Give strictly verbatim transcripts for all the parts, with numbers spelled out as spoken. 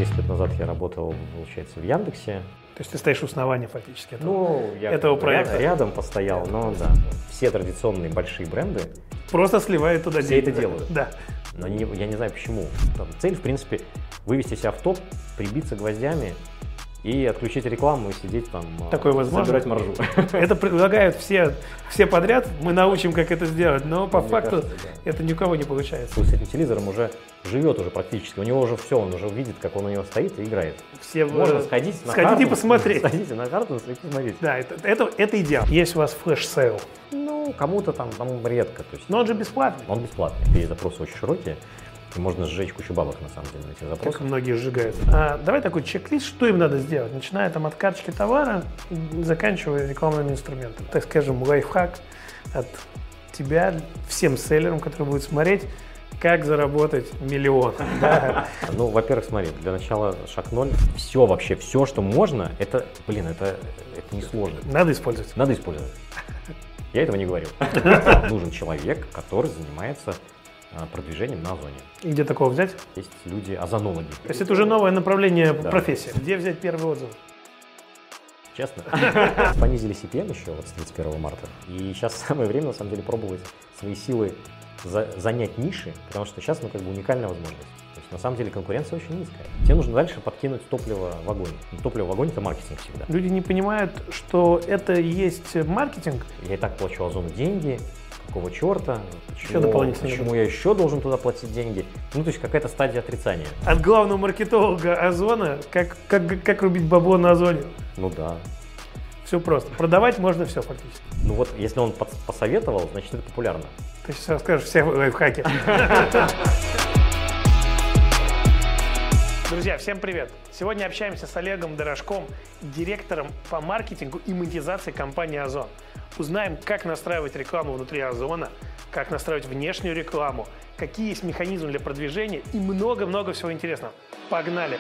десять лет назад я работал, получается, в Яндексе. То есть ты стоишь у основания фактически этого, ну, я этого проекта? Рядом постоял, но да. Все традиционные большие бренды просто сливают туда все деньги. это делают. Да. Но не, я не знаю почему. Там цель, в принципе, вывести себя в топ, прибиться гвоздями и отключить рекламу и сидеть там, такое возможно? Собирать маржу. Это предлагают все, все подряд, мы научим, как это сделать, но по Мне факту кажется, да. это ни у кого не получается. С этим телевизором уже живет уже практически, у него уже все, он уже видит, как он у него стоит и играет. Все Можно в... сходить на Сходите карту, посмотреть. Сходите на карту и посмотреть. Да, это, это, это идеал. Есть у вас флеш-сейл? Ну, кому-то там, там редко. То есть, но он же бесплатный. Он бесплатный, и запросы очень широкие. И можно сжечь кучу бабок, на самом деле, на этих запросах. Как многие сжигают. А, давай такой чек-лист, что им надо сделать, начиная там от карточки товара, заканчивая рекламными инструментами. Так скажем, лайфхак от тебя всем селлерам, которые будут смотреть, как заработать миллион. Ну, во-первых, смотри, для начала шаг ноль. Все вообще, все, что можно, это, блин, это, это несложно. Надо использовать. Надо использовать. Я этого не говорил. Нужен человек, который занимается продвижением на Озоне. И где такого взять? Есть люди, озонологи. То есть это уже новое направление да. профессии. Где взять первый отзыв? Честно. Понизили си пи эм еще вот с тридцать первого марта. И сейчас самое время, на самом деле, пробовать свои силы за, занять ниши, потому что сейчас, ну, как бы уникальная возможность. То есть, на самом деле, конкуренция очень низкая. Тебе нужно дальше подкинуть топливо в огонь. Топливо в огонь – это маркетинг всегда. Люди не понимают, что это и есть маркетинг. Я и так плачу Озону деньги. Какого черта? Почему, почему я еще должен туда платить деньги? Ну, то есть какая-то стадия отрицания. От главного маркетолога Озона, как, как, как рубить бабло на Озоне. Ну да. Все просто. Продавать можно все фактически. Ну вот, если он посоветовал, значит это популярно. Ты сейчас расскажешь все лайфхаки. Друзья, всем привет! Сегодня общаемся с Олегом Дорожком, директором по маркетингу и монетизации компании Озон. Узнаем, как настраивать рекламу внутри Озона, как настраивать внешнюю рекламу, какие есть механизмы для продвижения и много-много всего интересного. Погнали!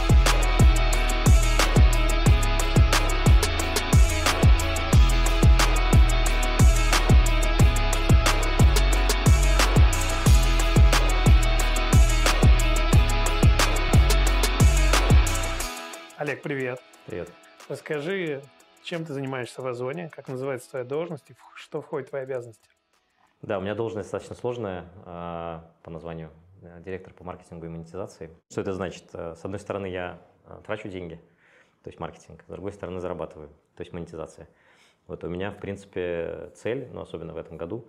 Олег, привет. Привет. Расскажи, чем ты занимаешься в Озоне, как называется твоя должность и что входит в твои обязанности? Да, у меня должность достаточно сложная э, по названию, э, директор по маркетингу и монетизации. Что это значит? Э, с одной стороны, я э, трачу деньги, то есть маркетинг, с другой стороны, зарабатываю, то есть монетизация. Вот у меня, в принципе, цель, но особенно в этом году,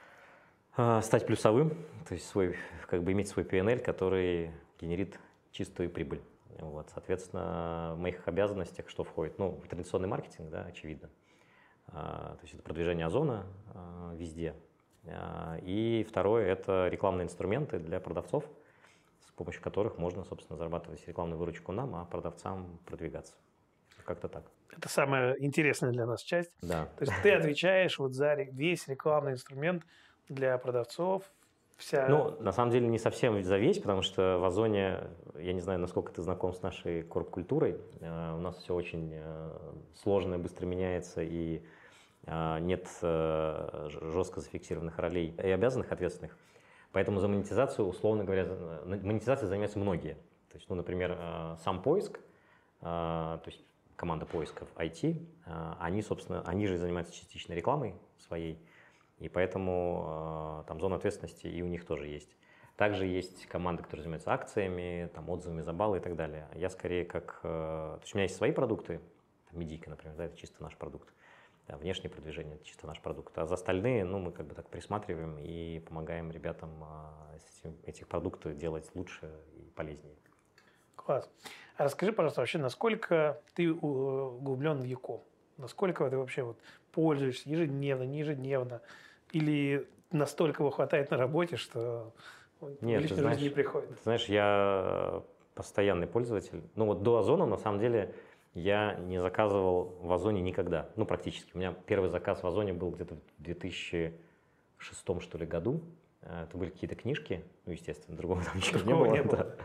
э, стать плюсовым, то есть свой, как бы иметь свой пи эн эль, который генерит чистую прибыль. Вот, соответственно, в моих обязанностях что входит? Ну, традиционный маркетинг, да, очевидно. А, то есть это продвижение Озона а, везде. А, и второе – это рекламные инструменты для продавцов, с помощью которых можно, собственно, зарабатывать рекламную выручку нам, а продавцам продвигаться. Как-то так. Это самая интересная для нас часть. Да. То есть ты отвечаешь вот за весь рекламный инструмент для продавцов. Вся... Ну, на самом деле, не совсем за весь, потому что в Озоне, я не знаю, насколько ты знаком с нашей корп-культурой, э, у нас все очень э, сложно, быстро меняется, и э, нет э, жестко зафиксированных ролей и обязанных ответственных. Поэтому за монетизацию, условно говоря, монетизацией занимаются многие. То есть, ну, например, э, сам поиск, э, то есть команда поисков ай ти, э, они, собственно, они же занимаются частичной рекламой своей. И поэтому э, там зона ответственности и у них тоже есть. Также есть команды, которые занимаются акциями, там, отзывами за баллы и так далее. Я скорее как… Э, то есть у меня есть свои продукты, там, медийка, например, да, это чисто наш продукт. Да, внешнее продвижение – это чисто наш продукт. А за остальные, ну, мы как бы так присматриваем и помогаем ребятам э, этим, этих продуктов делать лучше и полезнее. Класс. А расскажи, пожалуйста, вообще, насколько ты углублен в e-com? Насколько ты вообще вот пользуешься ежедневно, не ежедневно? Или настолько его хватает на работе, что Нет, в личной знаешь, жизни не приходит? Ты знаешь, я постоянный пользователь. Ну вот до Озона, на самом деле, я не заказывал в Озоне никогда. Ну, практически. У меня первый заказ в Озоне был где-то в две тысячи шестом, что ли, году. Это были какие-то книжки, ну, естественно, другого там ничего не было. Не было. Да.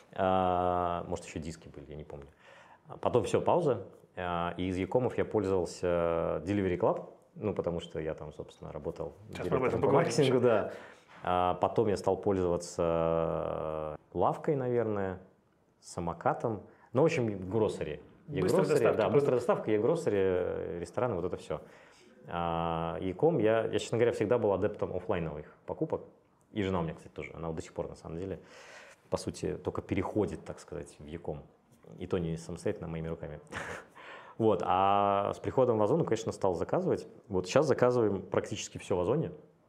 А, может, еще диски были, я не помню. Потом все, пауза. И из e-комов я пользовался Delivery Club. Ну, потому что я там, собственно, работал директором по маркетингу, да. А потом я стал пользоваться лавкой, наверное, самокатом. Ну, в общем, гроссери. Быстрая доставка. Да, быстрая доставка, e-гроссери, рестораны, вот это все. А e-com, я, я, честно говоря, всегда был адептом офлайновых покупок. И жена у меня, кстати, тоже. Она вот до сих пор, на самом деле, по сути, только переходит, так сказать, в e-com. И то не самостоятельно, моими руками. Вот. А с приходом в Озон, конечно, стал заказывать. Вот сейчас заказываем практически все в Озоне.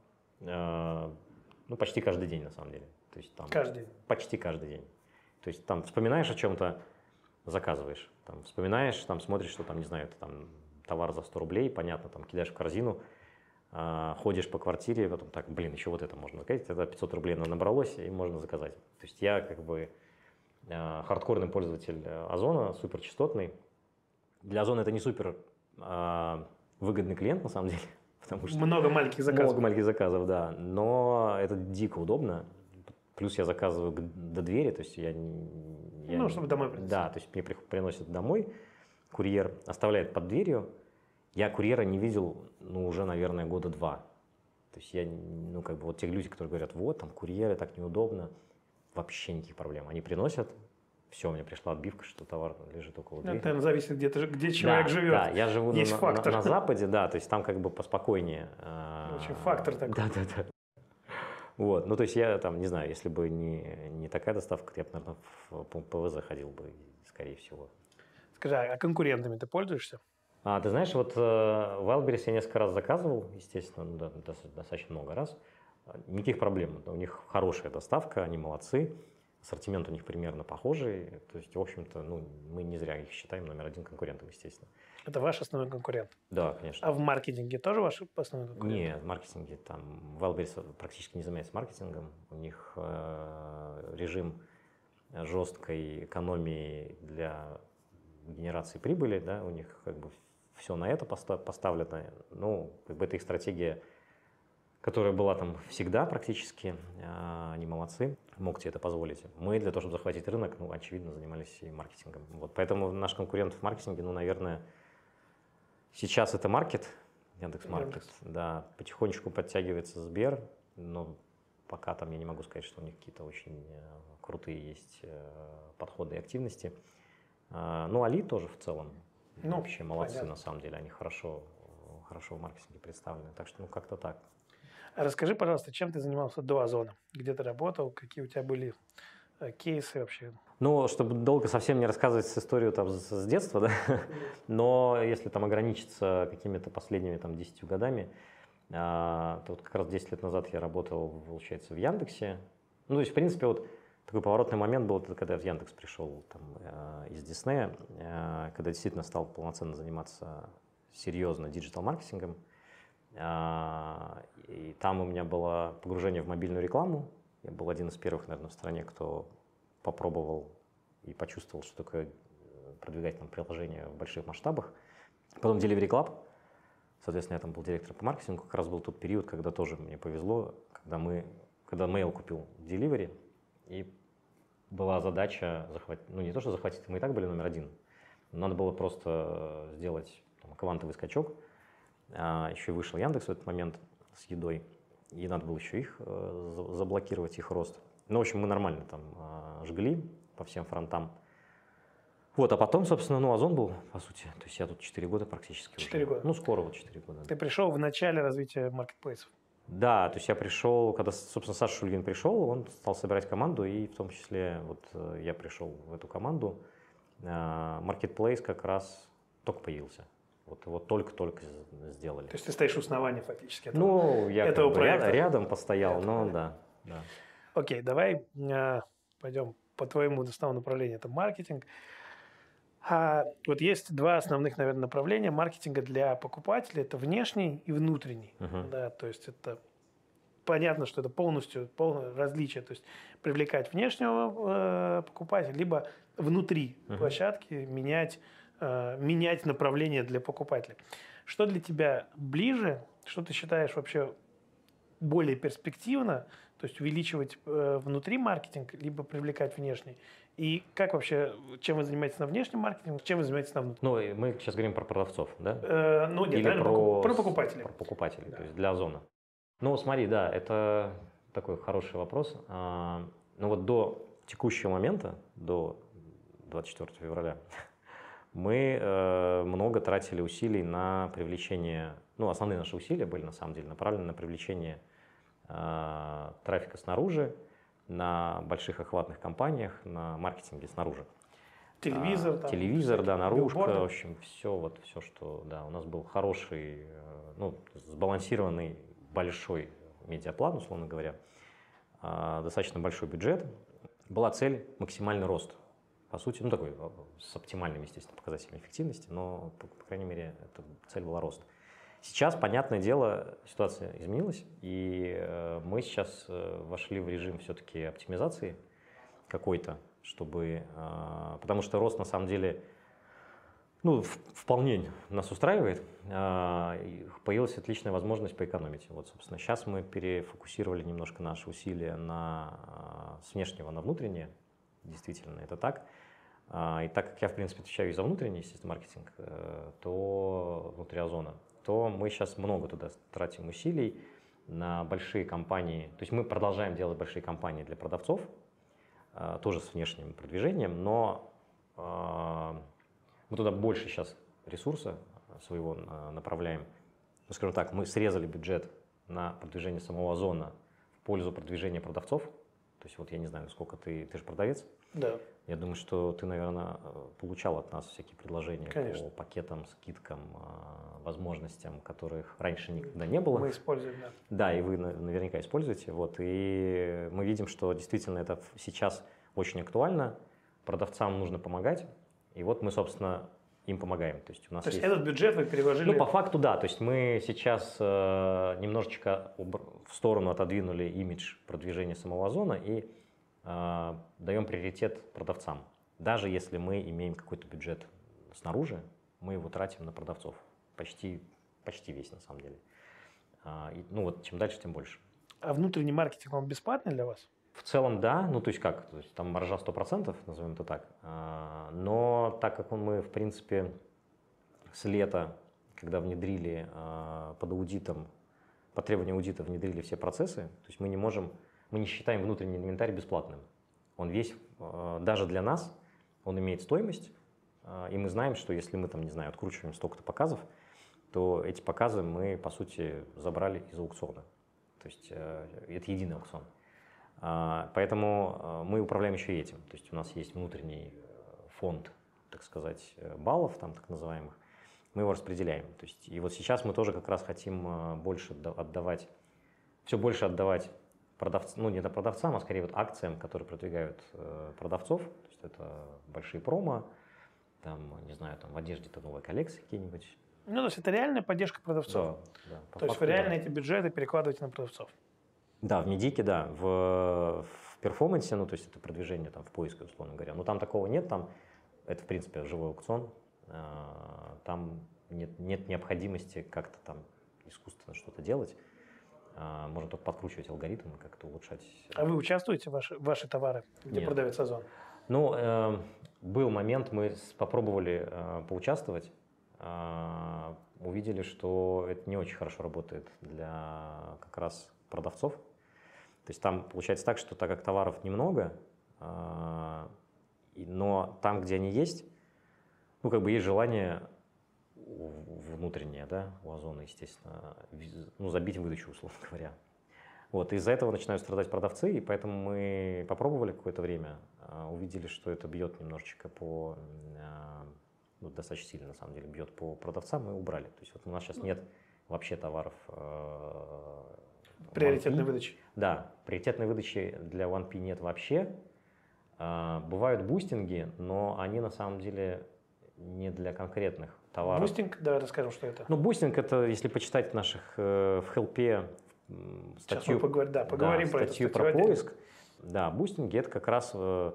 Ну, почти каждый день, на самом деле. То есть, там, каждый день? Почти каждый день. То есть там вспоминаешь о чем-то, заказываешь. Там, вспоминаешь, там, смотришь, что там, не знаю, это, там, товар за сто рублей, понятно, там, кидаешь в корзину, э, ходишь по квартире, потом так, блин, еще вот это можно заказать, тогда пятьсот рублей набралось, и можно заказать. То есть я как бы э, хардкорный пользователь Озона, суперчастотный. Для Озона это не супер э, выгодный клиент, на самом деле. Потому что много маленьких заказов. Много маленьких заказов, да. Но это дико удобно. Плюс я заказываю до двери, то есть я... я ну, чтобы домой принести. Да, то есть мне приносят домой, курьер оставляет под дверью. Я курьера не видел, ну, уже, наверное, года два. То есть я, ну, как бы вот те люди, которые говорят, вот, там, курьеры, так неудобно, вообще никаких проблем. Они приносят, все, у меня пришла отбивка, что товар лежит около двери. Это, наверное, зависит, где, ты, где человек да, живет. Да, я живу Есть на, фактор. на, на Западе, да, то есть там как бы поспокойнее. Очень фактор такой. Да, да, да. Вот, ну, то есть я там, не знаю, если бы не, не такая доставка, я бы, наверное, в ПВЗ ходил бы, скорее всего. Скажи, а конкурентами ты пользуешься? А, ты знаешь, вот э, в Wildberries я несколько раз заказывал, естественно, ну, да, достаточно много раз. Никаких проблем, у них хорошая доставка, они молодцы, ассортимент у них примерно похожий, то есть, в общем-то, ну, мы не зря их считаем номер один конкурентом, естественно. Это ваш основной конкурент? Да, конечно. А в маркетинге тоже ваш основной конкурент? Нет, в маркетинге там Wildberries практически не занимается маркетингом. У них э, режим жесткой экономии для генерации прибыли, да, у них как бы все на это поставлено. Ну, как бы это их стратегия, которая была там всегда практически. Э, они молодцы, могут себе это позволить. Мы для того, чтобы захватить рынок, ну, очевидно, занимались и маркетингом. Вот, поэтому наш конкурент в маркетинге, ну, наверное, сейчас это Маркет, Яндекс.Маркет, Яндекс. Да, потихонечку подтягивается Сбер, но пока там я не могу сказать, что у них какие-то очень э, крутые есть э, подходы и активности. Э, ну, Али тоже в целом ну, вообще молодцы, понятно. На самом деле, они хорошо, хорошо в маркетинге представлены, так что ну как-то так. А расскажи, пожалуйста, чем ты занимался до Озона? Где ты работал, какие у тебя были э, кейсы вообще? Ну, чтобы долго совсем не рассказывать историю там с, с детства, да, но если там ограничиться какими-то последними там десятью годами, а, то вот как раз десять лет назад я работал, получается, в Яндексе. Ну, то есть, в принципе, вот такой поворотный момент был, когда я в Яндекс пришел там, э, из Диснея, э, когда действительно стал полноценно заниматься серьезно диджитал-маркетингом. Э, и там у меня было погружение в мобильную рекламу. Я был один из первых, наверное, в стране, кто попробовал и почувствовал, что такое продвигать там приложение в больших масштабах. Потом Delivery Club, соответственно, я там был директором по маркетингу, как раз был тот период, когда тоже мне повезло, когда мы, когда Mail купил Delivery, и была задача захватить, ну не то, что захватить, мы и так были номер один, но надо было просто сделать там, квантовый скачок, а, еще и вышел Яндекс в этот момент с едой, и надо было еще их э, заблокировать, их рост. Ну, в общем, мы нормально там э, жгли по всем фронтам. Вот, а потом, собственно, ну, Озон был, по сути. То есть я тут четыре года практически. четыре года? Ну, скоро вот четыре года. Ты пришел в начале развития маркетплейсов? Да, то есть я пришел, когда, собственно, Саша Шульгин пришел, он стал собирать команду, и в том числе вот я пришел в эту команду. Маркетплейс как раз только появился. Вот его только-только сделали. То есть ты стоишь у основания фактически этого, ну, я этого как бы проекта? Рядом постоял, это но проект. Да. да. Окей, давай э, пойдем по твоему основному направлению. Это маркетинг. А, вот есть два основных, наверное, направления маркетинга для покупателя. Это внешний и внутренний. Uh-huh. Да, то есть это понятно, что это полностью полное различие. То есть привлекать внешнего э, покупателя, либо внутри uh-huh. площадки менять, э, менять направление для покупателя. Что для тебя ближе? Что ты считаешь вообще более перспективно? То есть увеличивать э, внутри маркетинг, либо привлекать внешний? И как вообще, чем вы занимаетесь на внешнем маркетинге, чем вы занимаетесь на внутреннем? Ну, мы сейчас говорим про продавцов, да? Э, ну, нет, Или наверное, про, про покупателей. Про покупателей, да. То есть для Озона. Ну, смотри, да, это такой хороший вопрос. А, ну, вот до текущего момента, до двадцать четвёртого февраля. Мы э, много тратили усилий на привлечение, ну, основные наши усилия были, на самом деле, направлены на привлечение э, трафика снаружи, на больших охватных компаниях, на маркетинге снаружи. Телевизор, а, там, телевизор, да, наружка, билборды. в общем, все, вот, все, что, да, у нас был хороший, э, ну, сбалансированный большой медиаплан, условно говоря, э, достаточно большой бюджет. Была цель максимальный рост. По сути, ну такой с оптимальным, естественно, показателем эффективности, но, по, по крайней мере, эта цель была рост. Сейчас, понятное дело, ситуация изменилась, и э, мы сейчас э, вошли в режим все-таки оптимизации какой-то, чтобы, э, потому что рост на самом деле, ну, в, вполне нас устраивает, э, появилась отличная возможность поэкономить. Вот, собственно, сейчас мы перефокусировали немножко наши усилия на, э, с внешнего на внутреннее. Действительно, это так. И так как я, в принципе, отвечаю и за внутренний, естественно, маркетинг, то внутри Озона, то мы сейчас много туда тратим усилий на большие компании. То есть мы продолжаем делать большие компании для продавцов, тоже с внешним продвижением, но мы туда больше сейчас ресурса своего направляем. Ну, скажем так, мы срезали бюджет на продвижение самого Озона в пользу продвижения продавцов. То есть вот я не знаю, сколько ты, ты же продавец. Да. Я думаю, что ты, наверное, получал от нас всякие предложения Конечно. по пакетам, скидкам, возможностям, которых раньше никогда не было. Мы используем, да. Да, и вы наверняка используете. Вот, и мы видим, что действительно это сейчас очень актуально. Продавцам нужно помогать. И вот мы, собственно, им помогаем. То есть, у нас То есть есть... этот бюджет вы переложили? Ну, по факту, да. То есть мы сейчас э, немножечко в сторону отодвинули имидж продвижения самого Озона и э, даем приоритет продавцам. Даже если мы имеем какой-то бюджет снаружи, мы его тратим на продавцов. Почти, почти весь, на самом деле. А, и, ну вот, чем дальше, тем больше. А внутренний маркетинг, он бесплатный для вас? В целом, да. Ну, то есть как? То есть там маржа сто процентов, назовем это так. А, но так как мы, в принципе, с лета, когда внедрили а, под аудитом, по требованию аудита внедрили все процессы, то есть мы не можем, мы не считаем внутренний инвентарь бесплатным. Он весь, а, даже для нас, он имеет стоимость, а, и мы знаем, что если мы там, не знаю, откручиваем столько-то показов, то эти показы мы, по сути, забрали из аукциона. То есть а, это единый аукцион. А, поэтому а, мы управляем еще и этим. То есть у нас есть внутренний фонд, так сказать, баллов, там так называемых. Мы его распределяем. То есть, и вот сейчас мы тоже как раз хотим больше отдавать, все больше отдавать продавцам, ну не это продавцам, а скорее вот акциям, которые продвигают э, продавцов. То есть это большие промо, там, не знаю, там в одежде это новые коллекции какие-нибудь. Ну, то есть это реальная поддержка продавцов? Да, да. То есть вы реально эти бюджеты перекладываете на продавцов? Да, в медике, да. В, в перформансе, ну то есть это продвижение там в поиске, условно говоря. Но там такого нет, там это в принципе живой аукцион. Там нет, нет необходимости как-то там искусственно что-то делать. Можно только подкручивать алгоритмы, как-то улучшать. А вы участвуете в ваши, в ваши товары, где Нет. продавец Озон? Ну, э, был момент, мы попробовали э, поучаствовать, э, увидели, что это не очень хорошо работает для как раз продавцов. То есть там получается так, что так как товаров немного, э, но там, где они есть, ну, как бы есть желание внутреннее, да, у Озона, естественно, ну, забить выдачу, условно говоря. Вот, из-за этого начинают страдать продавцы, и поэтому мы попробовали какое-то время, увидели, что это бьет немножечко по, ну, достаточно сильно, на самом деле, бьет по продавцам, и убрали. То есть вот у нас сейчас нет вообще товаров приоритетной выдачи. Да, приоритетной выдачи для уан пи нет вообще. Бывают бустинги, но они на самом деле не для конкретных товаров. Бустинг, давай расскажем, что это. Ну, бустинг — это, если почитать наших э, в хелпе статью, Сейчас мы поговорим, да, поговорим да, про статью это, про поиск. Да, бустинги — это как раз, э,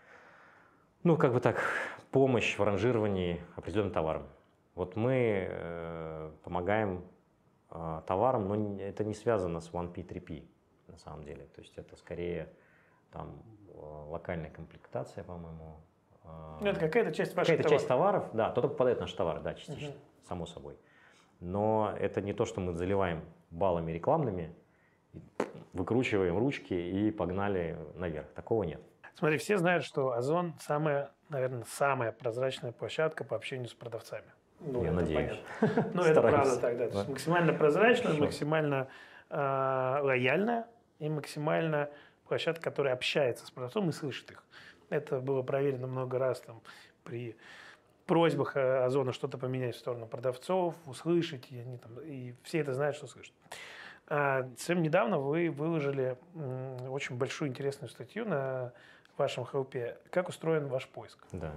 ну, как бы так, помощь в ранжировании определенным товаром. Вот мы э, помогаем э, товарам, но это не связано с уан пи, три пи на самом деле. То есть это скорее там локальная комплектация, по-моему. Ну, это какая-то часть ваших какая-то товаров. часть товаров, да, тот попадает в наши товары, да, частично, угу. Само собой. Но это не то, что мы заливаем баллами рекламными, выкручиваем ручки и погнали наверх. Такого нет. Смотри, все знают, что Озон самая, наверное, самая прозрачная площадка по общению с продавцами. Ну, я надеюсь. Ну, это правда тогда. То есть максимально прозрачная, максимально э, лояльная и максимально площадка, которая общается с продавцом и слышит их. Это было проверено много раз там, при просьбах Озона что-то поменять в сторону продавцов, услышать, и, они, там, и все это знают, что слышат. А, совсем недавно вы выложили м, очень большую интересную статью на вашем хелпе «Как устроен ваш поиск». Да.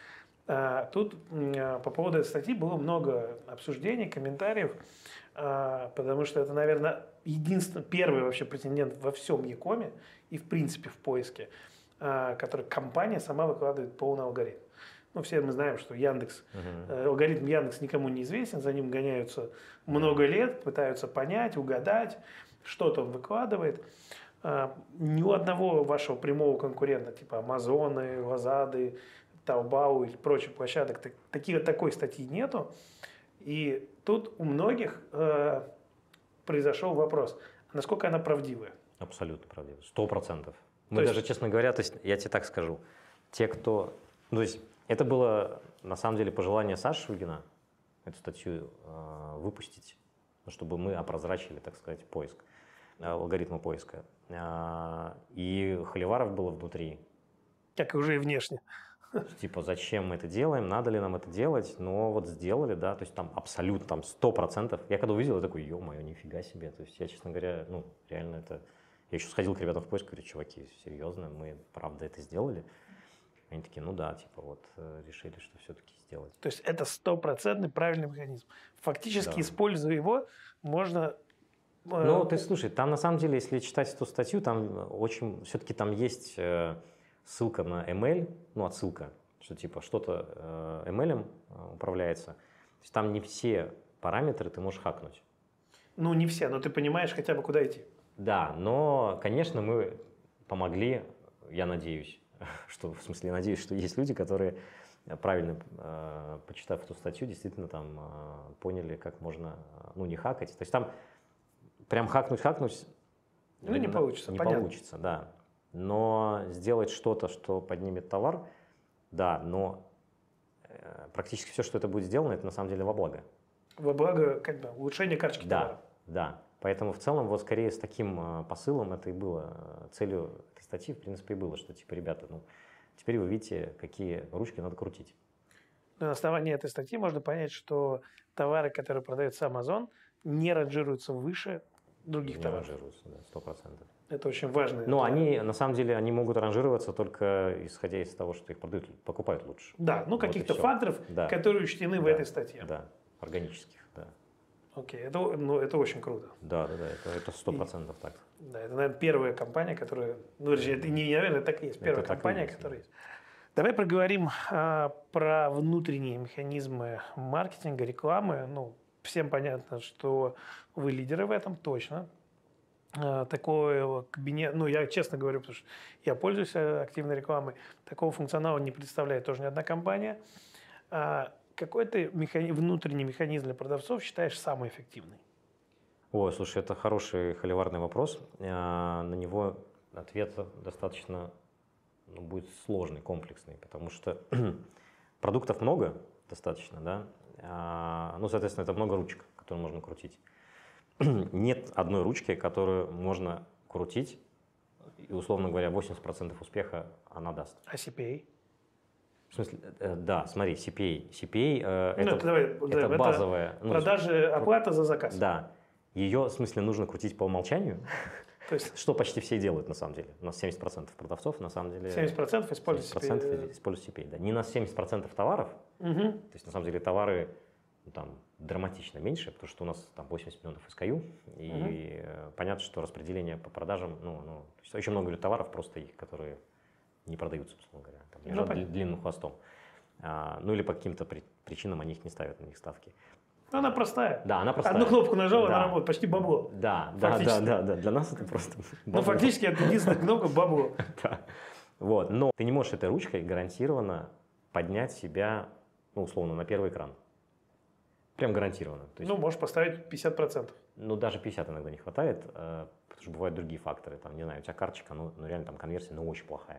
А, тут м, по поводу этой статьи было много обсуждений, комментариев, а, потому что это, наверное, единственный, первый вообще претендент во всем Якоме и, в принципе, в поиске, а, который компания сама выкладывает полный алгоритм. Ну, все мы знаем, что Яндекс, uh-huh. алгоритм Яндекс никому не известен, за ним гоняются много лет, пытаются понять, угадать, что-то он выкладывает. Ни у одного вашего прямого конкурента, типа Амазоны, Лазады, Таобао или прочих площадок, таких, такой статьи нету. И тут у многих э, произошел вопрос, насколько она правдивая? Абсолютно правдивая, сто процентов. Мы то даже, есть... честно говоря, то есть, я тебе так скажу, те, кто... Ну, то есть, это было, на самом деле, пожелание Саши Шульгина, эту статью э, выпустить, чтобы мы опрозрачили, так сказать, поиск, э, алгоритмы поиска. Э, и холиваров было внутри. Как уже и внешне. Типа, зачем мы это делаем, надо ли нам это делать, но вот сделали, да, то есть там абсолютно, там сто процентов. Я когда увидел, я такой, ё-моё, нифига себе. То есть я, честно говоря, ну, реально это... Я еще сходил к ребятам в поиск, говорю, чуваки, серьезно, мы правда это сделали? Они такие, ну да, типа вот решили, что все-таки сделать. То есть это стопроцентный правильный механизм. Фактически, да. используя его, можно... Ну, ты слушай, там на самом деле, если читать эту статью, там очень, все-таки там есть ссылка на эм эл, ну, отсылка, что типа что-то эм эл управляется. То есть там не все параметры ты можешь хакнуть. Ну, не все, но ты понимаешь хотя бы, куда идти. Да, но, конечно, мы помогли, я надеюсь, что, в смысле, я надеюсь, что есть люди, которые, правильно э, почитав эту статью, действительно там э, поняли, как можно, ну, не хакать. То есть там прям хакнуть-хакнуть ну, не получится, не понятно. получится, да. Но сделать что-то, что поднимет товар, да, но э, практически все, что это будет сделано, это на самом деле во благо. Во благо, как бы, улучшение карточки да, товара. Да, поэтому в целом вот скорее с таким э, посылом это и было, целью этой статьи в принципе и было, что типа, ребята, ну, теперь вы видите, какие ручки надо крутить. На основании этой статьи можно понять, что товары, которые продает сам Озон, не ранжируются выше других не товаров. ранжируются, да, сто процентов. Это очень важно. Но они, на самом деле, они могут ранжироваться только исходя из того, что их продают, покупают лучше. Да, ну вот каких-то факторов, да. которые учтены да. в этой статье. Да, органических, да. Окей, это, ну, это очень круто. Да, да, да, это сто процентов так. Да, это, наверное, первая компания, которая, ну, это не, наверное, так и есть, первая это компания, есть, которая да. есть. Давай проговорим а, про внутренние механизмы маркетинга, рекламы. Ну, всем понятно, что вы лидеры в этом, точно. А, такое кабинет, ну, я честно говорю, потому что я пользуюсь активной рекламой, такого функционала не представляет тоже ни одна компания. А, какой ты механи... внутренний механизм для продавцов считаешь самый эффективный? Ой, слушай, это хороший холиварный вопрос. На него ответ достаточно ну, будет сложный, комплексный, потому что продуктов много достаточно, да. Ну, соответственно, это много ручек, которые можно крутить. Нет одной ручки, которую можно крутить, и, условно говоря, восемьдесят процентов успеха она даст. А си пи эй? В смысле, э, да, смотри, си пи эй. си пи эй э, ну, это, это, давай, это да, базовая... Это ну, продажи, оплата за заказ. Да. Ее, в смысле, нужно крутить по умолчанию, То есть, что почти все делают, на самом деле. У нас семьдесят процентов продавцов, на самом деле... семьдесят процентов используют семьдесят процентов используют си пи эй, да. Не на семьдесят процентов товаров, угу. то есть, на самом деле, товары ну, там, драматично меньше, потому что у нас там восемьдесят миллионов эс кей ю, и угу. понятно, что распределение по продажам, ну, ну, то есть очень много товаров просто их, которые не продаются, условно говоря, там, лежат ну, длинным хвостом. А, ну или по каким-то при, причинам они их не ставят на них ставки. Она простая. Да, она простая. Одну кнопку нажал, да. она работает, почти бабло. Да, да, да, да, да. Для нас это просто бабло. Ну, фактически это единственная кнопка бабло. Да. Вот. Но ты не можешь этой ручкой гарантированно поднять себя, ну, условно, на первый экран. Прям гарантированно. То есть, ну, можешь поставить пятьдесят процентов. Ну, даже пятьдесят иногда не хватает, потому что бывают другие факторы. Там, не знаю, у тебя карточка, ну, ну реально там конверсия, ну, очень плохая.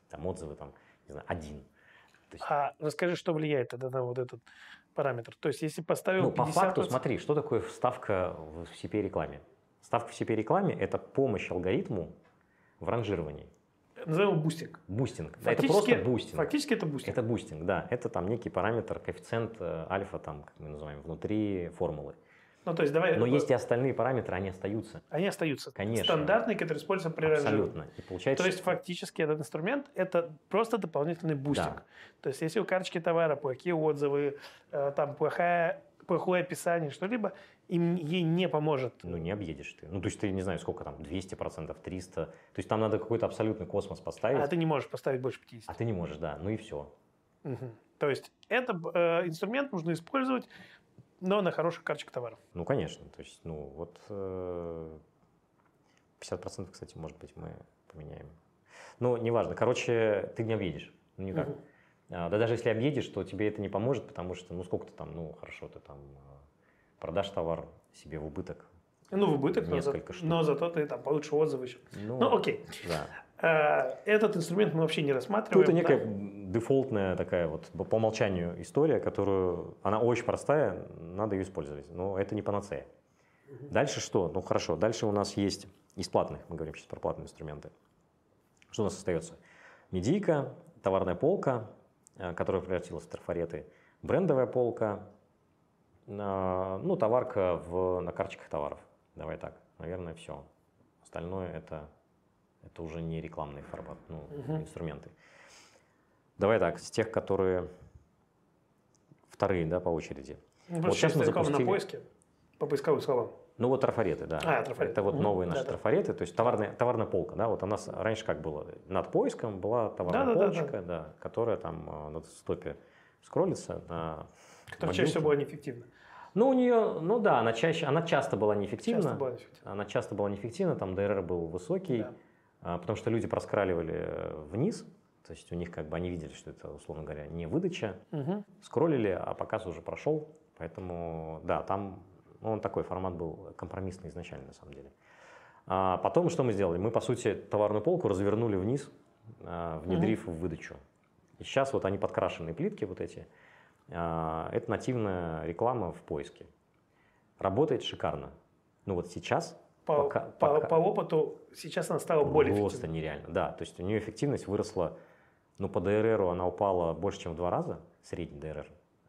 там отзывы, там, не знаю, один. То есть, А расскажи, что влияет тогда на вот этот параметр. То есть если поставил ну, по пятьдесят факту, процентов... смотри, что такое вставка в си пи эй-рекламе? Вставка в си пи эй-рекламе – это помощь алгоритму в ранжировании. Назовем его бустинг. Бустинг. Фактически, это просто бустинг. Фактически это бустинг. Это бустинг, да. Это там некий параметр, коэффициент э, альфа, там, как мы называем, внутри формулы. Ну, то есть давай... Но есть и остальные параметры, они остаются. Они остаются. Конечно. Стандартные, которые используются при ранжировании. Абсолютно. И получается, То есть фактически этот инструмент – это просто дополнительный бустинг. Да. То есть если у карточки товара плохие отзывы, э, там плохая, плохое описание, что-либо, им, ей не поможет. ну, не объедешь ты. Ну, то есть ты, не знаю, сколько там, двести процентов, триста. То есть там надо какой-то абсолютный космос поставить. А ты не можешь поставить больше пятидесяти. А ты не можешь, да. Ну и все. Угу. То есть этот э, инструмент нужно использовать, но на хороших карточках товаров. Ну, конечно. То есть, ну, вот э, пятьдесят процентов, кстати, может быть, мы поменяем. Ну, неважно. Короче, ты не объедешь. Ну, никак. Угу. А, да даже если объедешь, то тебе это не поможет, потому что, ну, сколько ты там, ну, хорошо, ты там продашь товар себе в убыток. Ну, в убыток, но, за, Несколько штук. но зато ты там получишь отзывы еще. Ну, Ну, окей. Да. Э, Этот инструмент мы вообще не рассматриваем. Тут это некая да? дефолтная такая вот по умолчанию история, которую, она очень простая, надо ее использовать, но это не панацея. Угу. Дальше что? Ну хорошо, дальше у нас есть из платных, мы говорим сейчас про платные инструменты. Что у нас остается? Медийка, товарная полка, которая превратилась в трафареты, брендовая полка, ну товарка в, на карточках товаров. Давай так, наверное, все. Остальное это... Это уже не рекламный формат, ну, uh-huh. инструменты. Давай так, с тех, которые вторые, да, по очереди. Ну, вот сейчас мы запустили... запустили... на поиске, по поисковым словам. Ну вот трафареты, да. А, трафареты. Это вот uh-huh. новые наши да, трафареты, то есть товарная, товарная полка, да, вот у нас раньше как было, над поиском была товарная да, полочка, да, да. да, которая там на стопе скроллится. На которая чаще всего была неэффективна. Ну, у нее, ну да, она чаще, она часто была неэффективна. Часто была неэффективна. Она часто была неэффективна, там ди эр эр был высокий. Да. Потому что люди проскраливали вниз, то есть у них как бы они видели, что это, условно говоря, не выдача, угу. скроллили, а показ уже прошел, поэтому, да, там, ну, он такой формат был компромиссный изначально, на самом деле. А потом что мы сделали? Мы, по сути, товарную полку развернули вниз, внедрив угу. в выдачу. И сейчас вот они подкрашенные плитки вот эти, это нативная реклама в поиске. Работает шикарно. Ну вот сейчас... По, пока, по, пока... по опыту сейчас она стала более эффективной. Просто нереально, да. То есть у нее эффективность выросла, ну, по ди эр эр она упала больше, чем в два раза, средний ди эр эр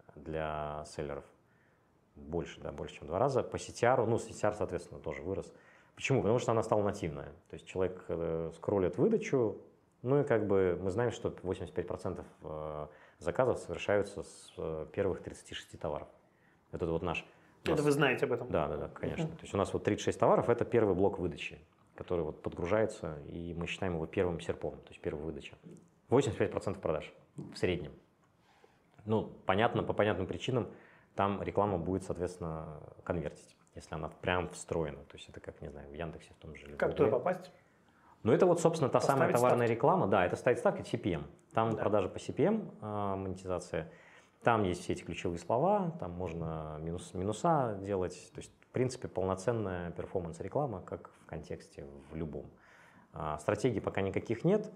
для селлеров. Больше, да, больше, чем в два раза. По си ти ар, ну, си ти ар, соответственно, тоже вырос. Почему? Потому что она стала нативная. То есть человек э, скроллит выдачу, ну, и как бы мы знаем, что восемьдесят пять процентов э, заказов совершаются с э, первых тридцати шести товаров. Это вот наш... Это нас... вы знаете об этом? Да, да, да, конечно. Uh-huh. То есть у нас вот тридцать шесть товаров – это первый блок выдачи, который вот подгружается, и мы считаем его первым серпом, то есть первая выдача. восемьдесят пять процентов продаж в среднем. Ну, понятно, по понятным причинам там реклама будет, соответственно, конвертить, если она прям встроена. То есть это как, не знаю, в Яндексе в том же. Как туда попасть? Ну, это вот, собственно, та Поставить самая товарная ставки. реклама. Да, это ставить ставки си пи эм. Там да. продажа по си пи эм, э, монетизация. Там есть все эти ключевые слова, там можно минус, минуса делать. То есть, в принципе, полноценная перформанс-реклама, как в контексте в любом. А, стратегий пока никаких нет,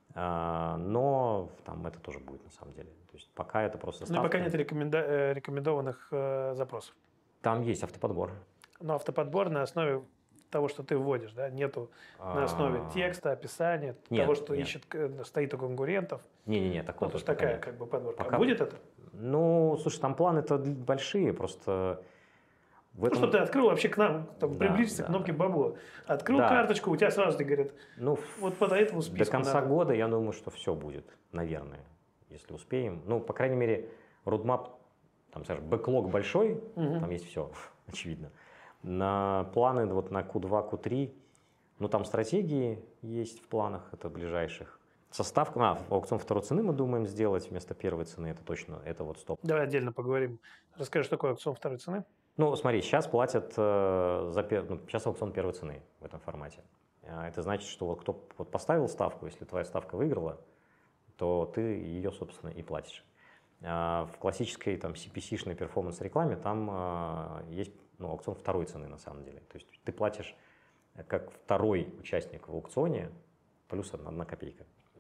а, но там это тоже будет на самом деле. То есть пока это просто ставка. Но пока нет рекоменда- рекомендованных э, запросов. Там есть автоподбор. Но автоподбор на основе того, что ты вводишь, да? Нету на основе текста, описания, нет, того, что нет. ищет, стоит у конкурентов. Не-не-не, такого. Ну, то есть такая как бы подборка. Пока... А будет это? Ну, слушай, там планы-то большие, просто... В этом... Ну, чтобы ты открыл вообще к нам, там, да, приблизиться да, к кнопке да. бабло. Открыл да. карточку, у тебя сразу говорят, ну, вот по этому списку до конца надо. года, я думаю, что все будет, наверное, если успеем. Ну, по крайней мере, roadmap, там, скажем, бэклог большой, угу. там есть все, очевидно. На планы вот на ку два, ку три, ну, там стратегии есть в планах, это ближайших. Состав, а, аукцион второй цены мы думаем сделать вместо первой цены, это точно, это вот стоп. Давай отдельно поговорим. Расскажи, что такое аукцион второй цены? Ну, смотри, сейчас платят, э, за, ну, сейчас аукцион первой цены в этом формате. Это значит, что вот кто вот поставил ставку, если твоя ставка выиграла, то ты ее, собственно, и платишь. А в классической там си пи си-шной перформанс-рекламе там э, есть ну, аукцион второй цены на самом деле. То есть ты платишь как второй участник в аукционе плюс одна, одна копейка.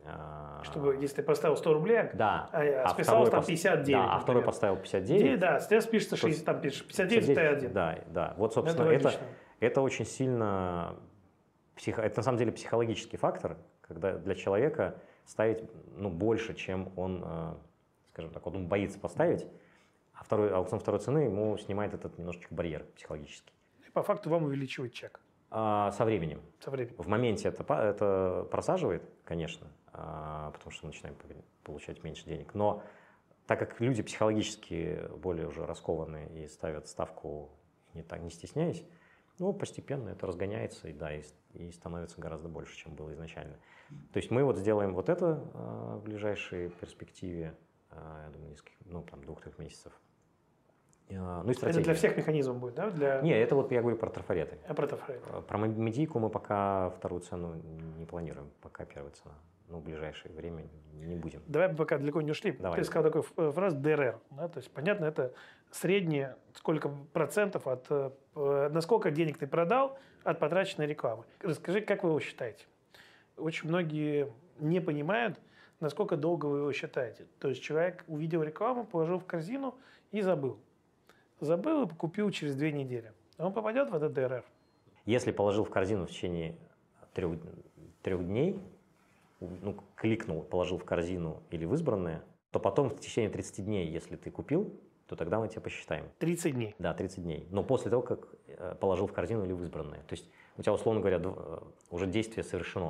Чтобы, если ты поставил сто рублей, да, а, а списалось там пятьдесят девять. Да, а второй поставил пятьдесят девять. Да, сейчас пишется шестьдесят, там пишешь пятьдесят девять, пятьдесят один. Да, да. Вот, собственно, это, это, это очень сильно, психо, это на самом деле психологический фактор, когда для человека ставить ну, больше, чем он, скажем так, вот он боится поставить, а второй, аукцион второй цены ему снимает этот немножечко барьер психологический. И по факту вам увеличивает чек. А, со временем. Со временем. В моменте это, это просаживает, конечно, а, потому что мы начинаем получать меньше денег. Но так как люди психологически более уже раскованные и ставят ставку не, так, не стесняясь, ну, постепенно это разгоняется и, да, и, и становится гораздо больше, чем было изначально. То есть мы вот сделаем вот это а, в ближайшей перспективе, а, я думаю, нескольких, ну, там, двух-трех месяцев. Ну, и это для всех механизмов будет, да? Для... Не, это вот я говорю про трафареты. А про трафареты. Про медийку мы пока вторую цену не планируем, пока первая цена. Ну, в ближайшее время не будем. Давай пока далеко не ушли. Давай. Ты сказал такую фразу ди эр эр. Да? То есть, понятно, это среднее, сколько процентов от... Насколько денег ты продал от потраченной рекламы. Расскажи, как вы его считаете? Очень многие не понимают, насколько долго вы его считаете. То есть, человек увидел рекламу, положил в корзину и забыл. Забыл и купил через две недели. Он попадет в этот ди эр эр? Если положил в корзину в течение трех, трех дней, ну, кликнул, положил в корзину или в избранное, то потом в течение тридцати дней, если ты купил, то тогда мы тебя посчитаем. тридцать дней? Да, тридцать дней. Но после того, как положил в корзину или в избранное. То есть у тебя, условно говоря, уже действие совершено.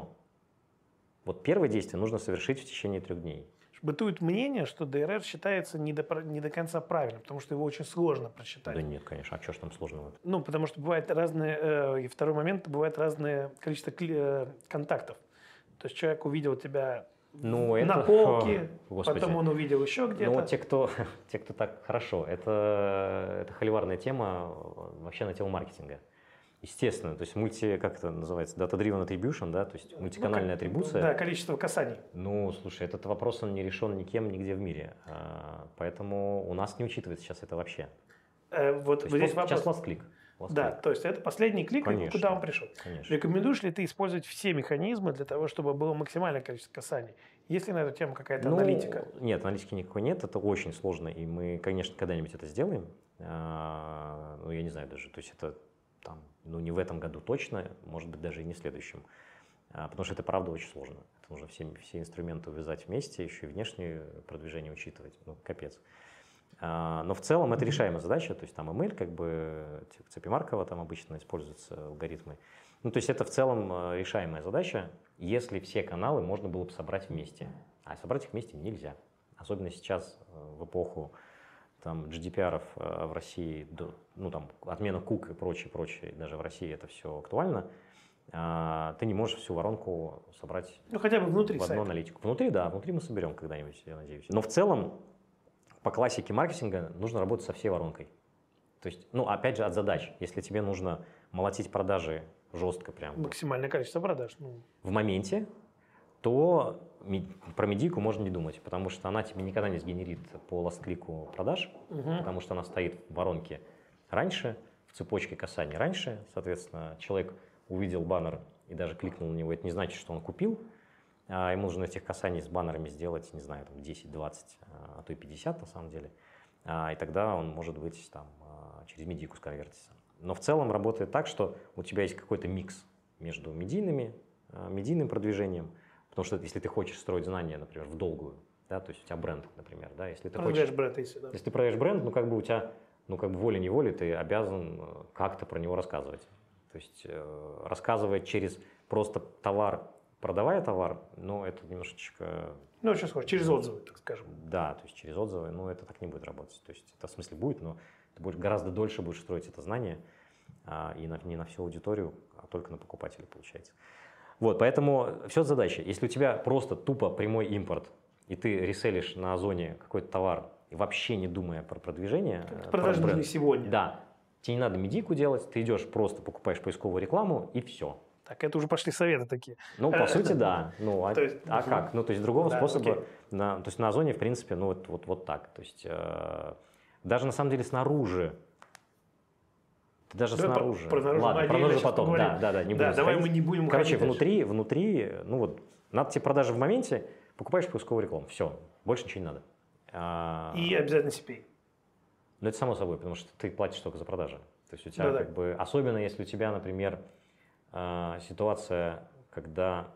Вот первое действие нужно совершить в течение трех дней. Бытует мнение, что ди эр эр считается не до, не до конца правильным, потому что его очень сложно просчитать. Да нет, конечно. А что ж там сложного? Ну, потому что бывает разные, э, и второй момент, бывает разное количество э, контактов. То есть человек увидел тебя ну, на это... полке, О, потом он увидел еще где-то. Ну, те, кто, те, кто так хорошо, это, это холиварная тема вообще на тему маркетинга. Естественно, то есть мульти, как это называется, data-driven attribution, да, то есть мультиканальная ну, атрибуция. Да, количество касаний. Ну, слушай, этот вопрос, он не решен никем, нигде в мире, поэтому у нас не учитывается сейчас это вообще. Э, вот то здесь вопрос, вопрос. Сейчас last click. Last да, click. То есть это последний клик, Конечно. Куда он пришел. Конечно. Рекомендуешь ли ты использовать все механизмы для того, чтобы было максимальное количество касаний? Есть ли на эту тему какая-то ну, аналитика? Нет, аналитики никакой нет, это очень сложно, и мы, конечно, когда-нибудь это сделаем. А, ну, я не знаю даже, то есть это там, ну, не в этом году точно, может быть, даже и не в следующем, а, потому что это, правда, очень сложно. Это нужно все, все инструменты увязать вместе, еще и внешнее продвижение учитывать, ну, капец. А, но в целом это решаемая задача, то есть там эм эл, как бы, цепи Маркова там обычно используются алгоритмы. Ну, то есть это в целом решаемая задача, если все каналы можно было бы собрать вместе. А собрать их вместе нельзя. Особенно сейчас, в эпоху там, джи ди пи ар в России, ну, там, отмена кук и прочее, прочее, даже в России это все актуально. А, ты не можешь всю воронку собрать ну, хотя бы внутри в одну сайта. аналитику. Внутри, да, внутри мы соберем когда-нибудь, я надеюсь. Но в целом, по классике маркетинга нужно работать со всей воронкой. То есть, ну, опять же, от задач. Если тебе нужно молотить продажи жестко прям. Максимальное количество продаж. Ну. В моменте, то про медийку можно не думать, потому что она тебе никогда не сгенерит по ласт-клику продаж, угу. потому что она стоит в воронке раньше, в цепочке касаний раньше. Соответственно, человек увидел баннер и даже кликнул на него. Это не значит, что он купил. А ему нужно этих касаний с баннерами сделать, не знаю, там десять-двадцать, а то и пятьдесят на самом деле. И тогда он, может быть, там, через медийку сконвертится. Но в целом работает так, что у тебя есть какой-то микс между медийными, медийным продвижением, потому что если ты хочешь строить знания, например, в долгую, да, то есть у тебя бренд, например, да, если ты Продвигаешь хочешь, бренд, если, да. если ты продаешь бренд, ну как бы у тебя, ну как бы волей-неволей ты обязан как-то про него рассказывать. То есть э, рассказывать через просто товар, продавая товар, ну это немножечко... Ну очень схоже, через отзывы, так скажем. Да, то есть через отзывы, ну это так не будет работать. То есть это в смысле будет, но ты будешь гораздо дольше будешь строить это знание, а, и на, не на всю аудиторию, а только на покупателя получается. Вот, поэтому все задача. Если у тебя просто тупо прямой импорт, и ты реселишь на Озоне какой-то товар, вообще не думая про продвижение. Продажи нужны сегодня. Да. Тебе не надо медийку делать, ты идешь, просто покупаешь поисковую рекламу, и все. Так, это уже пошли советы такие. Ну, по сути, да. Ну, а, есть, а как? Ну, то есть другого да, способа. На, то есть на Озоне, в принципе, ну, вот, вот, вот так. То есть э, даже на самом деле снаружи. Ты даже давай снаружи. Про, про Ладно, про наружу потом. Поговорим. Да, да, да, не да, будем давай сходить. мы не будем Короче, внутри, внутри, внутри, ну вот Надо тебе продажи в моменте, покупаешь поисковую рекламу. Все, больше ничего не надо. А, И обязательно си пи эй. Ну, это само собой, потому что ты платишь только за продажи. То есть у тебя Да-да. как бы, особенно если у тебя, например, а, ситуация, когда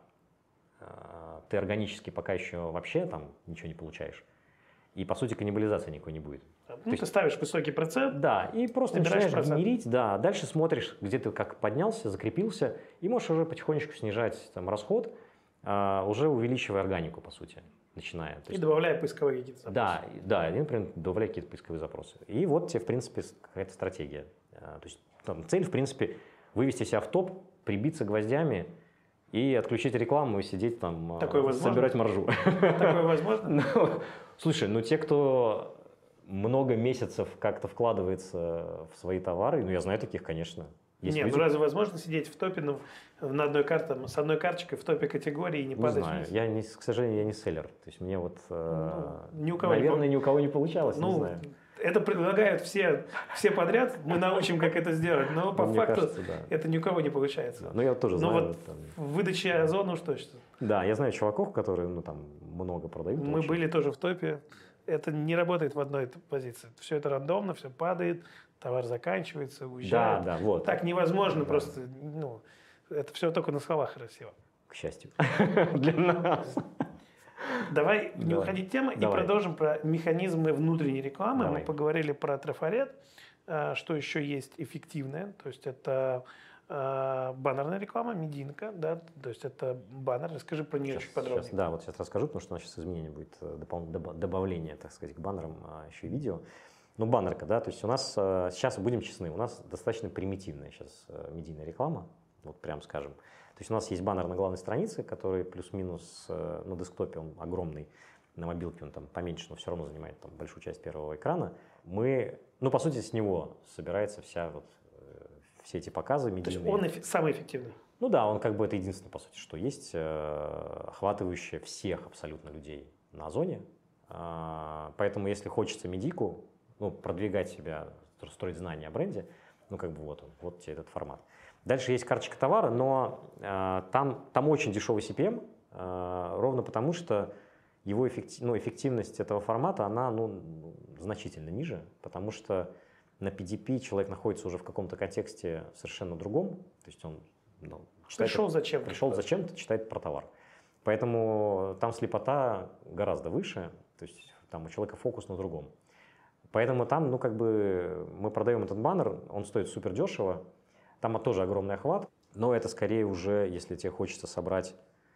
а, ты органически пока еще вообще там ничего не получаешь, и по сути каннибализации никакой не будет. Ну, То ты есть- ставишь высокий процент. Да, и просто Набираешь начинаешь процент. генерить, да, дальше смотришь, где ты как поднялся, закрепился, и можешь уже потихонечку снижать там расход, а, уже увеличивая органику, по сути, начиная. То И есть- добавляя поисковые какие-то запросы. да, и- да, и, например, добавляй какие-то поисковые запросы. И вот тебе, в принципе, с- какая-то стратегия. А, То есть там цель, в принципе, вывести себя в топ, прибиться гвоздями и отключить рекламу и сидеть там, а, Такое возможно? собирать маржу. Такое возможно? Ну, слушай, ну те, кто много месяцев как-то вкладывается в свои товары, ну я знаю таких, конечно. Есть Нет, люди- ну разве возможно сидеть в топе ну, на одной карте, с одной карточкой в топе категории и не Не падать знаю, вниз? я, не, к сожалению, я не селлер. То есть мне вот, э, Ну, ни у кого не наверное, пол- ни у кого не получалось, не Ну, знаю. это предлагают все, все подряд, мы научим, как это сделать, но по Мне факту кажется, да. это ни у кого не получается. Да, ну я вот тоже Ну знаю. вот там- в выдаче Озона уж точно. Да, я знаю чуваков, которые, ну, там, много продают. Мы очень. были тоже в топе. Это не работает в одной т- позиции. Все это рандомно, все падает, товар заканчивается, Да, уезжает. да, вот. Так невозможно Да. просто. Ну, это все только на словах красиво. К счастью. Для нас. Давай не Да. уходить от темы и Давай. продолжим про механизмы внутренней рекламы. Давай. Мы поговорили про трафарет, а, что еще есть эффективное. То есть это а, баннерная реклама, медийка, да, то есть это баннер. Расскажи про нее Сейчас, чуть подробнее. сейчас, да, вот сейчас расскажу, потому что у нас сейчас изменение будет, э, допол- доба- добавление, так сказать, к баннерам, а, еще и видео. Ну, баннерка, да, то есть у нас, э, сейчас, будем честны, у нас достаточно примитивная сейчас э, медийная реклама, вот прям скажем. То есть у нас есть баннер на главной странице, который плюс-минус э, на десктопе, он огромный, на мобилке он там поменьше, но все равно занимает там большую часть первого экрана. Мы, ну, по сути, с него собирается вся вот, э, все эти показы То есть медийные. он эффе- самый эффективный. Ну да, он как бы это единственное, по сути, что есть, э, охватывающее всех абсолютно людей на Озоне. А, Поэтому, если хочется медику, ну, продвигать себя, строить знания о бренде, ну, как бы вот он, вот тебе этот формат. Дальше есть карточка товара, но э, там, там очень дешевый си пи эм, э, ровно потому, что его эффектив, ну, эффективность этого формата, она ну, значительно ниже, потому что на пи ди пи человек находится уже в каком-то контексте совершенно другом, то есть он ну, читает Пришел зачем? пришел зачем-то, читает про товар. Поэтому там слепота гораздо выше, то есть там у человека фокус на другом. Поэтому там, ну, как бы мы продаем этот баннер, он стоит супер дешево, там тоже огромный охват, но это скорее уже, если тебе хочется собрать,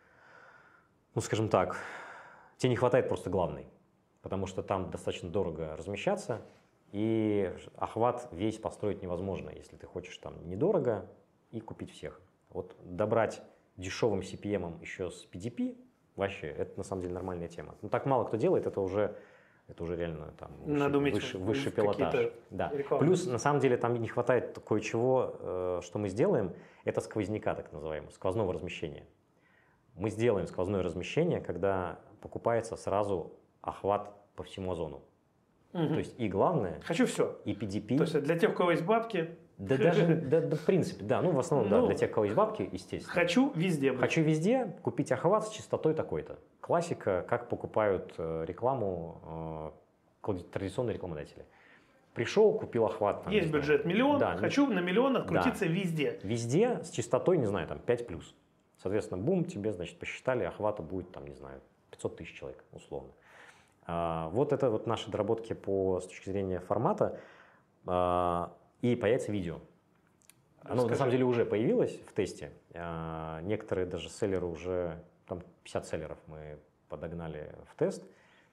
ну, скажем так, тебе не хватает просто главной, потому что там достаточно дорого размещаться, и охват весь построить невозможно, если ты хочешь там недорого и купить всех. Вот добрать дешевым си пи эм еще с пи ди пи, вообще, это на самом деле нормальная тема. Ну, так мало кто делает, это уже, это уже реально там Надо высший, уметь высший, в- высший в пилотаж. какие-то Да. рекламы. Плюс, на самом деле, там не хватает кое-чего, э, что мы сделаем, это сквозняка, так называемого, сквозного размещения. Мы сделаем сквозное размещение, когда покупается сразу охват по всему Озону. Мгм. То есть и главное, Хочу все. и пи ди пи. То есть для тех, у кого есть бабки, Да даже, да, да, в принципе, да, ну в основном, да, Ну, для тех, у кого есть бабки, естественно. хочу везде быть. Хочу везде купить охват с частотой такой-то. Классика, как покупают э, рекламу э, кл- традиционные рекламодатели. Пришел, купил охват. там, Есть не знаю, бюджет миллион, да, хочу на миллион открутиться везде. Везде с частотой, не знаю, там пять плюс. Соответственно, бум, тебе, значит, посчитали, охвата будет, там, не знаю, пятьсот тысяч человек, условно. А, вот это вот наши доработки по, с точки зрения формата. А, и появится видео. Оно Расскажи. на самом деле уже появилось в тесте. А, некоторые даже селлеры уже, там пятьдесят селлеров мы подогнали в тест.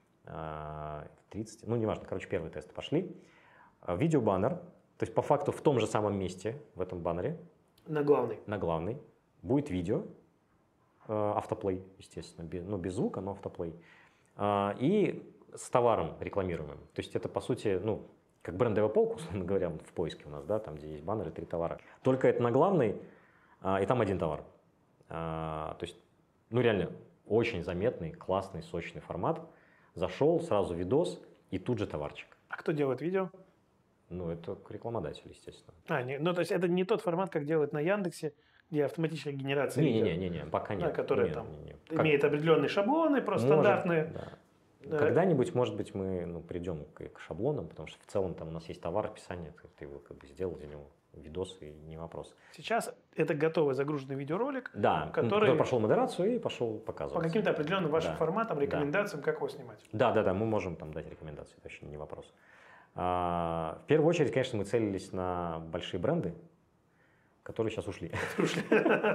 А, тридцать, ну неважно, короче, первые тесты пошли. А, видеобаннер, то есть по факту в том же самом месте, в этом баннере, На главный. на главный, будет видео, э, автоплей, естественно, без, ну, без звука, но автоплей, а, и с товаром рекламируемым. То есть это, по сути, ну, как брендовая полка, условно говоря, в поиске у нас, да, там, где есть баннеры, три товара. Только это на главный, а, и там один товар. А, то есть, ну, реально, очень заметный, классный, сочный формат. Зашел, сразу видос, и тут же товарчик. А кто делает видео? Ну, это рекламодатель, естественно. А, не, ну то есть это не тот формат, как делают на Яндексе, где автоматическая генерация видео. Не-не-не, пока Да, нет. которая Нет, там не, не. имеет определенные шаблоны, просто Может, стандартные. да. Да. Когда-нибудь, может быть, мы ну, придем к, к шаблонам, потому что в целом там у нас есть товар, описание, ты, ты его как бы сделал для него видос и не вопрос. Сейчас это готовый загруженный видеоролик, Да, который, который прошел модерацию и пошел показывать. По каким-то определенным вашим Да. форматам, рекомендациям, да. Как его снимать. Да, да, да, мы можем там дать рекомендации, это вообще не вопрос. А, в первую очередь, конечно, мы целились на большие бренды, которые сейчас ушли. Ушли.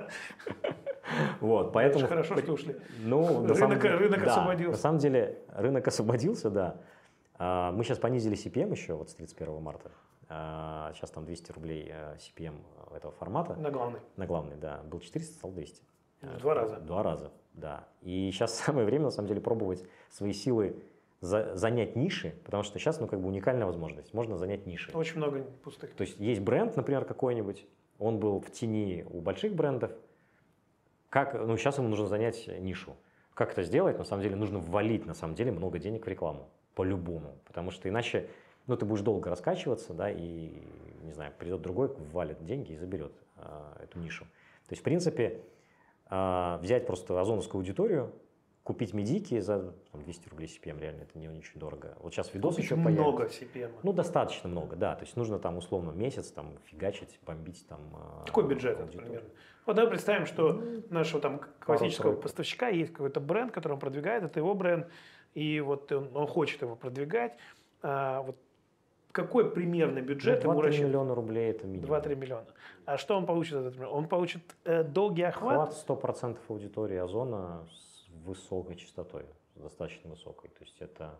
Вот, поэтому... Хорошо, что ушли. Ну, рынок рынок да, освободился. На самом деле, рынок освободился, да. А, мы сейчас понизили си пи эм еще вот с тридцать первого марта. А, сейчас там двести рублей си пи эм этого формата. На главный. На главный, да. Был четыреста, стал двести. В два раза. Два раза, да. И сейчас самое время, на самом деле, пробовать свои силы за, занять ниши, потому что сейчас, ну, как бы уникальная возможность. Можно занять ниши. Очень много пустых. То есть есть бренд, например, какой-нибудь, он был в тени у больших брендов. Как, ну, сейчас ему нужно занять нишу. Как это сделать? На самом деле нужно ввалить, на самом деле, много денег в рекламу. По-любому. Потому что иначе, ну, ты будешь долго раскачиваться, да, и, не знаю, придет другой, ввалит деньги и заберет а, эту нишу. То есть, в принципе, а, взять просто озоновскую аудиторию, купить медики за там, двести рублей си пи эм, реально, это не очень дорого. Вот сейчас видос Купить еще много появится. много си пи эм. Ну, достаточно много, да. То есть нужно там условно месяц там фигачить, бомбить там. Какой бюджет это примерно? Вот давай представим, что ну, нашего там классического пару поставщика есть какой-то бренд, который он продвигает, это его бренд, и вот он, он хочет его продвигать. А, вот какой примерный бюджет ну, ему рассчитывать? два-три миллиона рублей это минимум. два-три миллиона. А что он получит от этого? Он получит э, долгий охват? Охват сто процентов аудитории Озона с высокой частотой, с достаточно высокой. То есть это,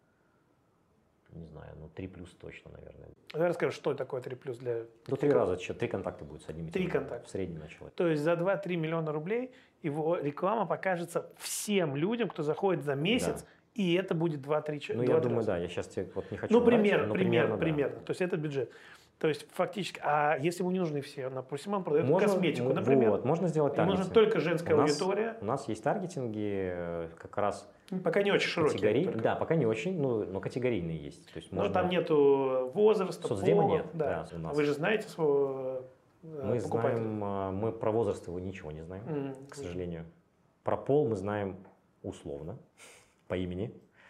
не знаю, ну три плюс точно, наверное. Давай расскажу, что такое три плюс для... Ну три раза, три контакта будет с одним и тем Три же, контакта. В среднем на человека. То есть за два-три миллиона рублей его реклама покажется всем людям, кто заходит за месяц, да. И это будет два-три Ну я думаю, раза. Да, я сейчас тебе вот не хочу Ну брать, пример, но примерно, примерно, примерно. Да. То есть это бюджет. То есть фактически, а если ему не нужны все, допустим, он продает можно, косметику, например. Вот, можно сделать таргетинг. Нужна только женская у нас, аудитория. У нас есть таргетинги как раз... Пока не очень широкие. Категорий, да, пока не очень, но, но категорийные есть. То есть но можно... там нету возраста, соцдема пола, нет. Да. Да, у нас. Вы же знаете своего мы покупателя? знаем, мы про возраст его ничего не знаем, mm-hmm. к сожалению. Про пол мы знаем условно, по имени.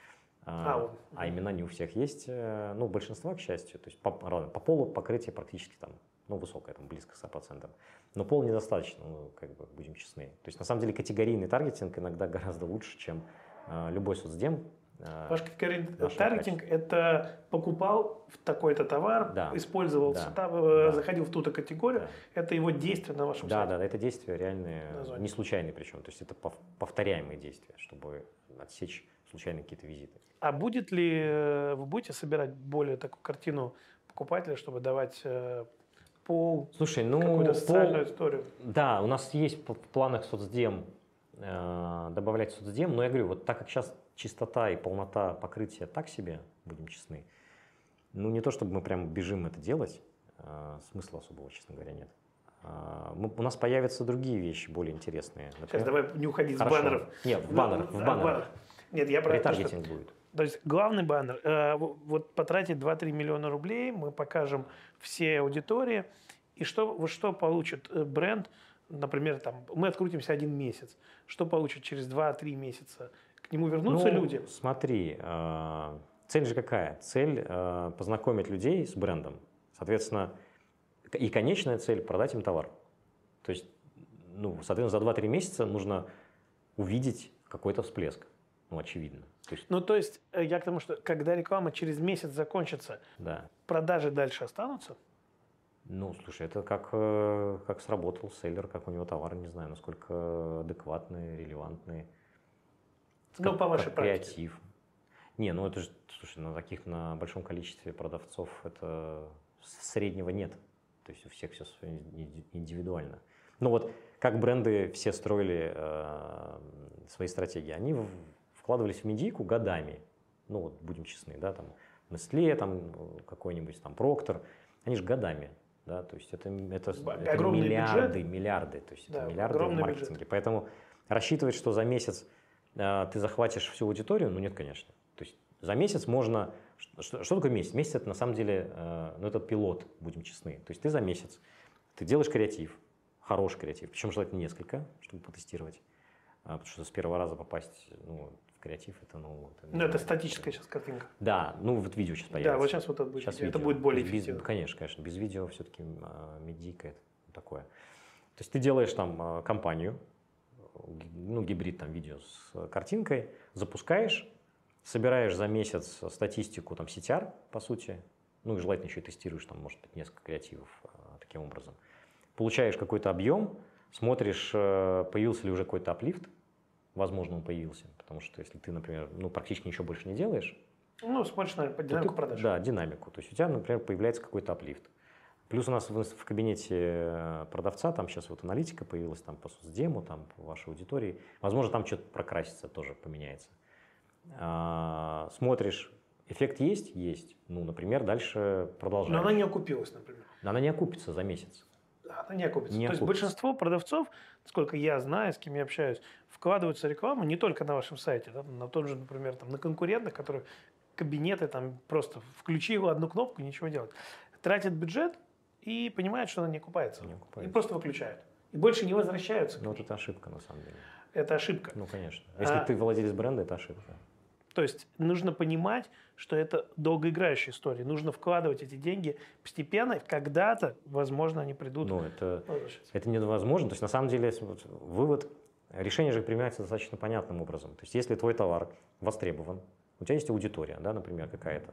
А, вот. а имена не у всех есть, ну, большинства, к счастью. То есть по, по полу покрытие практически там, ну, высокое, там, близко к ста процентам. Но пол недостаточно, ну, как бы, будем честны. То есть, на самом деле, категорийный таргетинг иногда гораздо лучше, чем а, любой соцдем. Ваш категорийный таргетинг – это покупал такой-то товар, да. использовал, да. Там, да. заходил в ту-то категорию, да. Это его действие на вашем да, сайте? Да, да, это действия реальные, не случайные причем. То есть, это повторяемые действия, чтобы отсечь случайные какие-то визиты. А будет ли, вы будете собирать более такую картину покупателя, чтобы давать пол, Слушай, ну, какую-то социальную пол, историю? Да, у нас есть в планах соцдем, э, добавлять соцдем, но я говорю, вот так как сейчас чистота и полнота покрытия так себе, будем честны, ну не то чтобы мы прям бежим это делать, э, смысла особого, честно говоря, нет. Э, мы, у нас появятся другие вещи более интересные. Например, сейчас давай не уходить Хорошо. с баннеров. Нет, в баннерах. В, в баннерах. баннерах. Нет, я про ретаргетинг будет. То есть главный баннер, э, вот потратить два-три миллиона рублей, мы покажем все аудитории, и что, вот что получит бренд, например, там, мы открутимся один месяц, что получит через два-три месяца? К нему вернутся ну, люди? Смотри, э, цель же какая? Цель э, познакомить людей с брендом, соответственно, и конечная цель продать им товар. То есть, ну, соответственно, за два-три месяца нужно увидеть какой-то всплеск. Ну, очевидно. То есть, ну, то есть, я к тому, что когда реклама через месяц закончится, да. продажи дальше останутся? Ну, слушай, это как, как сработал селлер, как у него товар, не знаю, насколько адекватные, релевантные. Ну, как, по вашей как практике. Креатив. Не, ну это же, слушай, на таких, на большом количестве продавцов это среднего нет. То есть у всех все индивидуально. Ну вот, как бренды все строили э, свои стратегии, они в, вкладывались в медийку годами. Ну вот, будем честны, да, там, Nestlé, там, какой-нибудь, там, Procter, они же годами. Да, то есть это, это, это миллиарды, бюджет. миллиарды, то есть да, это миллиарды в маркетинге. Бюджет. Поэтому рассчитывать, что за месяц э, ты захватишь всю аудиторию, ну нет, конечно. То есть за месяц можно... Что, что такое месяц? Месяц это на самом деле, э, ну это пилот, будем честны. То есть ты за месяц, ты делаешь креатив, хороший креатив, причем желательно несколько, чтобы потестировать. потому что с первого раза попасть ну, в креатив, это, ну... Это, ну, это статическая сейчас картинка. Да, ну вот видео сейчас появится. Да, вот сейчас вот это будет, сейчас видео. видео. Это будет более без, эффективно. Конечно, конечно, без видео все-таки а, медийка это такое. То есть ты делаешь там кампанию, ну, гибрид там видео с картинкой, запускаешь, собираешь за месяц статистику там си ти ар, по сути, ну и желательно еще и тестируешь там, может быть, несколько креативов а, таким образом. Получаешь какой-то объем, смотришь, появился ли уже какой-то аплифт, возможно, он появился, потому что если ты, например, ну, практически ничего больше не делаешь, ну, смотришь, наверное, по динамику ты, продаж. Да, динамику. То есть у тебя, например, появляется какой-то аплифт. Плюс у нас в, в кабинете продавца, там сейчас вот аналитика появилась, там по соцдему, там по вашей аудитории. Возможно, там что-то прокрасится, тоже поменяется. А, смотришь, эффект есть? Есть. Ну, например, дальше продолжаешь. Но она не окупилась, например. Но она не окупится за месяц. Она не окупится. Не То окупится. есть большинство продавцов, сколько я знаю, с кем я общаюсь, вкладываются в рекламу не только на вашем сайте, да, на том же, например, там, на конкурентах, которые кабинеты там просто включила одну кнопку и ничего делать. Тратят бюджет и понимают, что она не окупается. Не окупается. И просто выключают. И больше не возвращаются. Ну, вот это ошибка, на самом деле. Это ошибка. Ну, конечно. Если А, ты владелец бренда, это ошибка. То есть нужно понимать, что это долгоиграющая история. Нужно вкладывать эти деньги постепенно, и когда-то, возможно, они придут. Ну, это, возвращаться. это невозможно. То есть, на самом деле, вот, вывод, решение же принимается достаточно понятным образом. То есть, если твой товар востребован, у тебя есть аудитория, да, например, какая-то,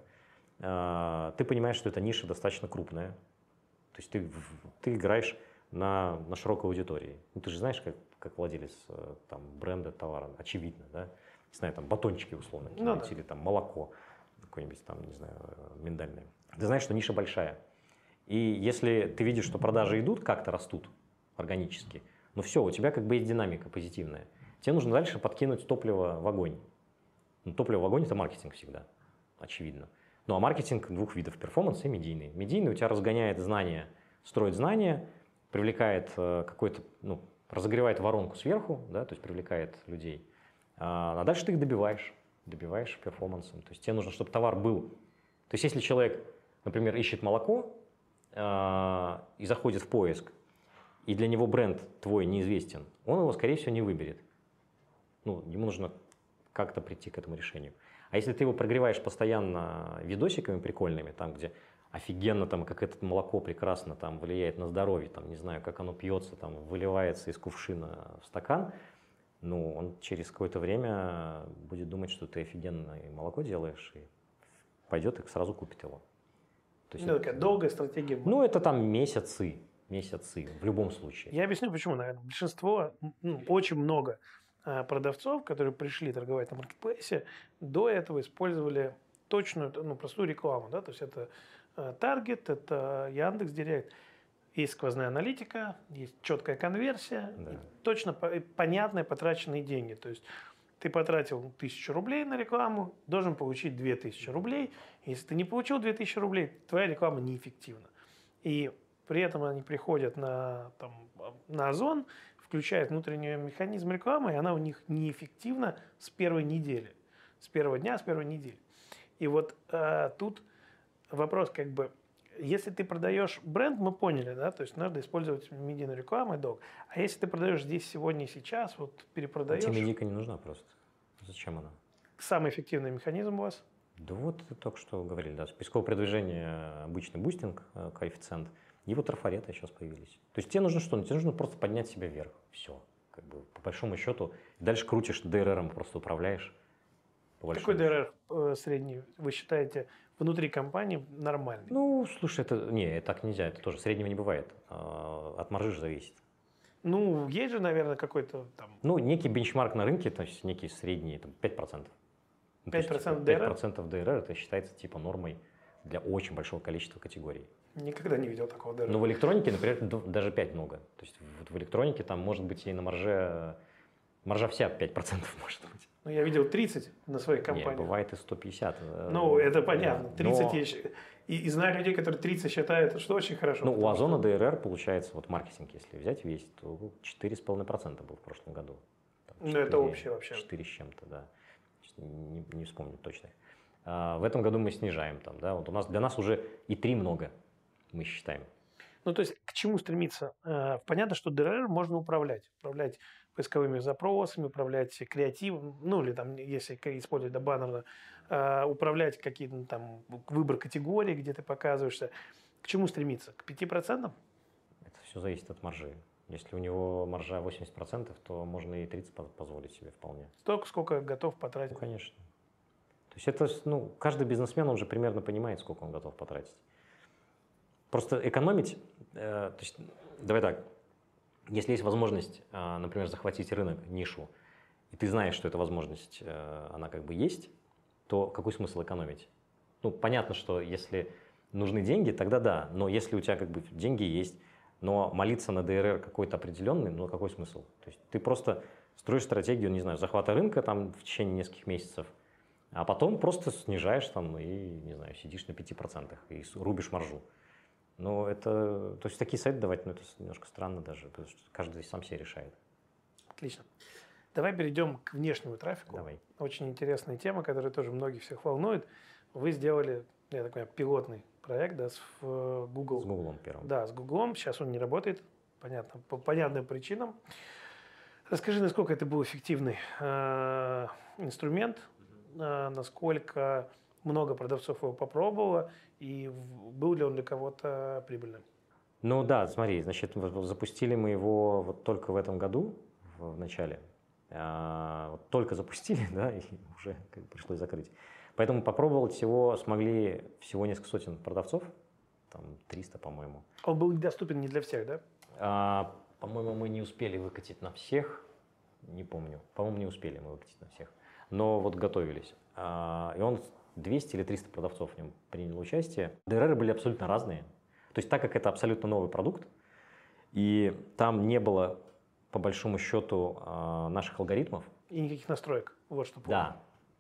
э, ты понимаешь, что эта ниша достаточно крупная, то есть ты, ты играешь на, на широкой аудитории. Ну, ты же знаешь, как, как владелец э, там, бренда товара, очевидно, да? Не знаю, там батончики условно, Ну, да. или там молоко какое-нибудь там, не знаю, миндальное. Ты знаешь, что ниша большая. И если ты видишь, что продажи идут, как-то растут органически, ну все, у тебя как бы есть динамика позитивная. Тебе нужно дальше подкинуть топливо в огонь. Ну, топливо в огонь – это маркетинг всегда, очевидно. Ну а маркетинг двух видов – перформанс и медийный. Медийный у тебя разгоняет знания, строит знания, привлекает э, какой-то, ну, разогревает воронку сверху, да, то есть привлекает людей. А дальше ты их добиваешь, добиваешь перформансом. То есть тебе нужно, чтобы товар был. То есть если человек, например, ищет молоко э, и заходит в поиск, и для него бренд твой неизвестен, он его, скорее всего, не выберет. Ну, ему нужно как-то прийти к этому решению. А если ты его прогреваешь постоянно видосиками прикольными, там, где офигенно, там, как это молоко прекрасно там, влияет на здоровье, там, не знаю, как оно пьется, там, выливается из кувшина в стакан, ну, он через какое-то время будет думать, что ты офигенное молоко делаешь, и пойдет и сразу купит его. То есть Ну, это, такая долгая стратегия. ну, это там месяцы, месяцы, в любом случае. Я объясню, почему, наверное. Большинство, ну, очень много а, продавцов, которые пришли торговать на маркетплейсе, до этого использовали точную, ну, простую рекламу. Да? То есть это Таргет, это Яндекс.Директ. Есть сквозная аналитика, есть четкая конверсия, Да. и точно по- понятные потраченные деньги. То есть ты потратил тысячу рублей на рекламу, должен получить две тысячи рублей. Если ты не получил две тысячи рублей, твоя реклама неэффективна. И при этом они приходят на, там, на Озон, включают внутренний механизм рекламы, и она у них неэффективна с первой недели, с первого дня, с первой недели. И вот э, тут вопрос как бы, если ты продаешь бренд, мы поняли, да, то есть надо использовать медийную рекламу и долг. А если ты продаешь здесь, сегодня и сейчас, вот перепродаешь... Тебе медийка не нужна просто. Зачем она? Самый эффективный механизм у вас? Да вот только что говорили, да, поисковое продвижение, обычный бустинг, коэффициент, и вот трафареты сейчас появились. То есть тебе нужно что? Тебе нужно просто поднять себя вверх, все. Как бы, по большому счету, дальше крутишь, ди эр эр просто управляешь. Какой ди эр эр э, средний вы считаете внутри компании нормальный? Ну, слушай, это не, так нельзя, это тоже среднего не бывает. От маржи же зависит. Ну, есть же, наверное, какой-то там... Ну, некий бенчмарк на рынке, то есть некий средний, там, пять процентов. пять процентов ди эр эр? пять процентов ди эр эр это считается типа нормой для очень большого количества категорий. Никогда не видел такого ди эр эр. Но в электронике, например, даже пять много. То есть вот в электронике там может быть и на марже, маржа вся пять процентов может быть. Ну, я видел тридцать на своих компаниях. Нет, бывает и сто пятьдесят. Ну, это понятно. тридцать Но... есть. И, и знаю людей, которые тридцать считают, что очень хорошо. Ну, у Озона ди эр эр получается, вот маркетинг, если взять весь, то четыре с половиной процента был в прошлом году. Там ну, это общее вообще. четыре с чем-то, да. Не, не вспомню точно. А, в этом году мы снижаем там, да. Вот у нас, для нас уже и три много, мы считаем. Ну, то есть к чему стремиться? Э, Понятно, что ди ар эр можно управлять. Управлять поисковыми запросами, управлять креативом, ну, или там, если к- использовать да, баннерно, э, управлять каким-то там выбор категорий, где ты показываешься. К чему стремиться? К пяти процентам? Это все зависит от маржи. Если у него маржа восемьдесят процентов, то можно и тридцать процентов позволить себе вполне. Столько, сколько готов потратить. Ну, конечно. То есть это, ну, каждый бизнесмен, он же примерно понимает, сколько он готов потратить. Просто экономить, э, то есть, давай так, если есть возможность, э, например, захватить рынок, нишу, и ты знаешь, что эта возможность, э, она как бы есть, то какой смысл экономить? Ну, понятно, что если нужны деньги, тогда да, но если у тебя как бы деньги есть, но молиться на ди ар эр какой-то определенный, ну, какой смысл? То есть ты просто строишь стратегию, не знаю, захвата рынка там в течение нескольких месяцев, а потом просто снижаешь там и, не знаю, сидишь на пяти процентах и рубишь маржу. Но это, то есть такие советы давать, ну это немножко странно даже, потому что каждый сам себе решает. Отлично. Давай перейдем к внешнему трафику. Давай. Очень интересная тема, которая тоже многих всех волнует. Вы сделали, я так понимаю, пилотный проект, да, с в Google. С Гуглом первым. Да, с Гуглом. Сейчас он не работает, понятно, по понятным причинам. Расскажи, насколько это был эффективный э, инструмент, э, насколько много продавцов его попробовало, и в- был ли он для кого-то прибыльным? Ну да, смотри, значит, в- запустили мы его вот только в этом году, в, в начале. А, вот только запустили, да, и уже как бы пришлось закрыть. Поэтому попробовать всего смогли всего несколько сотен продавцов, там триста, по-моему. Он был доступен не для всех, да? А, по-моему, мы не успели выкатить на всех, не помню. По-моему, не успели мы выкатить на всех. Но вот готовились. А, и он двести или триста продавцов в нем приняли участие. ди ар эр были абсолютно разные. То есть так как это абсолютно новый продукт, и там не было, по большому счету, а, наших алгоритмов. И никаких настроек. Вот что помню. Да.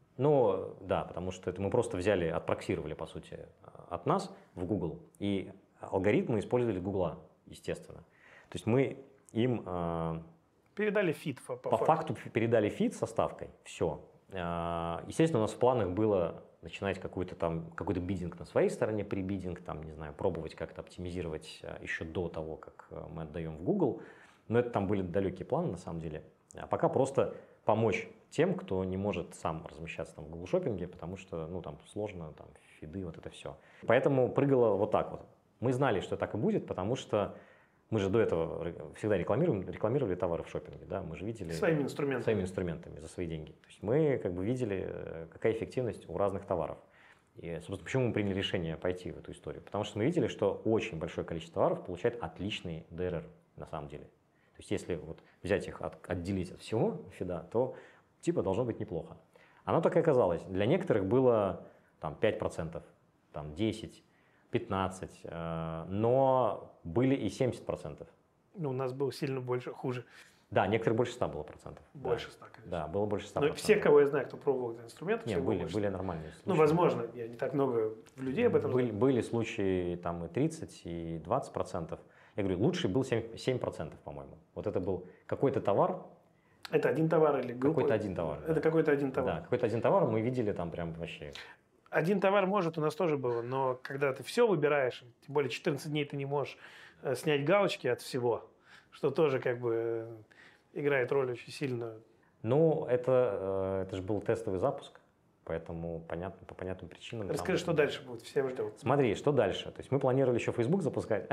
Ну, да, потому что это мы просто взяли, отпроксировали, по сути, от нас в Google. И алгоритмы использовали Гугла, естественно. То есть мы им а, Передали фит по, по по факту. факту передали фид со ставкой. Все. Естественно, у нас в планах было начинать какой-то там какой-то биддинг на своей стороне, прибиддинг, там, не знаю, пробовать как-то оптимизировать а, еще до того, как а, мы отдаем в Google. Но это там были далекие планы, на самом деле. А пока просто помочь тем, кто не может сам размещаться там в Google шопинге, потому что, ну, там сложно, там, фиды, вот это все. Поэтому прыгало вот так вот. Мы знали, что так и будет, потому что мы же до этого всегда рекламируем, рекламировали товары в шопинге, да, мы же видели Своими инструментами. своими инструментами за свои деньги. То есть мы как бы видели, какая эффективность у разных товаров. И, собственно, почему мы приняли решение пойти в эту историю? Потому что мы видели, что очень большое количество товаров получает отличный ди ар эр на самом деле. То есть если вот взять их, от, отделить от всего фида, то типа должно быть неплохо. Оно так и оказалось. Для некоторых было там пять процентов, там десять, пятнадцать, э, но были и семьдесят процентов. Ну, у нас было сильно больше, хуже. Да, некоторых больше ста было процентов. Больше да. ста, конечно. Да, было больше ста Но процентов. все, кого я знаю, кто пробовал этот инструмент, Нет, всего были, больше были ста. нормальные случаи. Ну, возможно, я не так много людей об этом были, знаю. были случаи там и тридцать, и двадцать процентов. Я говорю, лучший был семь процентов, по-моему. Вот это был какой-то товар. Это один товар или группа? Какой-то один товар. Это да. какой-то один товар. Да, какой-то один товар мы видели там прям вообще. Один товар, может, у нас тоже было, но когда ты все выбираешь, тем более четырнадцать дней ты не можешь э, снять галочки от всего, что тоже как бы э, играет роль очень сильно. Ну, это, э, это же был тестовый запуск, поэтому понятно, по понятным причинам. Расскажи, там... что дальше будет, всем ждем. Смотри, что дальше? То есть мы планировали еще Facebook запускать,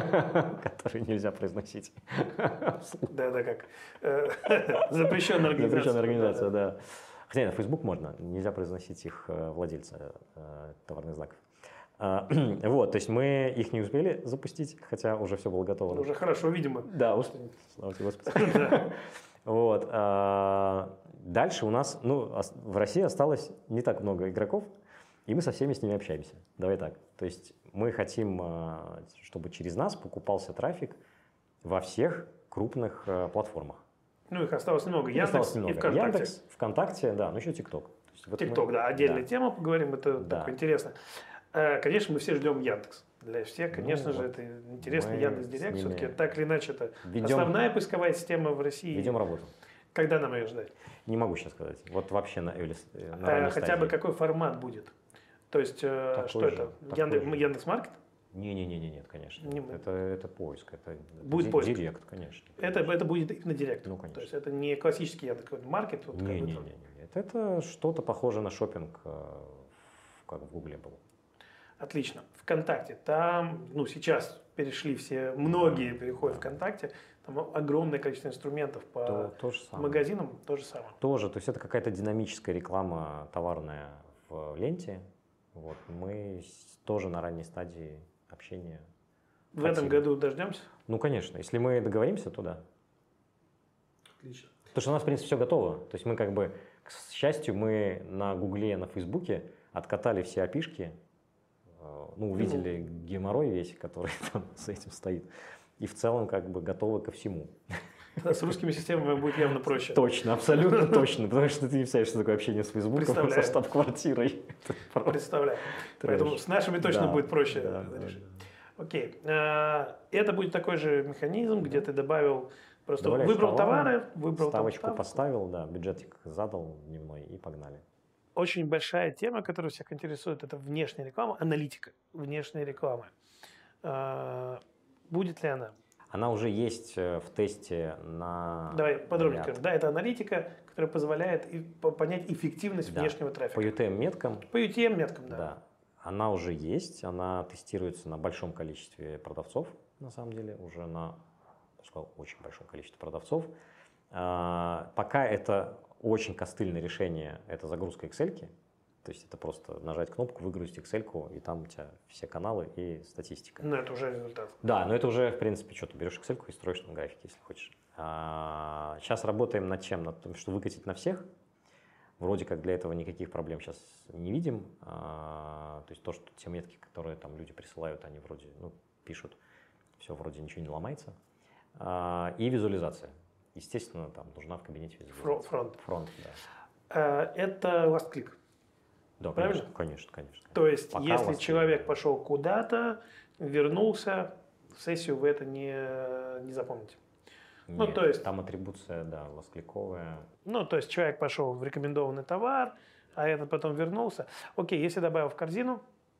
который нельзя произносить. Да, да, как э, запрещенная организация. Запрещенная организация, да. Хотя нет, Facebook можно, нельзя произносить их э, владельца э, товарных знаков. А, вот, то есть мы их не успели запустить, хотя уже все было готово. Уже хорошо, видимо. Да, успели. Слава тебе, Господи. Вот. а, Дальше у нас, ну, ос- в России осталось не так много игроков, и мы со всеми с ними общаемся. Давай так. То есть мы хотим, а, чтобы через нас покупался трафик во всех крупных а, платформах. Ну, их осталось немного. Их Яндекс осталось и немного. ВКонтакте. Яндекс, ВКонтакте, да, ну еще ТикТок. ТикТок, да, отдельная тема, поговорим, это Да. такое интересно. Э, Конечно, мы все ждем Яндекс. Для всех, конечно Ну, же, вот это интересно. мы Яндекс.Директ с ними все-таки так или иначе это ведем- основная поисковая система в России. Ведем работу. Когда нам ее ждать? Не могу сейчас сказать. Вот вообще на, early- э, на Э, ранней Хотя стадии. бы какой формат будет? То есть, э, Такой что же, это? такой Яндекс, же. Яндекс.Маркет? Не-не-не, нет, конечно. Не, это, это поиск, это будет ди- поиск. Директ, конечно. Это, это будет именно директ. Ну, конечно. То есть это не классический я такой маркет. Вот, как бы, Не-не-не, это, это что-то похоже на шопинг, э, как в Гугле было. Отлично. ВКонтакте. Там, ну, сейчас перешли все, многие переходят в ВКонтакте. Там огромное количество инструментов по То, то же самое. магазинам. То же самое. Тоже, то есть это какая-то динамическая реклама товарная в ленте. Вот. Мы с- тоже на ранней стадии общения. В Хотим. этом году дождемся? Ну, конечно, если мы договоримся, то да. Отлично. Потому что у нас, в принципе, все готово. То есть мы как бы, к счастью, мы на Гугле, на Фейсбуке откатали все опишки, э, ну, увидели геморрой весь, который там с этим стоит. И в целом как бы готовы ко всему. С русскими системами будет явно проще. Точно, абсолютно точно. Потому что ты не представляешь, что такое общение с Фейсбуком, Представляю. со штаб-квартирой. Представляю. Поэтому с нашими точно Да, будет проще да, это да, решить. да. Окей. А, Это будет такой же механизм, где ты добавил, просто Добавляешь выбрал товары, товары, выбрал там Ставочку ставку. поставил, да, бюджетик задал дневной и погнали. Очень большая тема, которая всех интересует, это внешняя реклама, аналитика внешней рекламы. А, Будет ли она? Она уже есть э, в тесте на Давай подробнее ряд. скажем. Да, это аналитика, которая позволяет и по- понять эффективность Да. внешнего По трафика. ю ти эм-меткам, По ю ти эм-меткам, да. да, она уже есть, она тестируется на большом количестве продавцов, на самом деле, уже на, я бы сказал, очень большом количестве продавцов. А, пока это очень костыльное решение, это загрузка Excel-ки, то есть это просто нажать кнопку, выгрузить Excel-ку, и там у тебя все каналы и статистика. Но это уже результат. Да, но это уже, в принципе, что ты берешь Excel-ку и строишь там графики, если хочешь. А, сейчас работаем над чем? Над тем, что выкатить на всех. Вроде как для этого никаких проблем сейчас не видим. А, то есть то, что те метки, которые там люди присылают, они вроде, ну, пишут, все вроде ничего не ломается. А, и визуализация. Естественно, там нужна в кабинете визуализация. Фронт. Фронт, да. А, Это last click. Да, Правильно? конечно, конечно, конечно. То есть, Пока если вас- человек пошел куда-то, вернулся, сессию вы это не, не запомните. ну, Нет, то есть- там атрибуция, да, воскликовая. Ну, то есть человек пошел в рекомендованный товар, а этот потом вернулся. Окей, если добавил в корзину,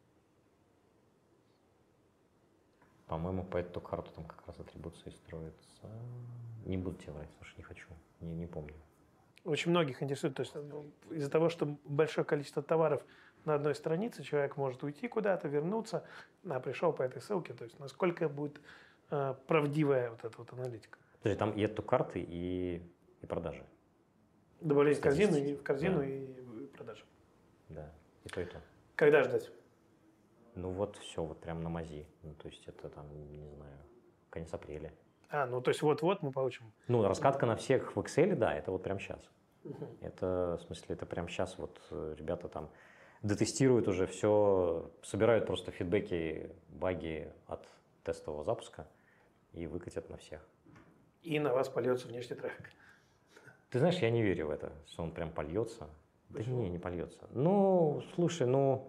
По-моему, по эту карту там как раз атрибуции строится. Не буду тебе врать, слушай, не хочу, не, не помню. очень многих интересует, то есть ну, из-за того, что большое количество товаров на одной странице, человек может уйти куда-то, вернуться, а пришел по этой ссылке, то есть насколько будет э, правдивая вот эта вот аналитика. Подожди, там и эту карты, и, и продажи. Добавление в корзину, и, Статистики, в корзину да. и, и продажи. Да, и то, и то. Когда ждать? Ну вот все, вот прям на мази. Ну, то есть это там, не знаю, конец апреля. А, ну то есть вот-вот мы получим. Ну, раскатка на всех в Excel, да, это вот прям сейчас. Это, в смысле, это прям сейчас вот э, ребята там дотестируют уже все, собирают просто фидбэки, баги от тестового запуска и выкатят на всех. И на вас польется внешний трафик. Ты знаешь, я не верю в это, что он прям польется. Почему? Да не, не польется. Ну, слушай, ну,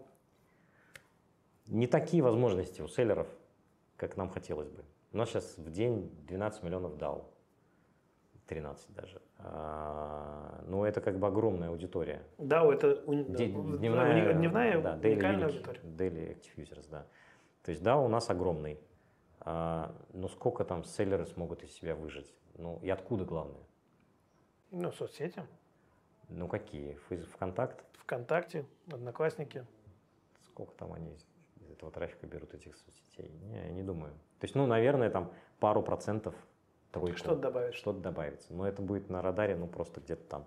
не такие возможности у селлеров, как нам хотелось бы. У нас сейчас в день двенадцать миллионов дал, тринадцать даже. А, ну, это как бы огромная аудитория. Да, это уни- Де- да, дневная, уни- дневная да, daily уникальная unique- аудитория. daily active users, да. То есть, да, у нас огромный. А, но сколько там селлеры смогут из себя выжить? Ну, и откуда главное? Ну, соцсети, Ну, какие? Фейс- ВКонтакт? ВКонтакте, Одноклассники. Сколько там они из из этого трафика берут, этих соцсетей? Не, я не думаю. То есть, ну, наверное, там пару процентов, тройку. Что-то добавить. Что-то добавится. Но это будет на радаре, ну, просто где-то там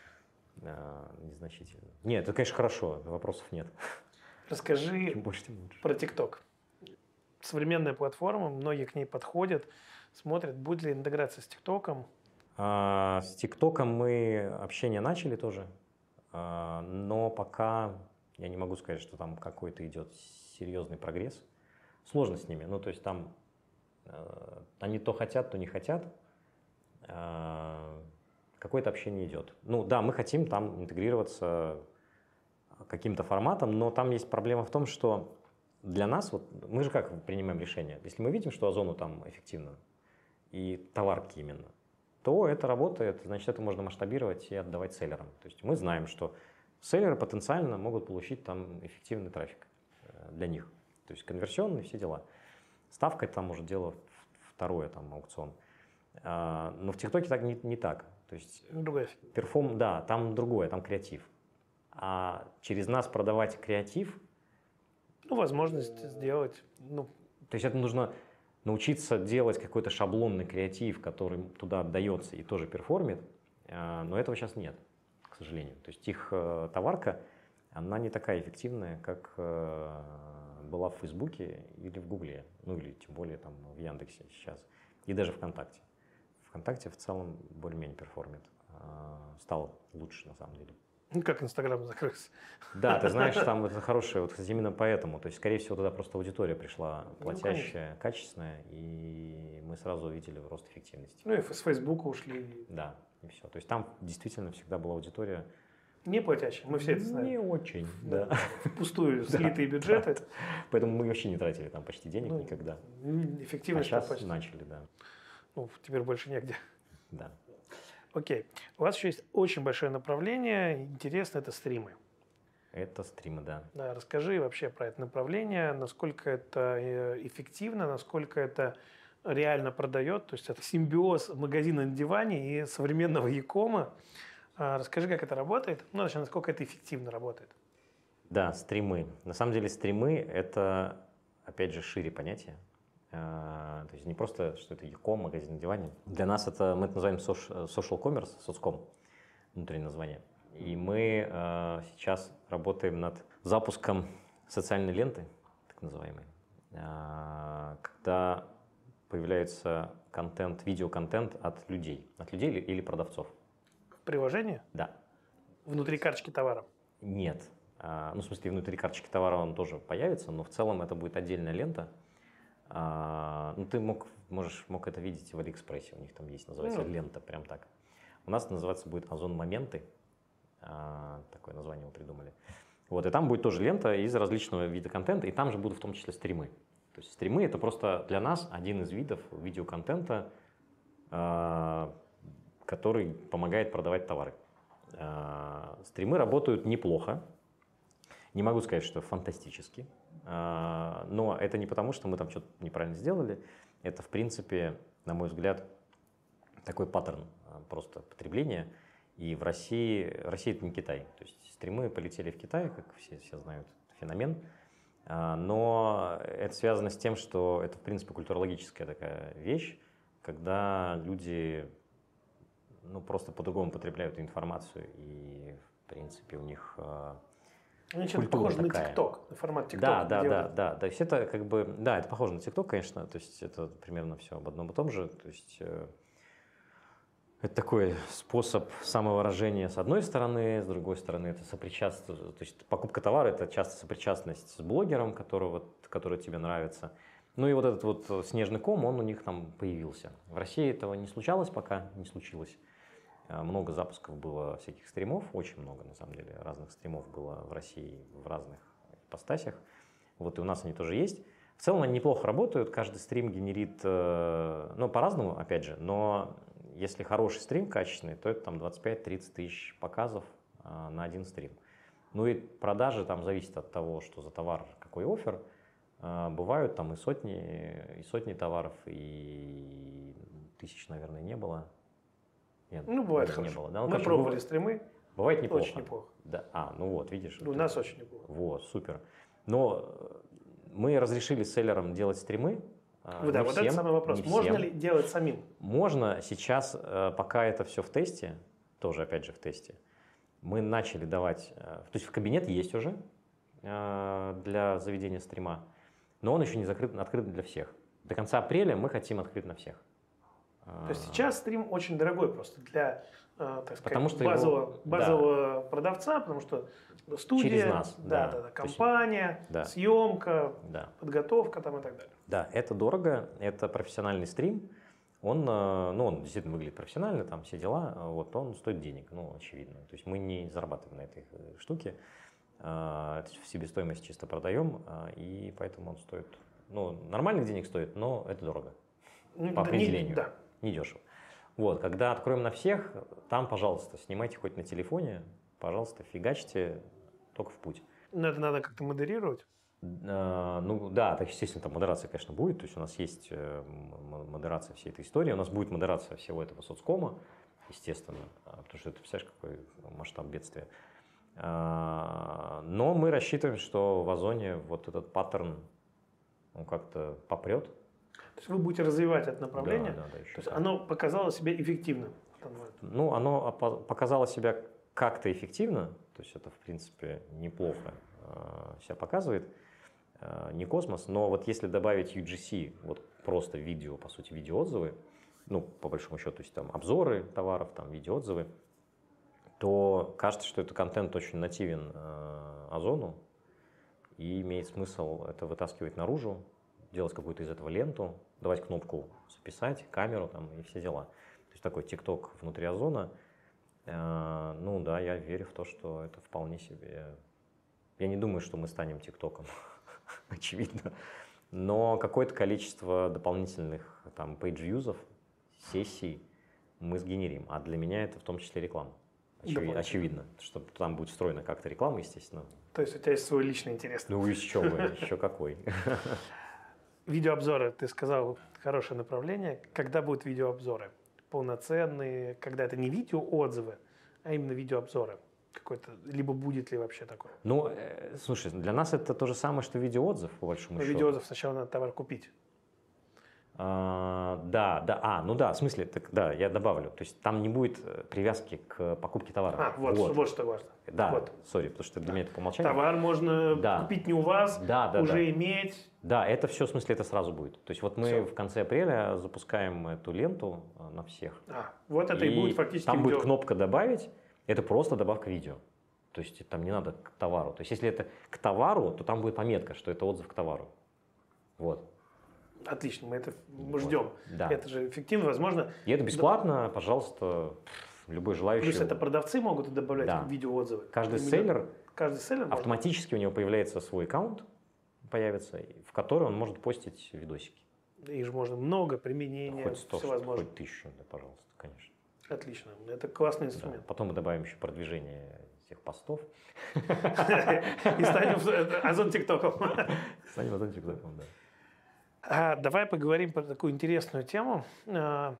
э, незначительно. Нет, это, конечно, хорошо, вопросов нет. Расскажи Чем больше, тем лучше. про ТикТок. Современная платформа, многие к ней подходят, смотрят, будет ли интеграция с ТикТоком. А, с ТикТоком мы общение начали тоже, а, но пока я не могу сказать, что там какой-то идет серьезный прогресс. Сложно с ними. Ну, то есть там э, они то хотят, то не хотят. Э, какое-то общение идет. Ну да, мы хотим там интегрироваться каким-то форматом, но там есть проблема в том, что для нас, вот мы же как принимаем решение? Если мы видим, что Озону там эффективно и товарки именно, то это работает, значит, это можно масштабировать и отдавать селлерам. То есть мы знаем, что селлеры потенциально могут получить там эффективный трафик для них. То есть конверсионные все дела. Ставка там уже дело второе, там аукцион. А, но в ТикТоке так не, не так. То есть другой перформ, да, там другое, там креатив. А через нас продавать креатив. Ну, возможность сделать. Ну. То есть это нужно научиться делать какой-то шаблонный креатив, который туда отдается и тоже перформит. А, но этого сейчас нет, к сожалению. То есть их э, товарка, она не такая эффективная, как э, была в Фейсбуке или в Гугле, ну или тем более там в Яндексе сейчас, и даже ВКонтакте. ВКонтакте в целом более-менее перформит, э, стал лучше на самом деле. Ну, как Инстаграм закрылся. Да, ты знаешь, там это хорошее, вот именно поэтому, то есть, скорее всего, туда просто аудитория пришла платящая, ну, качественная, и мы сразу увидели рост эффективности. Ну и с Фейсбука ушли. Да, и все. То есть там действительно всегда была аудитория. Не платящая, мы все это знаем. Не очень, да. да. Впустую слитые бюджеты. Поэтому мы вообще не тратили там почти денег ну, никогда. Эффективность а сейчас почти. начали, да. Ну, теперь больше негде. Да. Окей. У вас еще есть очень большое направление, интересно, это стримы. Это стримы, да. Да, расскажи вообще про это направление, насколько это эффективно, насколько это реально продает, то есть это симбиоз магазина на диване и современного e-кома. Расскажи, как это работает, ну, вообще, насколько это эффективно работает. Да, стримы. На самом деле стримы – это, опять же, шире понятие. То есть не просто, что это e-com, магазин на диване. Для нас это, мы это называем social commerce, соцком, внутреннее название. И мы сейчас работаем над запуском социальной ленты, так называемой, когда появляется контент, видеоконтент от людей, от людей или продавцов. Приложение? Да. Внутри карточки товара? Нет. Ну, в смысле, внутри карточки товара он тоже появится, но в целом это будет отдельная лента. Ну, ты мог, можешь, мог это видеть в Алиэкспрессе, у них там есть, называется mm. лента, прям так. У нас называется будет Озон Моменты, такое название мы придумали. Вот, и там будет тоже лента из различного вида контента, и там же будут в том числе стримы. То есть стримы — это просто для нас один из видов видеоконтента, который помогает продавать товары. Стримы работают неплохо. Не могу сказать, что фантастически. Но это не потому, что мы там что-то неправильно сделали. Это, в принципе, на мой взгляд, такой паттерн просто потребления. И в России, Россия — это не Китай. То есть стримы полетели в Китай, как все, все знают, феномен. Но это связано с тем, что это, в принципе, культурологическая такая вещь, когда люди ну, просто по-другому потребляют информацию, и, в принципе, у них ну, культура похоже такая. На ТикТок, на формат ТикТок. Да, да, да, да. То есть это как бы, да, это похоже на ТикТок, конечно, то есть это примерно все об одном и том же. То есть э, это такой способ самовыражения с одной стороны, с другой стороны это сопричастность, то есть покупка товара — это часто сопричастность с блогером, которого, который тебе нравится. Ну и вот этот вот снежный ком, он у них там появился. В России этого не случалось пока, не случилось. Много запусков было всяких стримов, очень много, на самом деле, разных стримов было в России в разных ипостасях. Вот и у нас они тоже есть. В целом они неплохо работают, каждый стрим генерит, ну, по-разному, опять же, но если хороший стрим, качественный, то это там двадцать пять — тридцать тысяч показов на один стрим. Ну и продажи там зависят от того, что за товар, какой оффер. Бывают там и сотни, и сотни товаров, и тысяч, наверное, не было. Нет, ну, бывает не хорошо. было. Да? Ну, мы конечно, пробовали бывает, стримы. Бывает неплохо. Очень неплохо. Да. А, ну вот, видишь. У нас очень неплохо. Вот, супер. Но мы разрешили селлерам делать стримы. Вы, да, вот всем, это самый вопрос. Можно ли делать самим? Можно. Сейчас, пока это все в тесте, тоже опять же в тесте, мы начали давать, то есть в кабинет есть уже для заведения стрима, но он еще не закрыт, открыт для всех. До конца апреля мы хотим открыть на всех. То есть сейчас стрим очень дорогой просто для, так сказать, потому что базового, его, базового да. продавца, потому что студия, через нас, да, да. Да, да, компания, да. съемка, да. подготовка там и так далее. Да, это дорого, это профессиональный стрим, он, ну, он действительно выглядит профессионально, там все дела, вот, он стоит денег, ну, очевидно. То есть мы не зарабатываем на этой штуке, это в себестоимость чисто продаем, и поэтому он стоит, ну, нормальных денег стоит, но это дорого, ну, по определению. Не, да. Недешево. Вот, когда откроем на всех, там, пожалуйста, снимайте хоть на телефоне, пожалуйста, фигачьте, только в путь. Но это надо как-то модерировать? Э, Ну да, так, естественно, там модерация, конечно, будет. То есть у нас есть э, м- модерация всей этой истории. У нас будет модерация всего этого соцкома, естественно, а, потому что это, представляешь, какой масштаб бедствия. А, Но мы рассчитываем, что в Озоне вот этот паттерн он как-то попрет. То есть вы будете развивать это направление, Да, да, да, еще то есть как. оно показало себя эффективным. Ну, оно опо- показало себя как-то эффективно, то есть это, в принципе, неплохо э, себя показывает, э, не космос, но вот если добавить ю джи си, вот просто видео, по сути, видеоотзывы, ну, по большому счету, то есть там обзоры товаров, там видеоотзывы, то кажется, что это контент очень нативен э, Озону, и имеет смысл это вытаскивать наружу, делать какую-то из этого ленту, давать кнопку «Записать», камеру там и все дела. То есть такой ТикТок внутри Озона. Э, ну да, я верю в то, что это вполне себе... Я не думаю, что мы станем ТикТоком, очевидно. Но какое-то количество дополнительных там пейдж-юзов, сессий мы сгенерим. А для меня это в том числе реклама. Очевидно, очевидно, что там будет встроена как-то реклама, естественно. То есть у тебя есть свой личный интерес? Ну, еще бы, еще какой. Видеообзоры, ты сказал, хорошее направление. Когда будут видеообзоры? Полноценные, когда это не видеоотзывы, а именно видеообзоры? Какой-то, либо будет ли вообще такое? Ну, э, слушай, для нас это то же самое, что видеоотзыв, по большому Но счету. видеоотзыв сначала надо товар купить. А, да, да, а, ну да, в смысле, так, да, я добавлю. То есть там не будет привязки к покупке товара. А, вот, вот. вот что важно. Да, вот. сори, потому что для меня это по умолчанию. Товар можно да. купить не у вас, да, да, уже да. иметь. Да, это все, в смысле, это сразу будет. То есть вот мы Все. в конце апреля запускаем эту ленту на всех. А, вот это и, и будет фактически там видео. будет кнопка «Добавить», это просто добавка видео. То есть там не надо к товару. То есть если это к товару, то там будет пометка, что это отзыв к товару. Вот. Отлично, мы это мы ждем. Вот. Да. Это же эффективно, возможно. И это бесплатно, пожалуйста, любой желающий. Плюс это продавцы могут добавлять да. видеоотзывы. Каждый селлер, Каждый селлер автоматически может. У него появляется свой аккаунт, появится, в который он может постить видосики. Их же можно много, применения, хоть сто, всевозможно. Хоть тысячу, да, пожалуйста, конечно. Отлично, это классный инструмент. Да. Потом мы добавим еще продвижение всех постов. И станем Озон ТикТоком. Станем Озон ТикТоком, да. А, давай поговорим про такую интересную тему. А,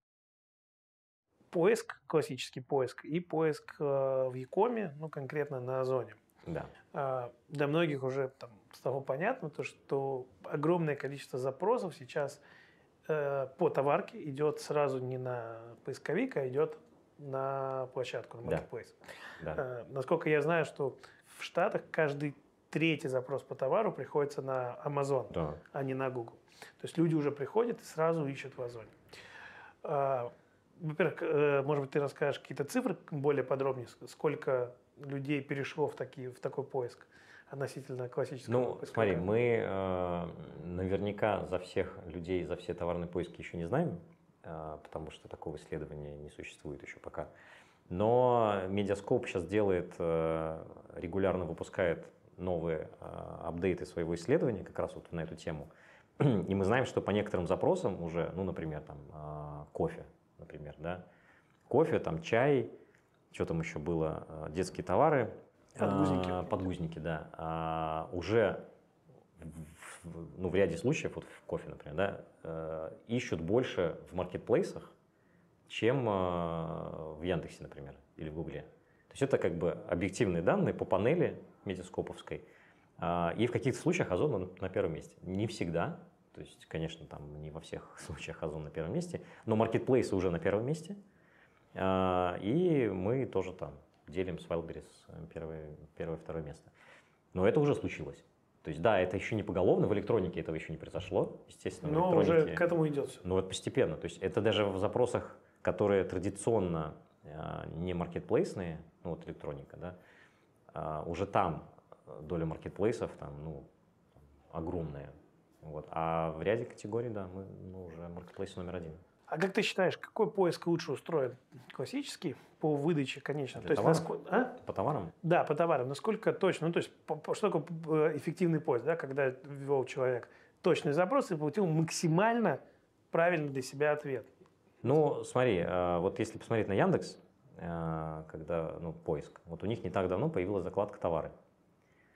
поиск, классический поиск, и поиск а, в Якоме, ну конкретно на Озоне. Да. А, для многих уже там стало понятно, то, что огромное количество запросов сейчас э, по товарке идет сразу не на поисковик, а идет на площадку, на Marketplace. Да. Да. А, насколько я знаю, что в Штатах каждый третий запрос по товару приходится на Amazon, Да. а не на Google. То есть люди уже приходят и сразу ищут в Озоне. А, во-первых, может быть, ты расскажешь какие-то цифры более подробнее, сколько людей перешло в, такие, в такой поиск относительно классического Ну, поиска? смотри, мы э, наверняка за всех людей, за все товарные поиски еще не знаем, э, потому что такого исследования не существует еще пока. Но Медиаскоп сейчас делает, э, регулярно выпускает новые э, апдейты своего исследования как раз вот на эту тему. И мы знаем, что по некоторым запросам уже, ну, например, там, э, кофе, например, да, кофе, там, чай, что там еще было, э, детские товары, Подгузники. э, подгузники, да, э, уже в, ну, в ряде случаев, вот в кофе, например, да, э, ищут больше в маркетплейсах, чем э, в Яндексе, например, или в Гугле. То есть это как бы объективные данные по панели медиаскоповской. И в каких-то случаях Озон на, на первом месте. Не всегда, то есть, конечно, там не во всех случаях Озон на первом месте, но маркетплейсы уже на первом месте. И мы тоже там делим с Wildberries первое, первое, второе место. Но это уже случилось. То есть, да, это еще не поголовно, в электронике этого еще не произошло, естественно. В Но уже к этому идет все. Ну вот постепенно. То есть это даже в запросах, которые традиционно не маркетплейсные, ну вот электроника, да, уже там доля маркетплейсов там, ну, огромная. Вот. А в ряде категорий, да, мы ну, уже маркетплейс номер один. А как ты считаешь, какой поиск лучше устроен? Классический по выдаче, конечно. Для то есть, насколько, а? По товарам? Да, по товарам. Насколько точно? Ну, то есть, по, по, что такое эффективный поиск, да, когда ввел человек точный запрос и получил максимально правильный для себя ответ? Ну, смотри, вот если посмотреть на Яндекс, когда, ну, поиск, вот у них не так давно появилась закладка «Товары».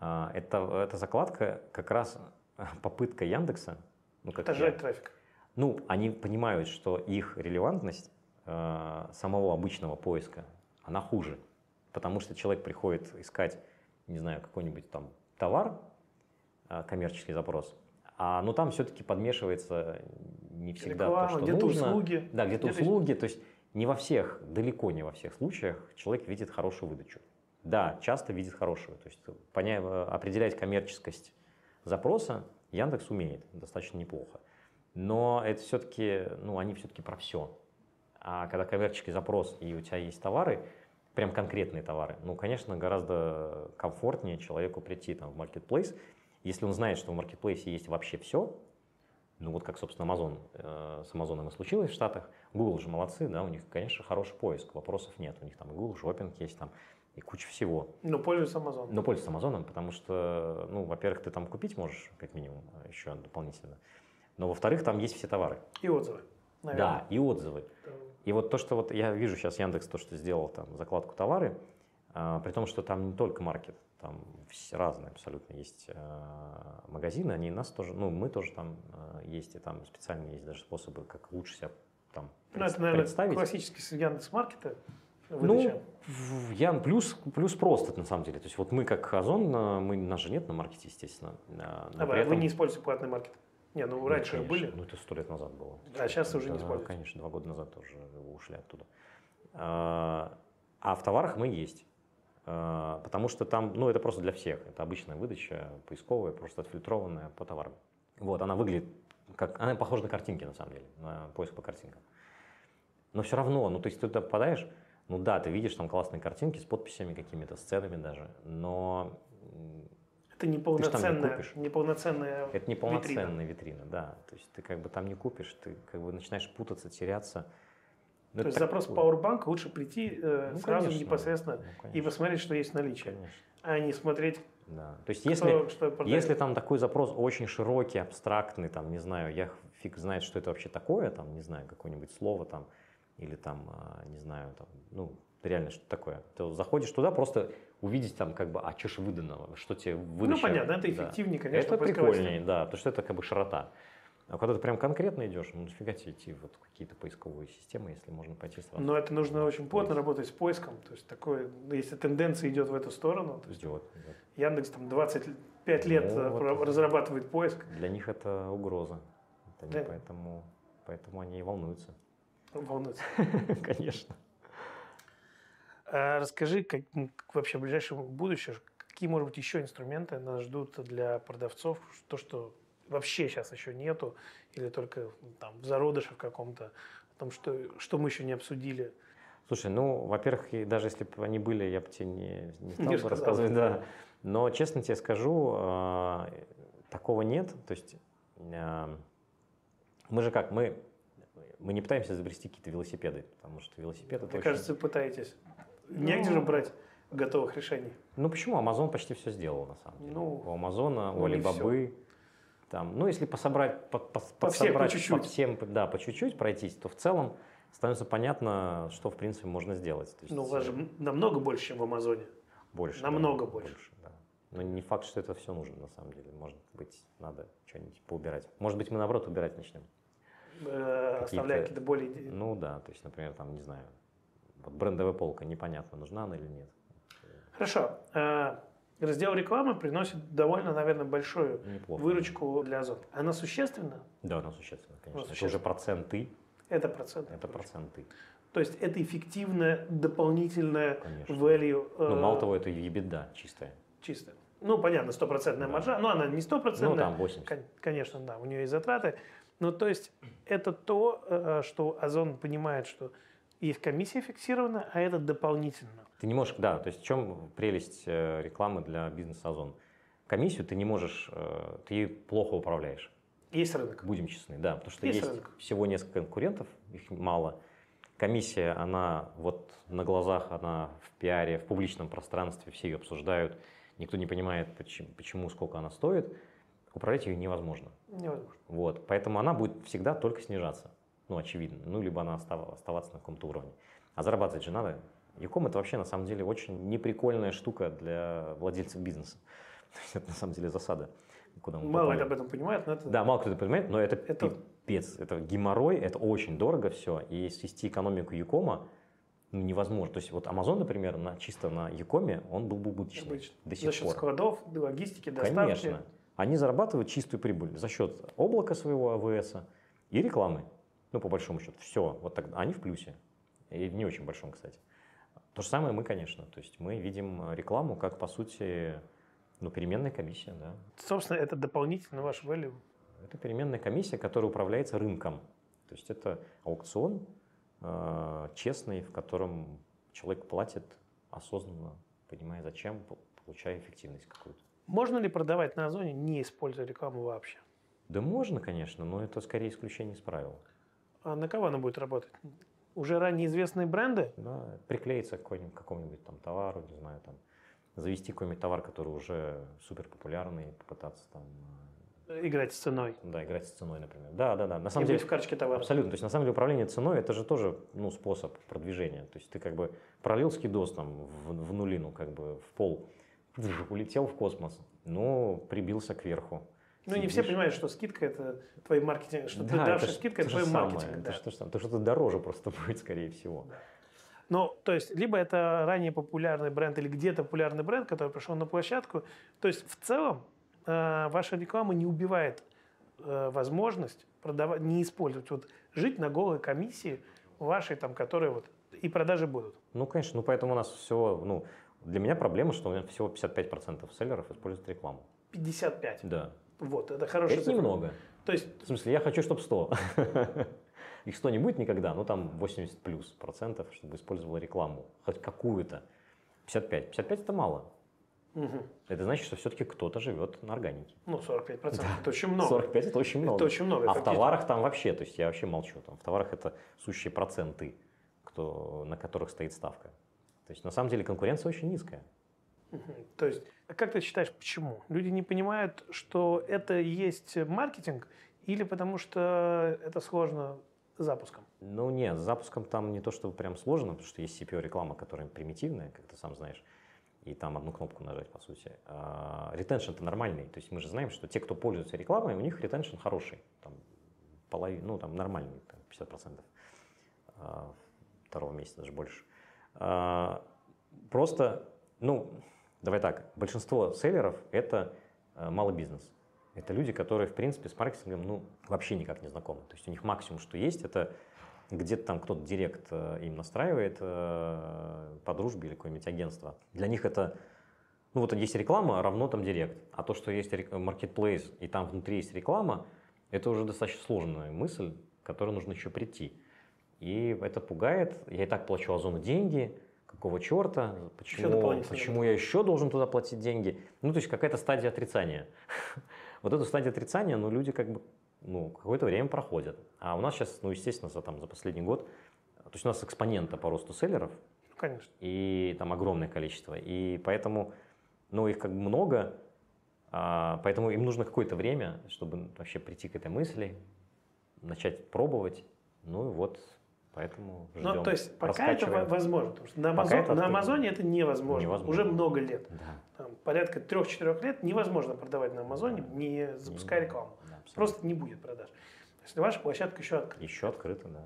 Это, эта закладка как раз попытка Яндекса. Ну, как Отожрать трафик. Ну, они понимают, что их релевантность э, самого обычного поиска, она хуже. Потому что человек приходит искать, не знаю, какой-нибудь там товар, э, коммерческий запрос, а ну, там все-таки подмешивается не всегда реклама, то, что где-то нужно. услуги. Да, где-то где-то услуги. То есть не во всех, далеко не во всех случаях человек видит хорошую выдачу. Да, часто видит хорошую. То есть поня- определять коммерческость запроса Яндекс умеет достаточно неплохо. Но это все-таки, ну, они все-таки про все. А когда коммерческий запрос и у тебя есть товары, прям конкретные товары, ну, конечно, гораздо комфортнее человеку прийти там, в маркетплейс, если он знает, что в маркетплейсе есть вообще все. Ну, вот как, собственно, Amazon, э, с Амазоном и случилось в Штатах. Google же молодцы, да, у них, конечно, хороший поиск, вопросов нет. У них там и Google Shopping есть там, и куча всего. Но пользуются Amazon. Но пользуются Амазоном, потому что, ну, во-первых, ты там купить можешь, как минимум, еще дополнительно. Но, во-вторых, там есть все товары. И отзывы, наверное. Да, и отзывы. Да. И вот то, что вот я вижу сейчас Яндекс, то, что сделал там закладку товары, а, при том, что там не только маркет, там все разные абсолютно есть а, магазины, они нас тоже, ну, мы тоже там а, есть, и там специально есть даже способы, как лучше себя там Ну, пред- это, наверное, представить. классический с Яндекс.Маркета. Ну, в- Ян плюс, плюс просто на самом деле. То есть вот мы как Озон, а, мы, нас же нет на маркете, естественно. а, но А при вы этом- не используете платный маркет? Не, ну Ну, раньше же конечно. были. Ну, это сто лет назад было. А сейчас уже не Да, используете. конечно, два года назад тоже ушли оттуда. А а в товарах мы есть. А, Потому что там, ну, это просто для всех. Это обычная выдача, поисковая, просто отфильтрованная по товарам. Вот, она выглядит как, она похожа на картинки, на самом деле, на поиск по картинкам. Но все равно, ну, то есть ты туда попадаешь, ну да, ты видишь там классные картинки с подписями какими-то, сценами даже, но м, Это Ты ж там не неполноценная, купишь. неполноценная это не витрина. полноценная витрина, да. То есть ты как бы там не купишь, ты как бы начинаешь путаться, теряться. Ну, То это есть запрос такое. Powerbank лучше прийти э, Ну, сразу конечно, непосредственно ну, и конечно. посмотреть, что есть в наличии, Конечно, а не смотреть, да. То есть кто, если, что продает. если там такой запрос очень широкий, абстрактный, там, не знаю, я фиг знает, что это вообще такое, там, не знаю, какое-нибудь слово там, или там, а, не знаю, там, ну, реально, что такое. Ты заходишь туда, просто увидеть там, как бы, а что же выдано, что тебе выдача. Ну, понятно, это да. эффективнее, конечно. Это поисковая прикольнее, да, потому что это как бы широта. А когда ты прям конкретно идешь, ну нафига тебе идти вот в какие-то поисковые системы, если можно пойти сразу. Но это нужно в очень плотно поиск. работать с поиском. То есть такое, если тенденция идет в эту сторону, то есть Идет, идет. Яндекс там двадцать пять лет Ну, э, вот про- это- разрабатывает поиск, Для них это угроза. Это не Да. поэтому, поэтому они и волнуются. волнуется. Конечно. А расскажи, как, м, вообще в ближайшем будущем, какие, может быть, еще инструменты нас ждут для продавцов, то, что вообще сейчас еще нету, или только м, там в зародыше в каком-то, о том, что, что мы еще не обсудили. Слушай, ну, во-первых, и даже если бы они были, я бы тебе не, не стал Не бы сказал. рассказывать, да. Но, честно тебе скажу, э, такого нет. То есть э, мы же как, мы, мы не пытаемся изобрести какие-то велосипеды, потому что велосипед это Мне очень... кажется, вы пытаетесь. Негде Ну, же брать готовых решений. Ну почему? Amazon почти все сделал, на самом деле. Ну, у Амазона, у ну, не Алибабы. Там, ну, если пособрать, по, по, По всем по подсобрать чуть-чуть. по всем, да, по чуть-чуть пройтись, то в целом становится понятно, что, в принципе, можно сделать. То есть, Ну, у вас же м- намного больше, чем в Амазоне. больше. намного да, больше. да. Но не факт, что это все нужно, на самом деле. Может быть, надо что-нибудь поубирать. Может быть, мы, наоборот, убирать начнем. Э, Оставляя какие-то более... Ну да, то есть, например, там, не знаю, вот брендовая полка, непонятно, нужна она или нет. Хорошо. Э, Раздел рекламы приносит довольно, наверное, большую Неплохо. выручку для Озона. Она существенна? Да, она существенна, конечно. Ну, Это уже проценты. Это процент. Это проценты. То есть это эффективное дополнительное Конечно. value. э, Ну, мало того, это и EBITDA чистая. Чисто. Ну, понятно, стопроцентная Да. маржа, но она не стопроцентная. Ну, там восемьдесят. Кон- Конечно, да, у нее есть затраты. Но то есть это то, э, что Озон понимает, что есть комиссия фиксирована, а это дополнительно. Ты не можешь, да, то есть в чем прелесть э, рекламы для бизнеса Озон? Комиссию ты не можешь, э, ты ее плохо управляешь. Есть рынок. Будем честны, да, потому что Есть есть, рынок. всего несколько конкурентов, их мало. Комиссия, она вот на глазах, она в пиаре, в публичном пространстве, все ее обсуждают, никто не понимает, почему, почему сколько она стоит. Управлять ее невозможно. Невозможно. Вот, поэтому она будет всегда только снижаться, ну, очевидно, ну, либо она остава- оставаться на каком-то уровне. А зарабатывать же надо. Яком это вообще на самом деле очень неприкольная штука для владельцев бизнеса. Это на самом деле засада. Куда мы Мало попали. кто об этом понимает, но это... Да, мало кто это понимает, но это, Это- пипец, это геморрой, это очень дорого все. И свести экономику Якома ну, невозможно. То есть вот Amazon, например, на, чисто на Якоме, он был бы убыточный Обычно. до сих За счет пор. складов, логистики, доставки. Конечно. Они зарабатывают чистую прибыль за счет облака своего АВС и рекламы. Ну, по большому счету. Все. Вот так, они в плюсе. И в не очень большом, кстати. То же самое мы, конечно. То есть мы видим рекламу как, по сути, ну, переменная комиссия. Да. Собственно, это дополнительно ваш value. Это переменная комиссия, которая управляется рынком. То есть это аукцион э, честный, в котором человек платит осознанно, понимая зачем, получая эффективность какую-то. Можно ли продавать на Озоне, не используя рекламу вообще? Да можно, конечно, но это скорее исключение из правил. А на кого она будет работать? Уже ранее известные бренды? Да, приклеиться к какой-нибудь- какому-нибудь там товару, не знаю, там, завести какой-нибудь товар, который уже супер популярный, попытаться там, Играть с ценой. да, играть с ценой, например. Да, да, да. На И самом быть деле, в карточке товара. абсолютно. То есть, на самом деле, управление ценой – это же тоже, ну, способ продвижения. То есть, ты как бы пролил скидос там в, в нулину, как бы в пол, улетел в космос, но прибился кверху. Ну, не все понимают, что скидка – это твой маркетинг, что ты Да, давший это ж скидка – то это же твой самое, маркетинг. Это да. ж то же самое. То что-то дороже просто будет, скорее всего. Ну, то есть, либо это ранее популярный бренд или где-то популярный бренд, который пришел на площадку. То есть, в целом, э, ваша реклама не убивает э, возможность продавать, не использовать, вот жить на голой комиссии вашей, там, которые вот, и продажи будут. Ну, конечно, ну поэтому у нас всего, ну, для меня проблема, что у меня всего пятьдесят пять процентов селлеров используют рекламу. пятьдесят пять. Да. Вот, это хорошая Это цифра. немного. То есть, В смысле, я хочу, чтобы сто. Их сто не будет никогда, но там восемьдесят плюс процентов, чтобы использовала рекламу. Хоть какую-то. пятьдесят пять. пятьдесят пять это мало. мгм. Это значит, что все-таки кто-то живет на органике. ну, сорок пять процентов. Это очень много. сорок пять это очень много. Это очень много. А в фактически. товарах там вообще, то есть я вообще молчу. Там в товарах это сущие проценты, кто, на которых стоит ставка. То есть на самом деле конкуренция очень низкая. Мгм. То есть, а как ты считаешь, почему? Люди не понимают, что это и есть маркетинг, или потому что это сложно с запуском? Ну нет, с запуском там не то, чтобы прям сложно, потому что есть си пи о-реклама, которая примитивная, как ты сам знаешь, и там одну кнопку нажать, по сути. Ретеншн-то нормальный, то есть мы же знаем, что те, кто пользуется рекламой, у них ретеншн хороший, там, половина, ну там нормальный, там, пятьдесят процентов а, второго месяца, даже больше. А, Просто, ну, давай так, большинство селлеров – это а, малый бизнес. Это люди, которые, в принципе, с маркетингом ну, вообще никак не знакомы. То есть у них максимум, что есть, это где-то там кто-то директ э, им настраивает э, по дружбе или какое-нибудь агентство. Для них это, ну вот есть реклама, равно там директ. А то, что есть маркетплейс и там внутри есть реклама, это уже достаточно сложная мысль, к которой нужно еще прийти. И это пугает. Я и так плачу Озону деньги. Какого черта? Почему, почему я еще должен туда платить деньги? Ну, то есть какая-то стадия отрицания. Вот эту стадию отрицания, ну, люди как бы, ну, какое-то время проходят. А у нас сейчас, ну, естественно, за, там, за последний год, то есть у нас экспонента по росту селлеров. Конечно. И там огромное количество. И поэтому, ну, их как бы много, а, поэтому им нужно какое-то время, чтобы вообще прийти к этой мысли, начать пробовать. Ну, и вот... Поэтому ждем. Ну, то есть пока это возможно, потому что на, Амазон, это на Амазоне это невозможно. невозможно. Уже много лет. Да. Там, порядка трех-четырех лет невозможно продавать на Амазоне, Да. не запуская Не- рекламу. да, абсолютно. Просто не будет продаж. То есть ваша площадка еще открыта. Еще открыто, да.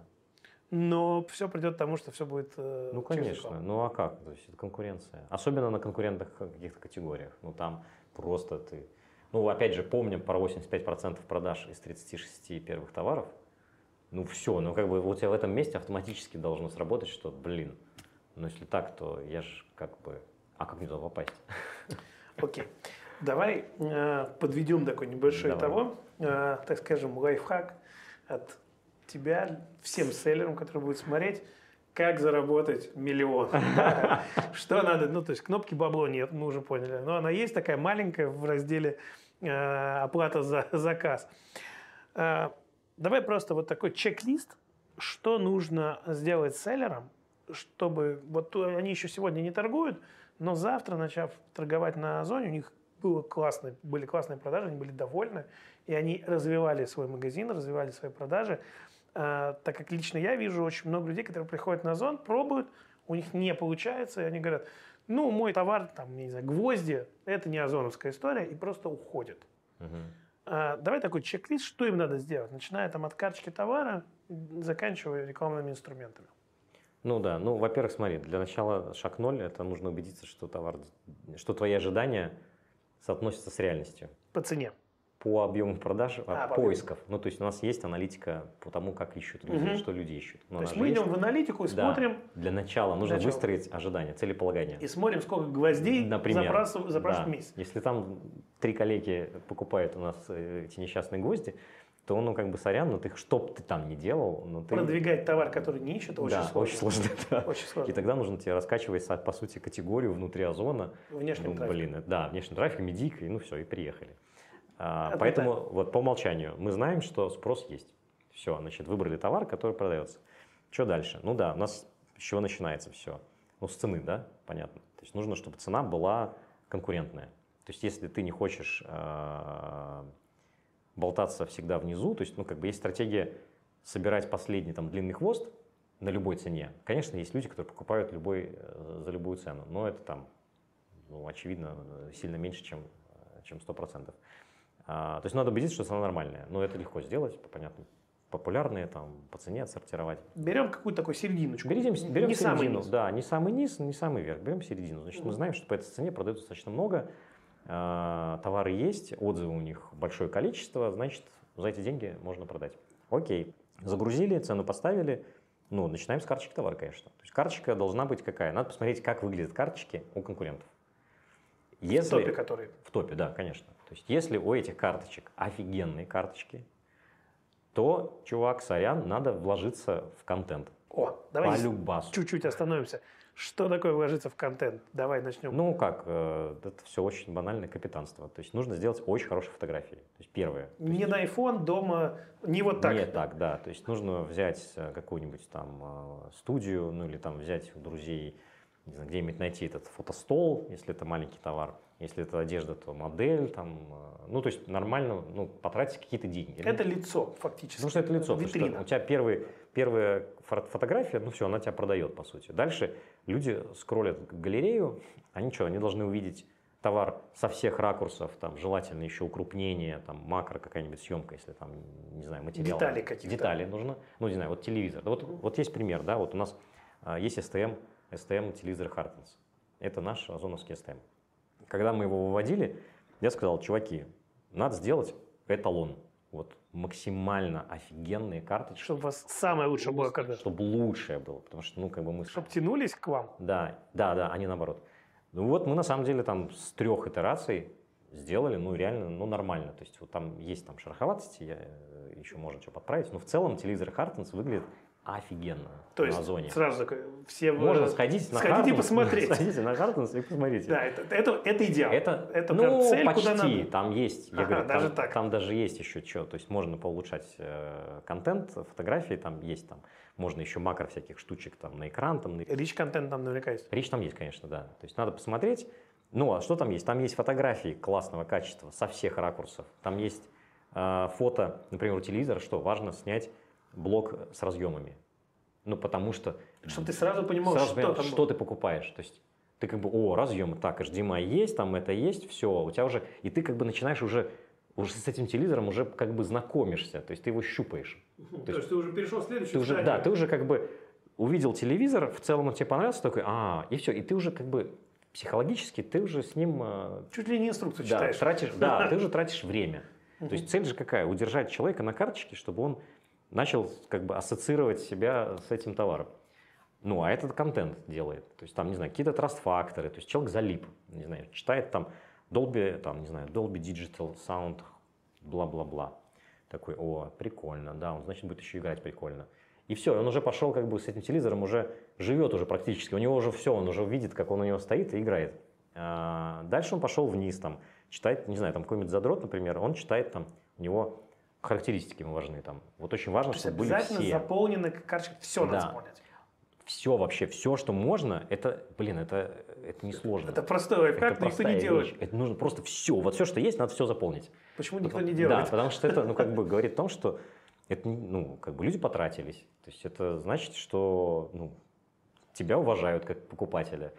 Но все придет к тому, что все будет э, Ну, через конечно. рекламу. Ну, а как? То есть это конкуренция. Особенно на конкурентных каких-то категориях. Ну, там просто ты... Ну, опять же, помним про восемьдесят пять процентов продаж из тридцати шести первых товаров. Ну, все. Ну, как бы у тебя в этом месте автоматически должно сработать, что, блин, ну, если так, то я же как бы... А как мне туда попасть? Окей. Давай э, подведем такой небольшой Давай. того, э, так скажем, лайфхак от тебя всем селлерам, которые будут смотреть, как заработать миллион. Да. Что надо? Ну, то есть кнопки бабло нет, мы уже поняли. Но она есть такая маленькая в разделе э, оплата за заказ. Э, давай просто вот такой чек-лист, что нужно сделать селлерам, чтобы... Вот они еще сегодня не торгуют, но завтра, начав торговать на Озоне, у них было классные, были классные продажи, они были довольны, и они развивали свой магазин, развивали свои продажи. А, так как лично я вижу очень много людей, которые приходят на Озон, пробуют, у них не получается, и они говорят, ну, мой товар, там, не знаю, гвозди, это не озоновская история, и просто уходит. Угу. А, давай такой чек-лист, что им надо сделать, начиная там от карточки товара, заканчивая рекламными инструментами. Ну да, ну, во-первых, смотри, для начала шаг ноль, это нужно убедиться, что товар, что твои ожидания соотносятся с реальностью. По цене. По объему продаж, А, по поисков. Ну, то есть у нас есть аналитика по тому, как ищут люди, Угу. что люди ищут. Но То есть она мы же идем есть. в аналитику и Да. смотрим, Для начала нужно Начало. выстроить ожидания, целеполагание. и смотрим, сколько гвоздей Например, запрашивают за прошлый да. месяц. Если там три коллеги покупают у нас э, эти несчастные гвозди, то, ну, как бы, сорян, ну, ты, что бы ты там ни делал, ну, ты... Продвигать товар, который не ищет, очень да, сложно. очень сложно, да. Очень сложно. И тогда нужно тебе раскачивать, со- по сути, категорию внутри Озона. Внешним Ну, трафиком. блин, да, внешний трафик, медийка, и ну все, и приехали. А, Отметаем. поэтому вот по умолчанию мы знаем, что спрос есть. Все, значит, выбрали товар, который продается. Что дальше? Ну да, у нас с чего начинается все? Ну, с цены, да, понятно. То есть нужно, чтобы цена была конкурентная. То есть если ты не хочешь э, болтаться всегда внизу, то есть, ну, как бы есть стратегия собирать последний там длинный хвост на любой цене. Конечно, есть люди, которые покупают любой, э, за любую цену, но это там, ну, очевидно, сильно меньше, чем, чем сто процентов. А, то есть надо убедиться, что цена нормальная. Но это легко сделать, понятно. Популярные, там, по цене отсортировать. Берем какую-то такую серединочку. Берем, берем не самый середину, низ. да, не самый низ, не самый верх, берем середину. Значит, Мгм. мы знаем, что по этой цене продают достаточно много, а, товары есть, отзывы у них большое количество, значит, за эти деньги можно продать. Окей, загрузили, цену поставили, ну, начинаем с карточки товара, конечно. То есть карточка должна быть какая? Надо посмотреть, как выглядят карточки у конкурентов. Если... В топе, который. В топе, да, конечно. То есть если у этих карточек офигенные карточки, то, чувак, сорян, надо вложиться в контент. О, давай По здесь любасу. чуть-чуть остановимся. Что такое вложиться в контент? Давай начнем. Ну как, э, это все очень банальное капитанство. То есть нужно сделать очень хорошие фотографии. То есть первое. То не есть на iPhone, дома, не вот так. Не так, да. То есть нужно взять э, какую-нибудь там э, студию, ну или там взять у друзей, не знаю, где-нибудь найти этот фотостол, если это маленький товар. Если это одежда, то модель, там, э, ну то есть нормально, ну потратить какие-то деньги. Это лицо, фактически. Потому что это лицо, потому Витрина. что у тебя первый, первая фо- фотография, ну все, она тебя продает, по сути. Дальше люди скроллят галерею, они что, они должны увидеть товар со всех ракурсов, там, желательно еще укрупнение, там, макро какая-нибудь съемка, если там, не знаю, материал. Детали какие-то. Детали нужно, ну, не знаю, вот телевизор. Вот, вот есть пример, да, вот у нас а, есть эс тэ эм, эс тэ эм телевизор Hartmans. Это наш озоновский эс тэ эм. Когда мы его выводили, я сказал, чуваки, надо сделать эталон. Вот максимально офигенные карточки. Чтобы у вас самое лучшее было когда. Чтобы лучшее было, потому что, ну, как бы мы... Чтобы тянулись к вам. Да, да, да, а не наоборот. Ну вот мы на самом деле там с трех итераций сделали, ну реально, ну нормально. То есть вот там есть там шероховатости, я, э, еще можно что подправить, но в целом телевизор Hartmans выглядит офигенно То на есть Озоне. сразу такой, все Можно э, сходить на сходите Hartmans, посмотреть. Сходите на Hartmans и посмотрите. Да, это, это, это идеал. Это, это ну, прям цель, почти. куда надо. Там есть, я Ага, говорю, даже там, так. там даже есть еще что. То есть можно поулучшать э, контент, фотографии там есть. Там. Можно еще макро всяких штучек там на экран. Там, на... Рич-контент там наверняка есть. Речь там есть, конечно, да. То есть надо посмотреть. Ну, а что там есть? Там есть фотографии классного качества со всех ракурсов. Там есть э, фото, например, у телевизора, что важно снять блок с разъемами. Ну, потому что... Чтобы ты сразу понимал, сразу что понимаешь, там что было. ты покупаешь. То есть ты как бы, о, разъемы, так, эйч ди эм ай есть, там это есть, все, у тебя уже... И ты как бы начинаешь уже, уже с этим телевизором уже как бы знакомишься, то есть ты его щупаешь. Мгм. То То есть есть ты уже перешел в следующую Ты уже, стадию. да, ты уже как бы увидел телевизор, в целом он тебе понравился, такой, а, и все, и ты уже как бы психологически, ты уже с ним... э, Чуть ли не инструкцию да, читаешь. тратишь, да, ты уже тратишь время. Мгм. То есть цель же какая? Удержать человека на карточке, чтобы он начал как бы ассоциировать себя с этим товаром. Ну, а этот контент делает. То есть там, не знаю, какие-то траст-факторы. То есть человек залип, не знаю, читает там Dolby, там, не знаю, Dolby Digital Sound, бла-бла-бла. Такой, о, прикольно, да, он, значит, будет еще играть прикольно. И все, он уже пошел как бы с этим телевизором, уже живет уже практически. У него уже все, он уже видит, как он у него стоит и играет. А дальше он пошел вниз, там, читает, не знаю, там какой-нибудь задрот, например, он читает там, у него характеристики ему важны там. Вот очень важно, То есть чтобы были обязательно все. заполнены карточки. Все Да. надо заполнять. Все вообще, все, что можно, это, блин, это, это несложно. Это простой лайфхак, Это никто простая не делает. вещь. Это нужно просто все. Вот все, что есть, надо все заполнить. Почему никто Потому- не делает? Да, потому что это, ну, как бы говорит о том, что это, ну, как бы люди потратились. То есть это значит, что, ну, тебя уважают как покупателя.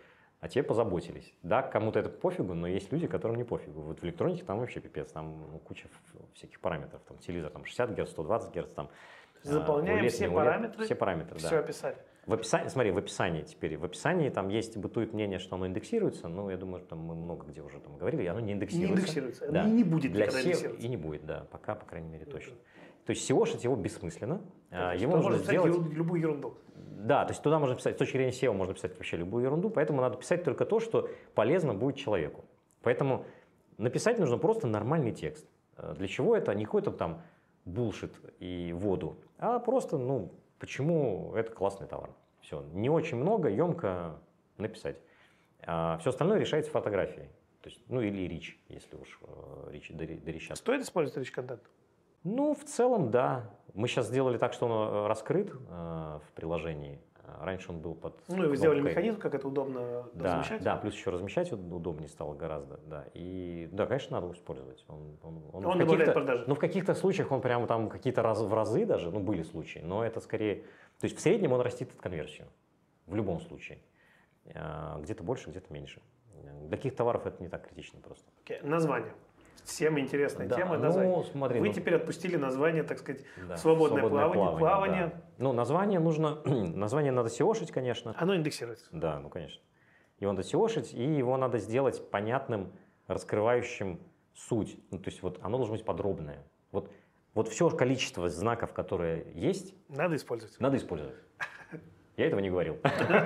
а тебе позаботились. Да, кому-то это пофигу, но есть люди, которым не пофигу. Вот в электронике там вообще пипец, там ну, куча всяких параметров. Там телевизор там шестьдесят герц, сто двадцать герц, там заполняем улет, все улет, параметры, все параметры, все да. описать. В описании, смотри, в описании теперь, в описании там есть, бытует мнение, что оно индексируется, но я думаю, что там мы много где уже там говорили, оно не индексируется. Не индексируется, да. и не будет Для никогда сео, индексироваться. и не будет, да, пока, по крайней мере, точно. То есть сеошить его бессмысленно, То есть его туда можно можно сделать… писать любую ерунду. Да, то есть туда можно писать, с точки зрения сео можно писать вообще любую ерунду, поэтому надо писать только то, что полезно будет человеку. Поэтому написать нужно просто нормальный текст. Для чего это? Не какой-то там булшит и воду, а просто, ну, почему это классный товар. Все, не очень много, емко написать. А все остальное решается фотографией. То есть, ну или рич, если уж рич дорещат. Стоит использовать рич контент? Ну, в целом, да. Мы сейчас сделали так, что он раскрыт э, в приложении. Раньше он был под Ну, и вы сделали механизм, как это удобно да, размещать? Да, плюс еще размещать удобнее стало гораздо. Да. И да, конечно, надо использовать. Он, он, он, он в добавляет продажи. Ну, в каких-то случаях он прямо там какие-то раз, в разы даже, ну, были случаи, но это скорее… То есть в среднем он растит конверсию. В любом случае. Где-то больше, где-то меньше. Для каких товаров это не так критично просто. Okay. Название. Всем интересная да, тема. Ну, название. смотри, Вы ну, теперь отпустили название, так сказать, да, свободное, свободное плавание. плавание, плавание. Да. Ну, название нужно, название надо сеошить, конечно. Оно индексируется. Да, ну, конечно. Его надо сеошить, и его надо сделать понятным, раскрывающим суть. Ну, то есть вот оно должно быть подробное. Вот, вот все количество знаков, которые есть, надо использовать. Надо использовать. Я этого не говорил.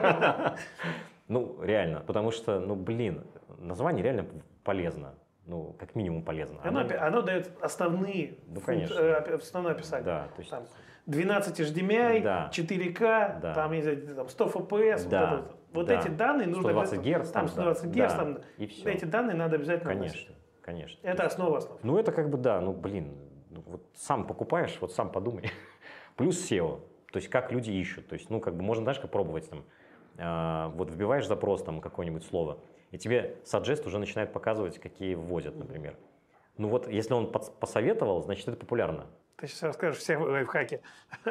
Ну, реально, потому что, ну, блин, название реально полезно. Ну, как минимум полезно. Оно, оно, оно дает основные, ну, функ, э, основное описание. Да, то есть, там двенадцать эйч ди эм ай, да. четыре ка, да. там, не знаю, там сто эф пи эс. Да. Вот, это, вот да. эти данные нужно… сто двадцать герц. Там сто двадцать герц, да. там, и все. Эти данные надо обязательно Конечно, вносить. конечно. Это основа основ. Ну, это как бы, да, ну, блин, ну, вот сам покупаешь, вот сам подумай. Плюс сео, то есть как люди ищут. То есть, ну, как бы можно, знаешь, как пробовать там, э, вот вбиваешь запрос, там, какое-нибудь слово, и тебе Suggest уже начинает показывать, какие вводят, например. Ну вот, если он посоветовал, значит, это популярно. Ты сейчас расскажешь все лайфхаки.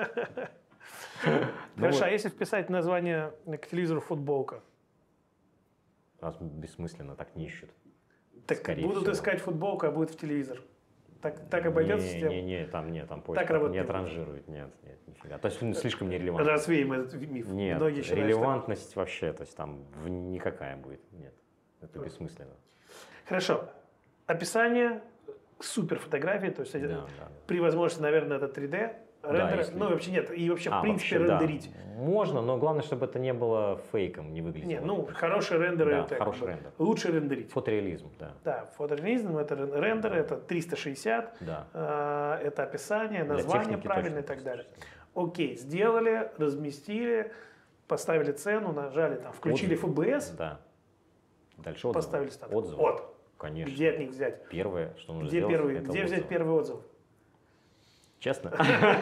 Хорошо, а если вписать название к телевизору футболка? Нас бессмысленно, так не ищут. Так будут искать футболку, а будет в телевизор. Так, так обойдется система? Не, не, там нет, там поиск так не отранжирует, нет, нет, нифига. То есть слишком нерелевантно. Развеем этот миф. Нет, Многие считают, релевантность что... вообще, то есть там никакая будет, нет, это бессмысленно. Хорошо, описание, супер фотографии, то есть да, да. при возможности, наверное, это три дэ. Рендер, да, если... ну вообще нет, и вообще а, в принципе вообще, рендерить. Да. Можно, но главное, чтобы это не было фейком, не выглядело. Нет, ну хороший рендер, да, это хороший рендер. Лучше рендерить. Фотореализм, да. Да, фотореализм, это рендер, это триста шестьдесят, да. э, это описание, название правильное и так далее. Окей, сделали, разместили, поставили цену, нажали, там, включили эф би эс, да. Дальше отзывы. Поставили статус. Отзывы. Вот. Конечно. Где от них взять? Первое, что нужно где сделать, первый, это Где отзывы. взять первый отзыв? Честно?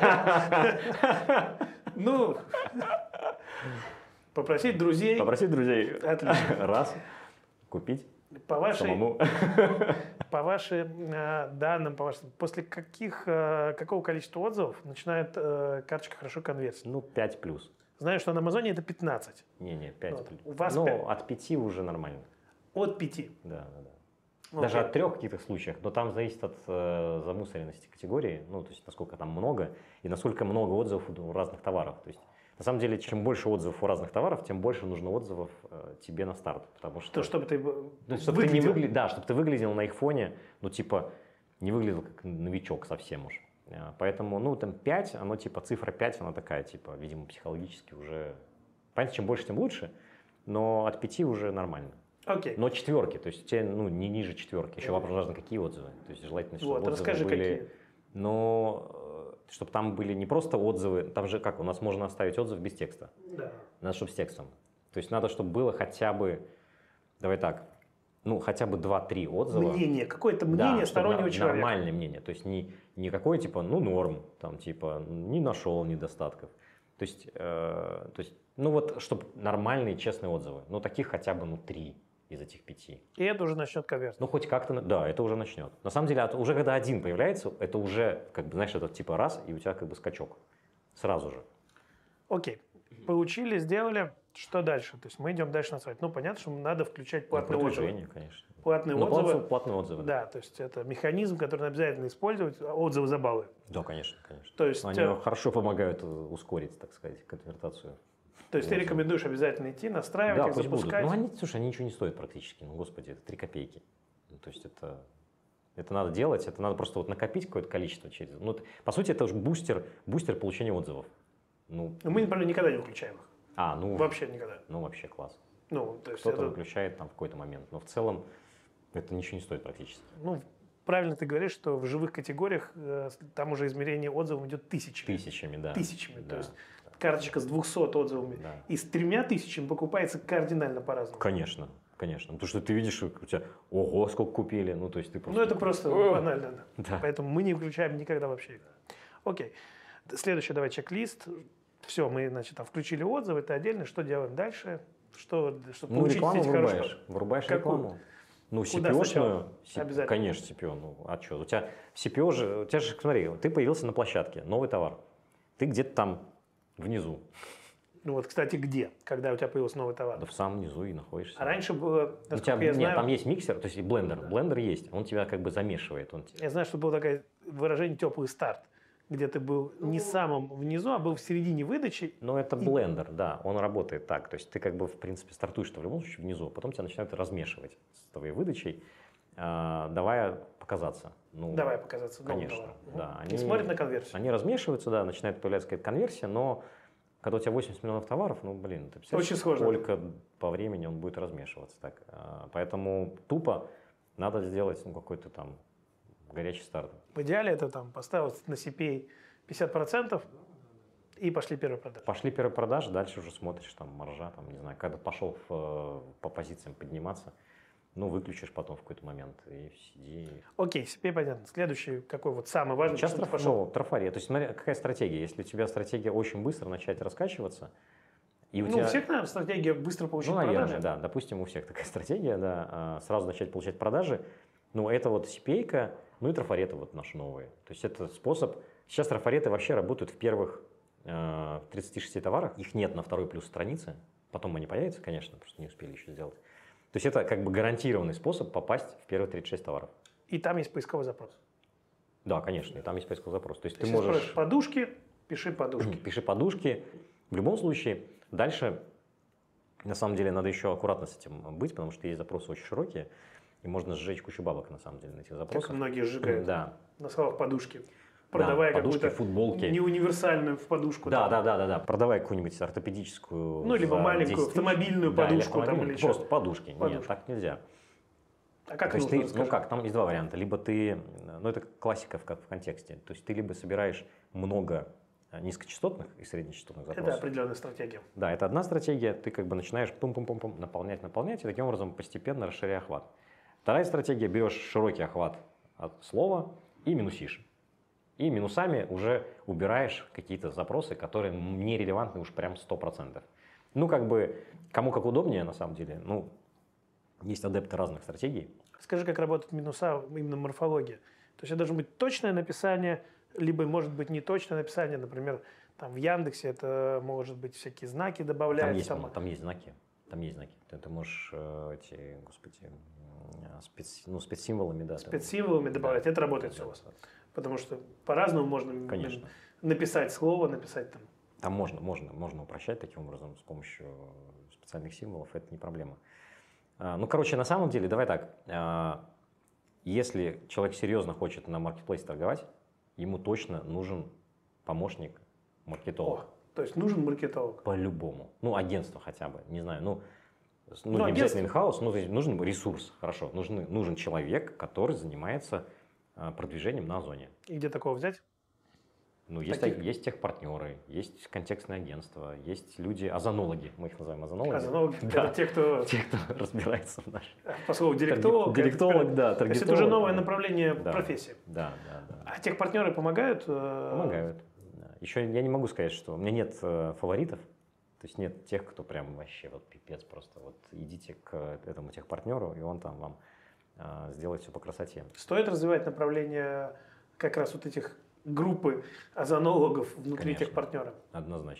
Ну, попросить друзей. Попросить друзей. Отлично. Раз. Купить. По вашей, самому. По вашим э, данным, по вашим, после каких, э, какого количества отзывов начинает э, карточка хорошо конверсить? Ну, пять плюс. Знаю, что на Амазоне это пятнадцать. Не-не, пять вот. плюс. У вас ну, пять. От пяти уже нормально. От пяти? Да, да, да. Okay. Даже от трех каких-то случаях, но там зависит от э, замусоренности категории, ну, то есть насколько там много и насколько много отзывов у разных товаров. То есть, на самом деле, чем больше отзывов у разных товаров, тем больше нужно отзывов э, тебе на старт, потому что… То, чтобы ты ну, чтобы ты не выгля... Да, чтобы ты выглядел на их фоне, ну, типа, не выглядел как новичок совсем уж. Поэтому, ну, там пять, оно типа, цифра пять, она такая, типа, видимо, психологически уже… Понятно, чем больше, тем лучше, но от пяти уже нормально. Okay. Но четверки, то есть тебе, ну, не ниже четверки. Еще вопрос важно, какие отзывы. То есть желательно, чтобы вот, отзывы расскажи, были… какие. Но чтобы там были не просто отзывы, там же как, у нас можно оставить отзыв без текста. Да. Надо, чтобы с текстом. То есть надо, чтобы было хотя бы, давай так, ну, хотя бы два-три отзыва. Мнение, какое-то мнение да, стороннего человека. Нормальное мнение. То есть не, не какое, типа, ну, норм, там, типа, не нашел недостатков. То есть, э, то есть, ну, вот, чтобы нормальные, честные отзывы. Ну, таких хотя бы, ну, три из этих пяти. И это уже начнет конверсию. Ну, хоть как-то, да, это уже начнет. На самом деле, уже когда один появляется, это уже, как бы, знаешь, это типа раз, и у тебя как бы скачок. Сразу же. Окей. Получили, сделали. Что дальше? То есть мы идем дальше на сайт. Ну, понятно, что надо включать платные ну, отзывы. Конечно. Платные Но отзывы. Платные отзывы. Да, то есть это механизм, который обязательно использовать, отзывы за баллы. Да, конечно, конечно. То есть, Они э... хорошо помогают ускорить, так сказать, конвертацию. То есть ты рекомендуешь обязательно идти, настраивать да, их, запускать? Будут. Ну, они, слушай, они ничего не стоят практически. Ну, господи, это три копейки. Ну, то есть это, это надо делать, это надо просто вот накопить какое-то количество. Через, ну, по сути, это уже бустер, бустер получения отзывов. Ну, мы, например, никогда не выключаем их. А, ну, вообще никогда. Ну, вообще класс. Ну, то есть кто-то это... выключает там в какой-то момент, но в целом это ничего не стоит практически. Ну, правильно ты говоришь, что в живых категориях э, там уже измерение отзывов идет тысячами. Тысячами, да. Тысячами. Да. То есть карточка с двухсот отзывами да. и с тремя тысячами покупается кардинально по-разному. Конечно, конечно. Потому что ты видишь, у тебя, ого, сколько купили. Ну, то есть ты просто... Ну, это просто банально. Да. Да. Поэтому мы не выключаем никогда вообще. Окей. Следующий давай чек-лист. Все, мы, значит, там включили отзывы, это отдельно. Что делаем дальше? Что, чтобы ну, получить рекламу вырубаешь. Хорошую... Вырубаешь Какую? рекламу. Ну, си Куда пи сначала? си... Обязательно. Конечно, си пи о. Ну, а что? У тебя си пи о же... У тебя же, смотри, ты появился на площадке, новый товар. Ты где-то там внизу. Ну вот, кстати, где? Когда у тебя появился новый товар? Да в самом низу и находишься. А раньше было, у тебя, я нет, знаю... там есть миксер, то есть блендер. Да. Блендер есть, он тебя как бы замешивает. Он... Я знаю, что было такое выражение «теплый старт», где ты был не самым внизу, а был в середине выдачи. Ну, это и... блендер, да, он работает так. То есть ты как бы, в принципе, стартуешь в любом случае внизу, а потом тебя начинают размешивать с твоей выдачей, э, давая показаться. Ну, давай показаться. Конечно, да. Они, и смотрят на конверсию. Они размешиваются, да, начинает появляться какая-то конверсия, но когда у тебя восемьдесят миллионов товаров, ну, блин, ты очень сложно. Сколько по времени он будет размешиваться. Так. Поэтому тупо надо сделать ну, какой-то там горячий старт. В идеале это там поставил на си пи эй пятьдесят процентов и пошли первые продажи. Пошли первые продажи, дальше уже смотришь, там маржа, там, не знаю, когда пошел в, по позициям подниматься, ну, выключишь потом в какой-то момент и сиди. Окей, си пи эй понятно. Следующий, какой вот самый важный? Сейчас траф... пошел. Ну, трафария. То есть, смотри, какая стратегия. Если у тебя стратегия очень быстро начать раскачиваться, и у ну, тебя... у всех, наверное, стратегия быстро получить ну, наверное, продажи. да. Допустим, у всех такая стратегия, да, сразу начать получать продажи. Ну, это вот си пи эй-ка, ну и трафареты вот наши новые. То есть, это способ... Сейчас трафареты вообще работают в первых э, тридцати шести товарах. Их нет на второй плюс странице. Потом они появятся, конечно, просто не успели еще сделать. То есть это как бы гарантированный способ попасть в первые тридцать шесть товаров. И там есть поисковый запрос. Да, конечно, и там есть поисковый запрос. То есть То ты есть можешь... подушки, пиши подушки. Пиши подушки. В любом случае, дальше, на самом деле, надо еще аккуратно с этим быть, потому что есть запросы очень широкие, и можно сжечь кучу бабок, на самом деле, на этих запросах. Как многие сжигают да. на словах подушки. Продавая да, подушки, какую-то футболки. неуниверсальную в подушку. Да, там. да, да, да, да. Продавай какую-нибудь ортопедическую. Ну, либо маленькую автомобильную да, подушку. Там, или просто подушки. подушки. Нет, так нельзя. А как То есть нужно, ты, ну как, там есть два варианта. Либо ты, ну это классика в, как в контексте. То есть ты либо собираешь много низкочастотных и среднечастотных запросов. Это определенная стратегия. Да, это одна стратегия. Ты как бы начинаешь пум-пум-пум-пум наполнять, наполнять, и таким образом постепенно расширяя охват. Вторая стратегия, берешь широкий охват от слова и минусишь. И минусами уже убираешь какие-то запросы, которые нерелевантны уж прям сто процентов. Ну, как бы, кому как удобнее, на самом деле. Ну, есть адепты разных стратегий. Скажи, как работают минуса, именно морфология. То есть это должно быть точное написание, либо может быть неточное написание. Например, там в Яндексе это может быть всякие знаки добавлять. Там есть, там... там есть знаки. Там есть знаки. Ты, ты можешь э, эти, господи, спец, ну, спецсимволами, да. Спецсимволами там, добавлять. Да, это работает да, все у вас. Потому что по-разному можно Конечно. написать слово, написать там. Там можно, можно, можно упрощать таким образом с помощью специальных символов, это не проблема. А, ну, короче, на самом деле, давай так. А, если человек серьезно хочет на маркетплейсе торговать, ему точно нужен помощник маркетолог. О, то есть нужен маркетолог? По-любому. Ну, агентство хотя бы, не знаю. Ну, ну, ну не обязательно инхаус, но нужен ресурс, хорошо. Нужен, нужен человек, который занимается продвижением на Озоне. И где такого взять? Ну, есть, Таких... есть техпартнеры, есть контекстное агентство, есть люди, озонологи, мы их называем озонологи. Озонологи, да. это те, кто... те, кто разбирается в нашем. По слову директолог. Директолог, да. То есть это уже новое направление да. профессии. Да, да, да. А техпартнеры помогают? Помогают. Еще я не могу сказать, что у меня нет фаворитов, то есть нет тех, кто прям вообще вот пипец просто. Вот идите к этому техпартнеру, и он там вам сделать все по красоте. Стоит развивать направление как раз вот этих группы озонологов внутри Конечно, тех партнеров? Однозначно.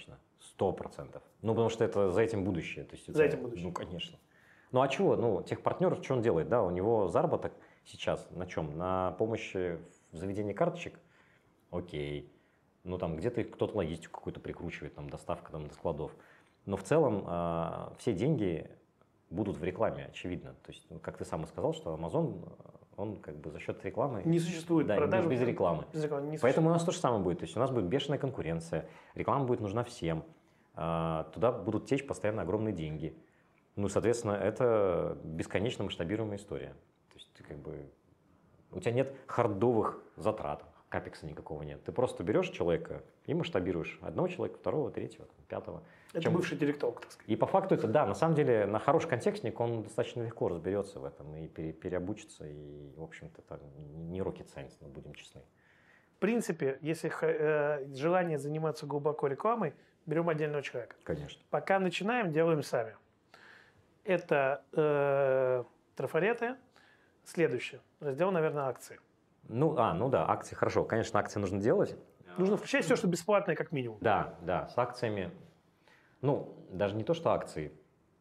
Сто процентов. Ну, потому что это за этим будущее. То есть, за это, этим будущее. Ну, конечно. Ну, а чего? Ну, техпартнер, что он делает? Да, у него заработок сейчас на чем? На помощи в заведении карточек? Окей. Ну, там где-то кто-то логистику какую-то прикручивает, там, доставка там, до складов. Но в целом э, все деньги будут в рекламе, очевидно. То есть, ну, как ты сам и сказал, что Amazon, он как бы за счет рекламы... Не существует да, продажи. Без, без рекламы. Без рекламы не Поэтому у нас то же самое будет. То есть у нас будет бешеная конкуренция, реклама будет нужна всем. Э, туда будут течь постоянно огромные деньги. Ну, соответственно, это бесконечно масштабируемая история. То есть ты как бы... У тебя нет хардовых затрат, капекса никакого нет. Ты просто берешь человека и масштабируешь одного человека, второго, третьего, пятого. Это Чем... бывший директолог, так сказать. И по факту это, да, на самом деле, на хороший контекстник он достаточно легко разберется в этом и пере, переобучится. И, в общем-то, это не rocket science, но будем честны. В принципе, если э, желание заниматься глубоко рекламой, берем отдельного человека. Конечно. Пока начинаем, делаем сами. Это э, трафареты. Следующее. Раздел, наверное, акции. Ну, а, ну да, акции, хорошо. Конечно, акции нужно делать. Нужно включать все, что бесплатное, как минимум. Да, да, с акциями. Ну, даже не то, что акции.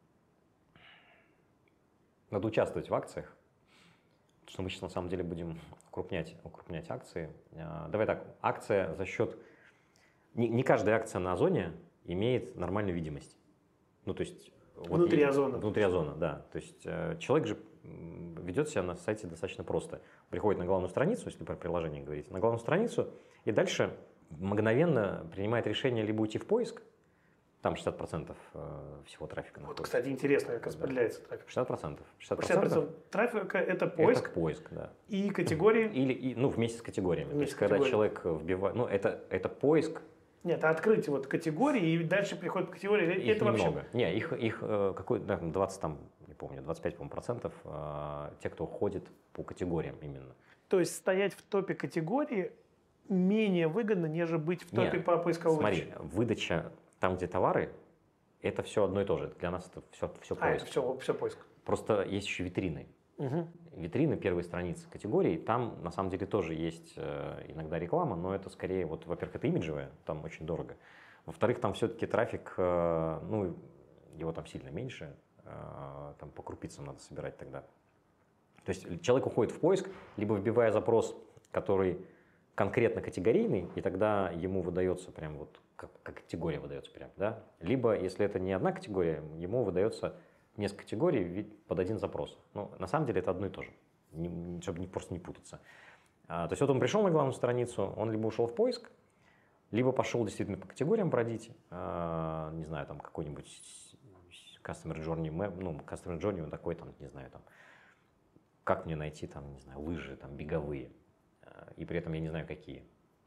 Надо участвовать в акциях. Потому что мы сейчас на самом деле будем укрупнять, укрупнять акции. Давай так, акция за счет... Не, не каждая акция на Озоне имеет нормальную видимость. Ну, то есть... Внутри вот, Озона. Внутри Озона, да. То есть человек же ведет себя на сайте достаточно просто. Приходит на главную страницу, если про приложение говорить, на главную страницу, и дальше мгновенно принимает решение либо уйти в поиск, там шестьдесят процентов всего трафика находится. Вот, кстати, интересно, как распределяется трафик. шестьдесят процентов. шестьдесят процентов трафика – это поиск. Это поиск, да. И категории. Или, и, ну, вместе с категориями. Вместе То есть, когда категории. человек вбивает, ну, это, это поиск. Нет, а открыть вот категории и дальше приходит к категории. Их это немного. вообще... Не, их, их какой, да, двадцать, там, не помню, двадцать пять, по-моему, процентов э, те, кто ходит по категориям именно. То есть стоять в топе категории менее выгодно, нежели быть в топе Нет, по поисковой смотри, выдаче. выдача там, где товары, это все одно и то же. Для нас это все, все А, поиск. это все, все поиск. Просто есть еще витрины. Угу. Витрины, первые страницы категорий, там на самом деле тоже есть э, иногда реклама, но это скорее, вот, во-первых, это имиджевое, там очень дорого. Во-вторых, там все-таки трафик, э, ну, его там сильно меньше, э, там по крупицам надо собирать тогда. То есть человек уходит в поиск, либо вбивая запрос, который конкретно категорийный, и тогда ему выдается прям вот, как, как категория выдается прям, да. Либо, если это не одна категория, ему выдается несколько категорий под один запрос. Ну, на самом деле это одно и то же, не, чтобы не, просто не путаться. А, то есть вот он пришел на главную страницу, он либо ушел в поиск, либо пошел действительно по категориям бродить, а, не знаю, там какой-нибудь customer journey, ну, customer journey он такой, там, не знаю, там, как мне найти, там, не знаю, лыжи, там, беговые, и при этом я не знаю, какие.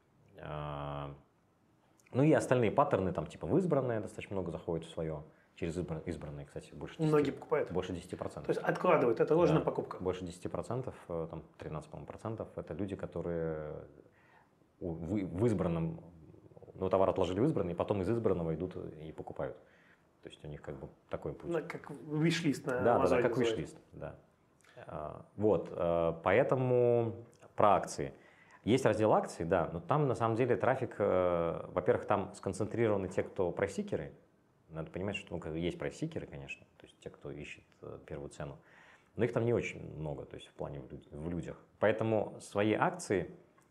А, ну и остальные паттерны, там, типа в избранное достаточно много заходит в свое. Через избранные, кстати, больше десяти. Многие покупают. Больше десяти процентов. То есть откладывают, это ложная да, покупка. Больше десяти процентов, там тринадцать, по-моему, процентов, это люди, которые в, в избранном, ну, товар отложили в избранный, и потом из избранного идут и покупают. То есть у них как бы такой путь. Ну, как виш-лист на да, Amazon. Да, да, как виш-лист, да. Вот, поэтому про акции. Есть раздел акций, да, но там на самом деле трафик, во-первых, там сконцентрированы те, кто прайс-сикеры. Надо понимать, что ну, есть прайс-сикеры, конечно, то есть те, кто ищет э, первую цену, но их там не очень много, то есть в плане в, люд, в людях. Поэтому свои акции,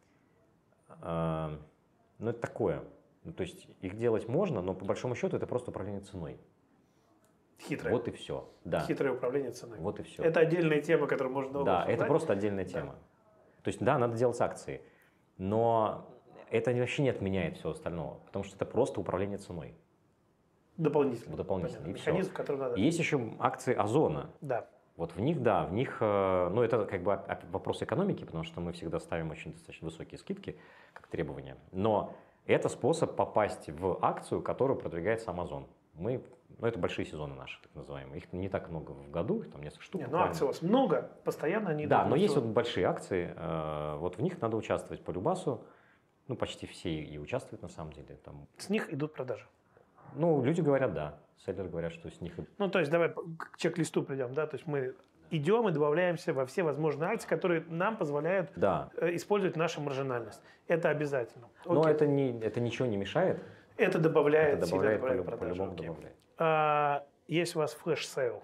э, ну это такое, ну, то есть их делать можно, но по большому счету это просто управление ценой. Хитрое. Вот и все. Да. Хитрое управление ценой. Вот и все. Это отдельная тема, которую можно долго Да, обсуждать. это просто отдельная тема. Да. То есть да, надо делать акции, но это вообще не отменяет всего остального, потому что это просто управление ценой. Дополнительно. Дополнительно. И Механизм, который надо. И есть еще акции Озона. Да. Вот в них, да, в них, ну это как бы вопрос экономики, потому что мы всегда ставим очень достаточно высокие скидки как требования. Но это способ попасть в акцию, которую продвигает сам Озон. Мы, ну это большие сезоны наши, так называемые. Их не так много в году, их там несколько штук. Не, ну акций у вас много, постоянно они... Да, но есть вот большие акции, вот в них надо участвовать по любасу. Ну почти все и участвуют на самом деле. Там... С них идут продажи. Ну, люди говорят, да. Селлеры говорят, что с них... Ну, то есть, давай к чек-листу придем, да, то есть мы идем и добавляемся во все возможные акции, которые нам позволяют да. использовать нашу маржинальность. Это обязательно. Но Окей. это, не, это ничего не мешает. Это добавляет, Это добавляет, всегда добавляет по- продажи. по-любому Окей. добавляет. А, есть у вас флеш-сейл?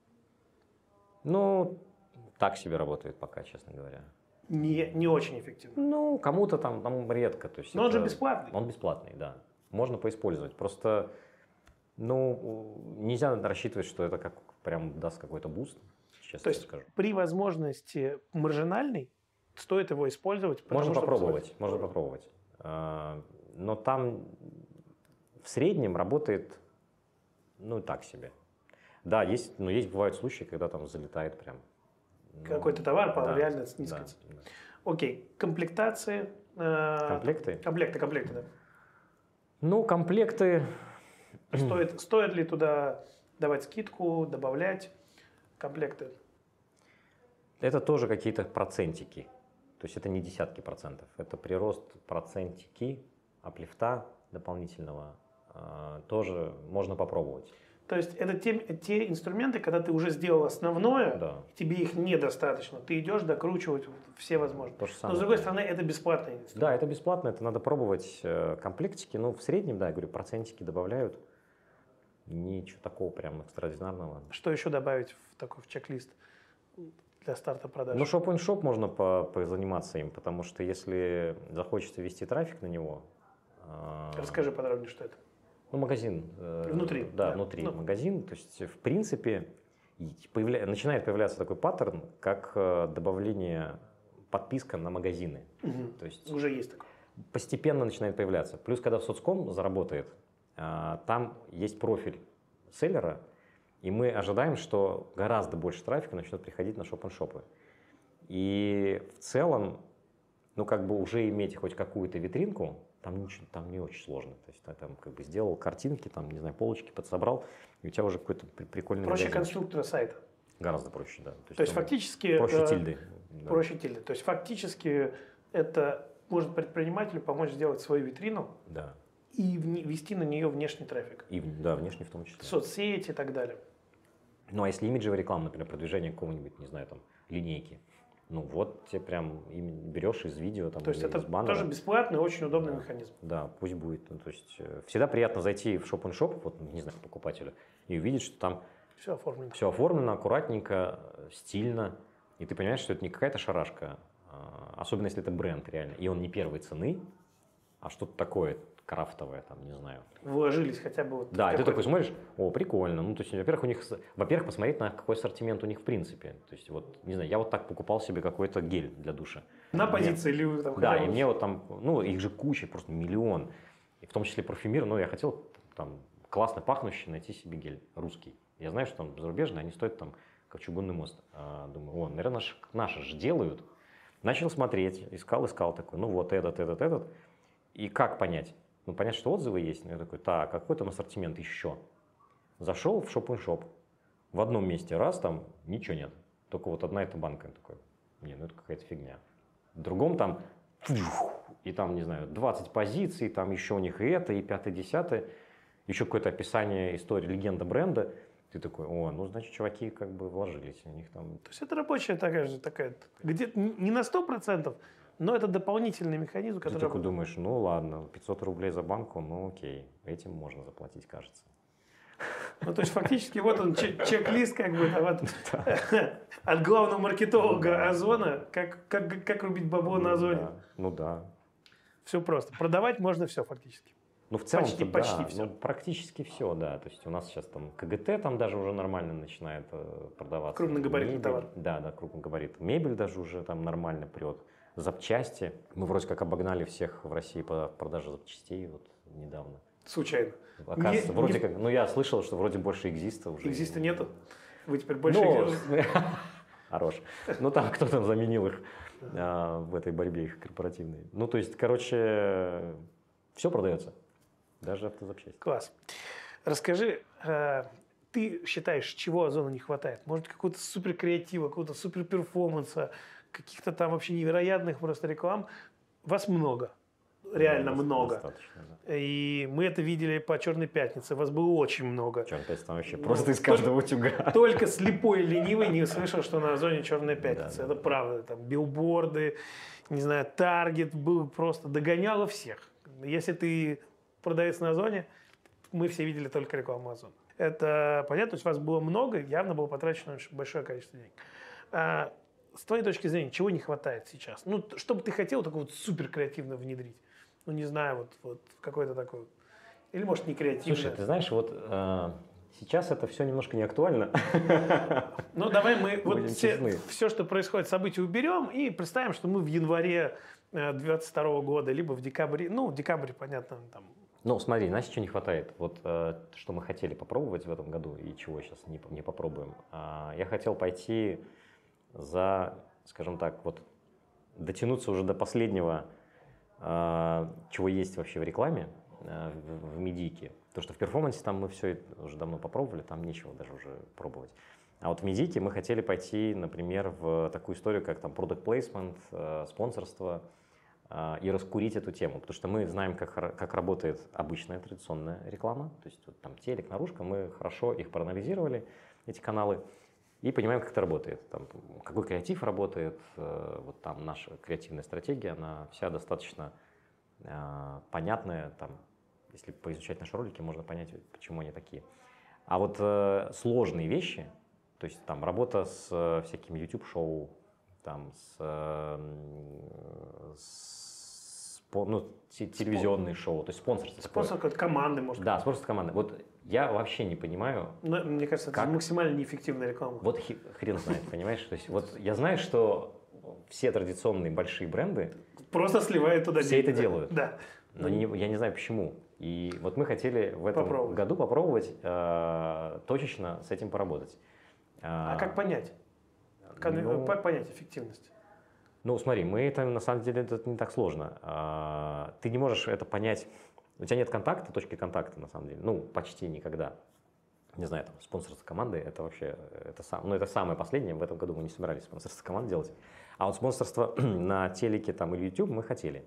Ну, так себе работает пока, честно говоря. Не, не очень эффективно. Ну, кому-то там, там редко. То есть Но он же это- бесплатный. Он бесплатный, да. Можно поиспользовать. Просто, ну, нельзя рассчитывать, что это как прям даст какой-то буст, честно То есть скажу. при возможности маржинальной стоит его использовать. потому Можно что попробовать, посмотреть. можно попробовать. А, Но там в среднем работает, ну, так себе. Да, есть, но есть, бывают случаи, когда там залетает прям. ну, Какой-то товар по да, реально с низкой да, ценой. да. Окей, комплектации. э, Комплекты? Комплекты, комплекты, да. Ну, комплекты, Стоит, стоит ли туда давать скидку, добавлять комплекты? это тоже какие-то процентики. То есть это не десятки процентов. Это прирост процентики, аплифта дополнительного. а, Тоже можно попробовать. То есть это те, те инструменты, когда ты уже сделал основное, Да. тебе их недостаточно. Ты идешь докручивать все возможные. То же Но самое. с другой стороны, это бесплатные инструменты. Да, это бесплатно, это надо пробовать э, комплектики. Ну, в среднем, да, я говорю, процентики добавляют. Ничего такого прям экстраординарного. Что еще добавить в такой в чек-лист для старта продаж? Ну, шоп-ин-шоп можно по- позаниматься им, потому что если захочется вести трафик на него... э, Расскажи подробнее, что это. Ну, магазин. э, Внутри, Да, да. внутри Ну. магазин. То есть, в принципе, и появля- начинает появляться такой паттерн, как э, добавление подписка на магазины. Мгм. То есть Уже есть такое. постепенно начинает появляться. Плюс, когда в соцком заработает, а, там есть профиль селлера, и мы ожидаем, что гораздо больше трафика начнет приходить на шоп-н-шопы. И в целом, ну, как бы уже иметь хоть какую-то витринку, там, ничего, там не очень сложно. То есть ты там как бы сделал картинки, там, не знаю, полочки подсобрал, и у тебя уже какой-то при- прикольный Проще магазин. конструктора сайта. Гораздо проще, да. То есть там фактически... проще э, тильды. да. Проще тильды. То есть фактически это может предпринимателю помочь сделать свою витрину Да. и вне- вести на нее внешний трафик. И, в- да, внешне в том числе. Соцсети и так далее. Ну, а если имиджевая реклама, например, продвижение какого-нибудь, не знаю, там, линейки, ну, вот тебе прям им берешь из видео, там, То есть или это из баннера. тоже бесплатный, очень удобный Да. механизм. Да, пусть будет. Ну, то есть э, всегда приятно зайти в шоп-н-шоп, вот, не знаю, покупателю, и увидеть, что там Все оформлено. все оформлено аккуратненько, э, стильно, и ты понимаешь, что это не какая-то шарашка, а, особенно если это бренд реально, и он не первой цены, а что-то такое крафтовое, там, не знаю. Вложились хотя бы вот Да, в и ты какой-то- такой смотришь, о, прикольно. Ну, то есть, во-первых, у них, с- во-первых, посмотреть на какой ассортимент у них в принципе. То есть, вот, не знаю, я вот так покупал себе какой-то гель для душа. На Мне- позиции или вы там Да, хотя и бы- мне вот там, ну, их же куча, просто миллион. И в том числе парфюмер, но я хотел там классно пахнущий найти себе гель русский. Я знаю, что там зарубежные, они стоят там как чугунный мост. А, думаю, о, наверное, наши, наши же делают. Начал смотреть, искал, искал такой, ну вот этот, этот, этот. И как понять? Ну, понять, что отзывы есть. Ну, я такой, так, какой там ассортимент еще? Зашел в шоп-н-шоп. В одном месте раз, там ничего нет. Только вот одна эта банка. Я такой, не, ну это какая-то фигня. В другом там, и там, не знаю, двадцать позиций, там еще у них и это, и пятое, десятое. Еще какое-то описание истории, легенда бренда. Ты такой, о, ну, значит, чуваки как бы вложились. У них там... То есть это рабочая такая же, такая, где-то не на сто процентов, но это дополнительный механизм, Ты который... такой думаешь, ну ладно, пятьсот рублей за банку, ну окей, этим можно заплатить, кажется. Ну, то есть фактически вот он, чек- чек-лист как бы там, от, от главного маркетолога Озона, как, как, как рубить бабло на Ну Озоне. да, ну да. Все просто. Продавать можно все фактически. Ну, в целом, Почти- да, почти всё. ну, практически все, да. То есть у нас сейчас там КГТ там даже уже нормально начинает э, продаваться. Крупногабаритный Мебель, товар. Да, да, крупногабарит. Мебель даже уже там нормально прет. Запчасти. Мы вроде как обогнали всех в России по продаже запчастей вот недавно. Случайно. Оказывается, Не- вроде не- как, ну я слышал, что вроде больше экзиста уже. Экзиста нету? Вы теперь больше... Ну, экзиста- хорош. Ну, там кто там заменил их а, в этой борьбе их корпоративной. Ну, то есть, короче, все продается. Даже автозапчасти. Класс. Расскажи, э, ты считаешь, чего Озону не хватает? Может, какого-то супер креатива, какого-то супер перформанса, каких-то там вообще невероятных просто реклам? Вас много. Реально Да, много. Достаточно, да. И мы это видели по «Черной пятнице». Вас было очень много. Черт, опять там вообще Ну, просто из только- каждого утюга. Только слепой и ленивый не слышал, что на Озоне «Черная пятница». Да, Это правда. Там билборды, не знаю, Таргет был просто догоняло всех. Если ты продавец на Озоне, мы все видели только рекламу Озона. Это понятно, то есть вас было много, явно было потрачено очень большое количество денег. А, с твоей точки зрения, чего не хватает сейчас? Ну, что бы ты хотел такого вот супер креативно внедрить? Ну, не знаю, вот, вот какой-то такой... Или, может, не креативно. Слушай, ты знаешь, вот э, сейчас это все немножко не актуально. Ну, давай мы вот все, все, что происходит, события уберем и представим, что мы в январе двадцать второго года, либо в декабре, ну, в декабре, понятно, там. Ну, смотри, знаешь, чего не хватает? Вот э, что мы хотели попробовать в этом году и чего сейчас не, не попробуем. А, я хотел пойти за, скажем так, вот дотянуться уже до последнего, э, чего есть вообще в рекламе, э, в, в медийке. Потому что в перформансе там мы все уже давно попробовали, там нечего даже уже пробовать. А вот в медийке мы хотели пойти, например, в такую историю, как там product placement, э, спонсорство, и раскурить эту тему, потому что мы знаем, как, как работает обычная традиционная реклама, то есть вот там телек, наружка, мы хорошо их проанализировали, эти каналы, и понимаем, как это работает, там, какой креатив работает, вот там наша креативная стратегия, она вся достаточно э, понятная, там, если поизучать наши ролики, можно понять, почему они такие. А вот э, сложные вещи, то есть там работа с э, всякими YouTube-шоу, там, с, э, с ну, телевизионные шоу, то есть спонсорство. Спонсор от команды, может. Да, спонсорство команды. Вот я вообще не понимаю. Но, мне кажется, как... это максимально неэффективная реклама. Вот хрен знает, понимаешь? То есть вот я знаю, что все традиционные большие бренды просто сливают туда все деньги. это делают. Да. Но не, я не знаю почему. И вот мы хотели в этом попробовать. году попробовать э, точечно с этим поработать. А, а как понять? Как ну, понять эффективность? Ну, смотри, мы это, на самом деле, это не так сложно. Ты не можешь это понять, у тебя нет контакта, точки контакта, на самом деле, ну, почти никогда. Не знаю, там, спонсорство команды, это вообще, это, сам, ну, это самое последнее, в этом году мы не собирались спонсорство команд делать. А вот спонсорство на телеке там, или YouTube мы хотели.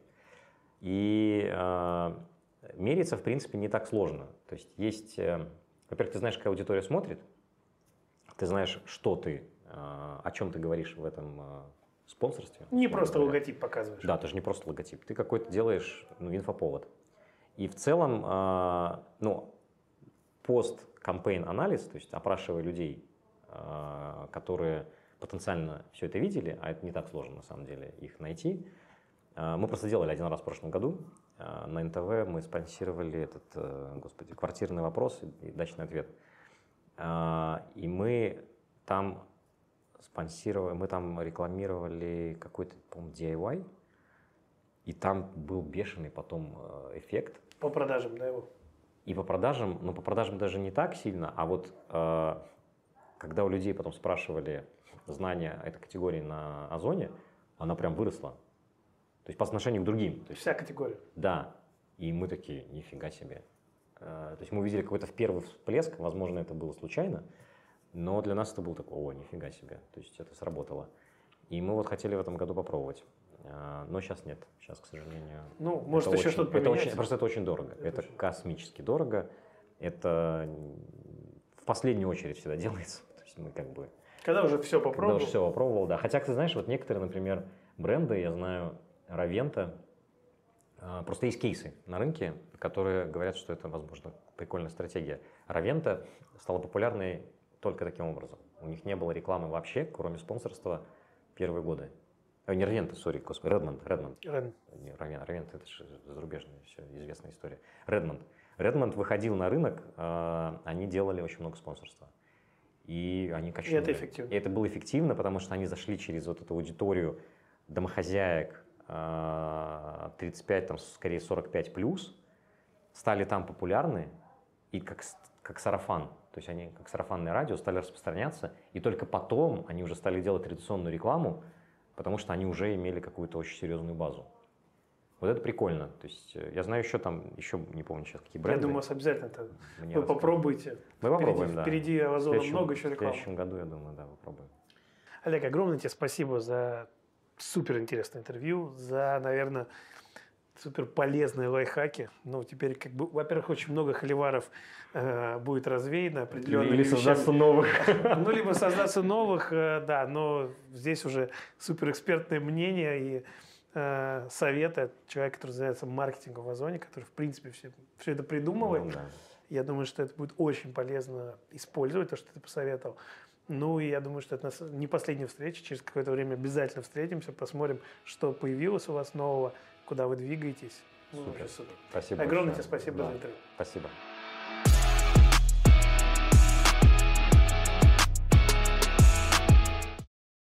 И э, мериться, в принципе, не так сложно. То есть есть, э, во-первых, ты знаешь, какая аудитория смотрит, ты знаешь, что ты, э, о чем ты говоришь в этом э, спонсорстве. Не просто говоря. Логотип показываешь. Да, это же не просто логотип. Ты какой-то делаешь ну, инфоповод. И в целом, э, ну, пост-кампейн-анализ, то есть опрашивая людей, э, которые потенциально все это видели, а это не так сложно на самом деле их найти. Э, мы просто делали один раз в прошлом году. Э, на эн тэ вэ мы спонсировали этот, э, господи, квартирный вопрос и, и дачный ответ. Э, и мы там спонсировали, мы там рекламировали какой-то, по-моему, ди ай вай, и там был бешеный потом эффект. По продажам, да, его? И по продажам, но по продажам даже не так сильно, а вот э, когда у людей потом спрашивали знания этой категории на Озоне, она прям выросла. То есть по отношению к другим. То есть, вся категория? Да. И мы такие, нифига себе. Э, то есть мы увидели какой-то первый всплеск, возможно, это было случайно, но для нас это был такой, о, нифига себе, то есть это сработало. И мы вот хотели в этом году попробовать, но сейчас нет, сейчас, к сожалению. Ну, может еще очень, что-то это поменять. очень, Просто это очень дорого, это, это очень... космически дорого, это в последнюю очередь всегда делается, то есть мы как бы... Когда уже все попробовал? Когда уже все попробовал, да. Хотя, ты знаешь, вот некоторые, например, бренды, я знаю, Равента, просто есть кейсы на рынке, которые говорят, что это, возможно, прикольная стратегия. Равента стала популярной только таким образом. У них не было рекламы вообще, кроме спонсорства, первые годы. Э, не Равента, сори, господи, Редмонд. Редмонд. Равента, это же зарубежная, все, известная история. Редмонд. Редмонд выходил на рынок, э, они делали очень много спонсорства. И они качнули. И это эффективно. И это было эффективно, потому что они зашли через вот эту аудиторию домохозяек э, тридцать пять, там, скорее сорок пять плюс, стали там популярны и как, как сарафан. То есть они, как сарафанное радио, стали распространяться, и только потом они уже стали делать традиционную рекламу, потому что они уже имели какую-то очень серьезную базу. Вот это прикольно. То есть я знаю еще там, еще не помню сейчас, какие бренды. Я думаю, обязательно это Мне вы рассказывают. Попробуйте. Мы попробуем, впереди, да. Впереди Озона много еще рекламы. В следующем году, я думаю, да, попробуем. Олег, огромное тебе спасибо за супер интересное интервью, за, наверное, супер полезные лайфхаки. Ну, теперь, как бы, во-первых, очень много холиваров э, будет развеяно. Определенными Или создаться новых. Ну, либо создаться новых, э, да, но здесь уже суперэкспертное мнение, и э, советы от человека, который занимается маркетингом в Озоне, который, в принципе, все, все это придумывает. Ну, да. Я думаю, что это будет очень полезно использовать, то, что ты посоветовал. Ну, и я думаю, что это нас- не последняя встреча. Через какое-то время обязательно встретимся, посмотрим, что появилось у вас нового, куда вы двигаетесь. Ну, Супер. вообще супер. Спасибо Огромное большое. тебе спасибо Да. за интервью. Спасибо.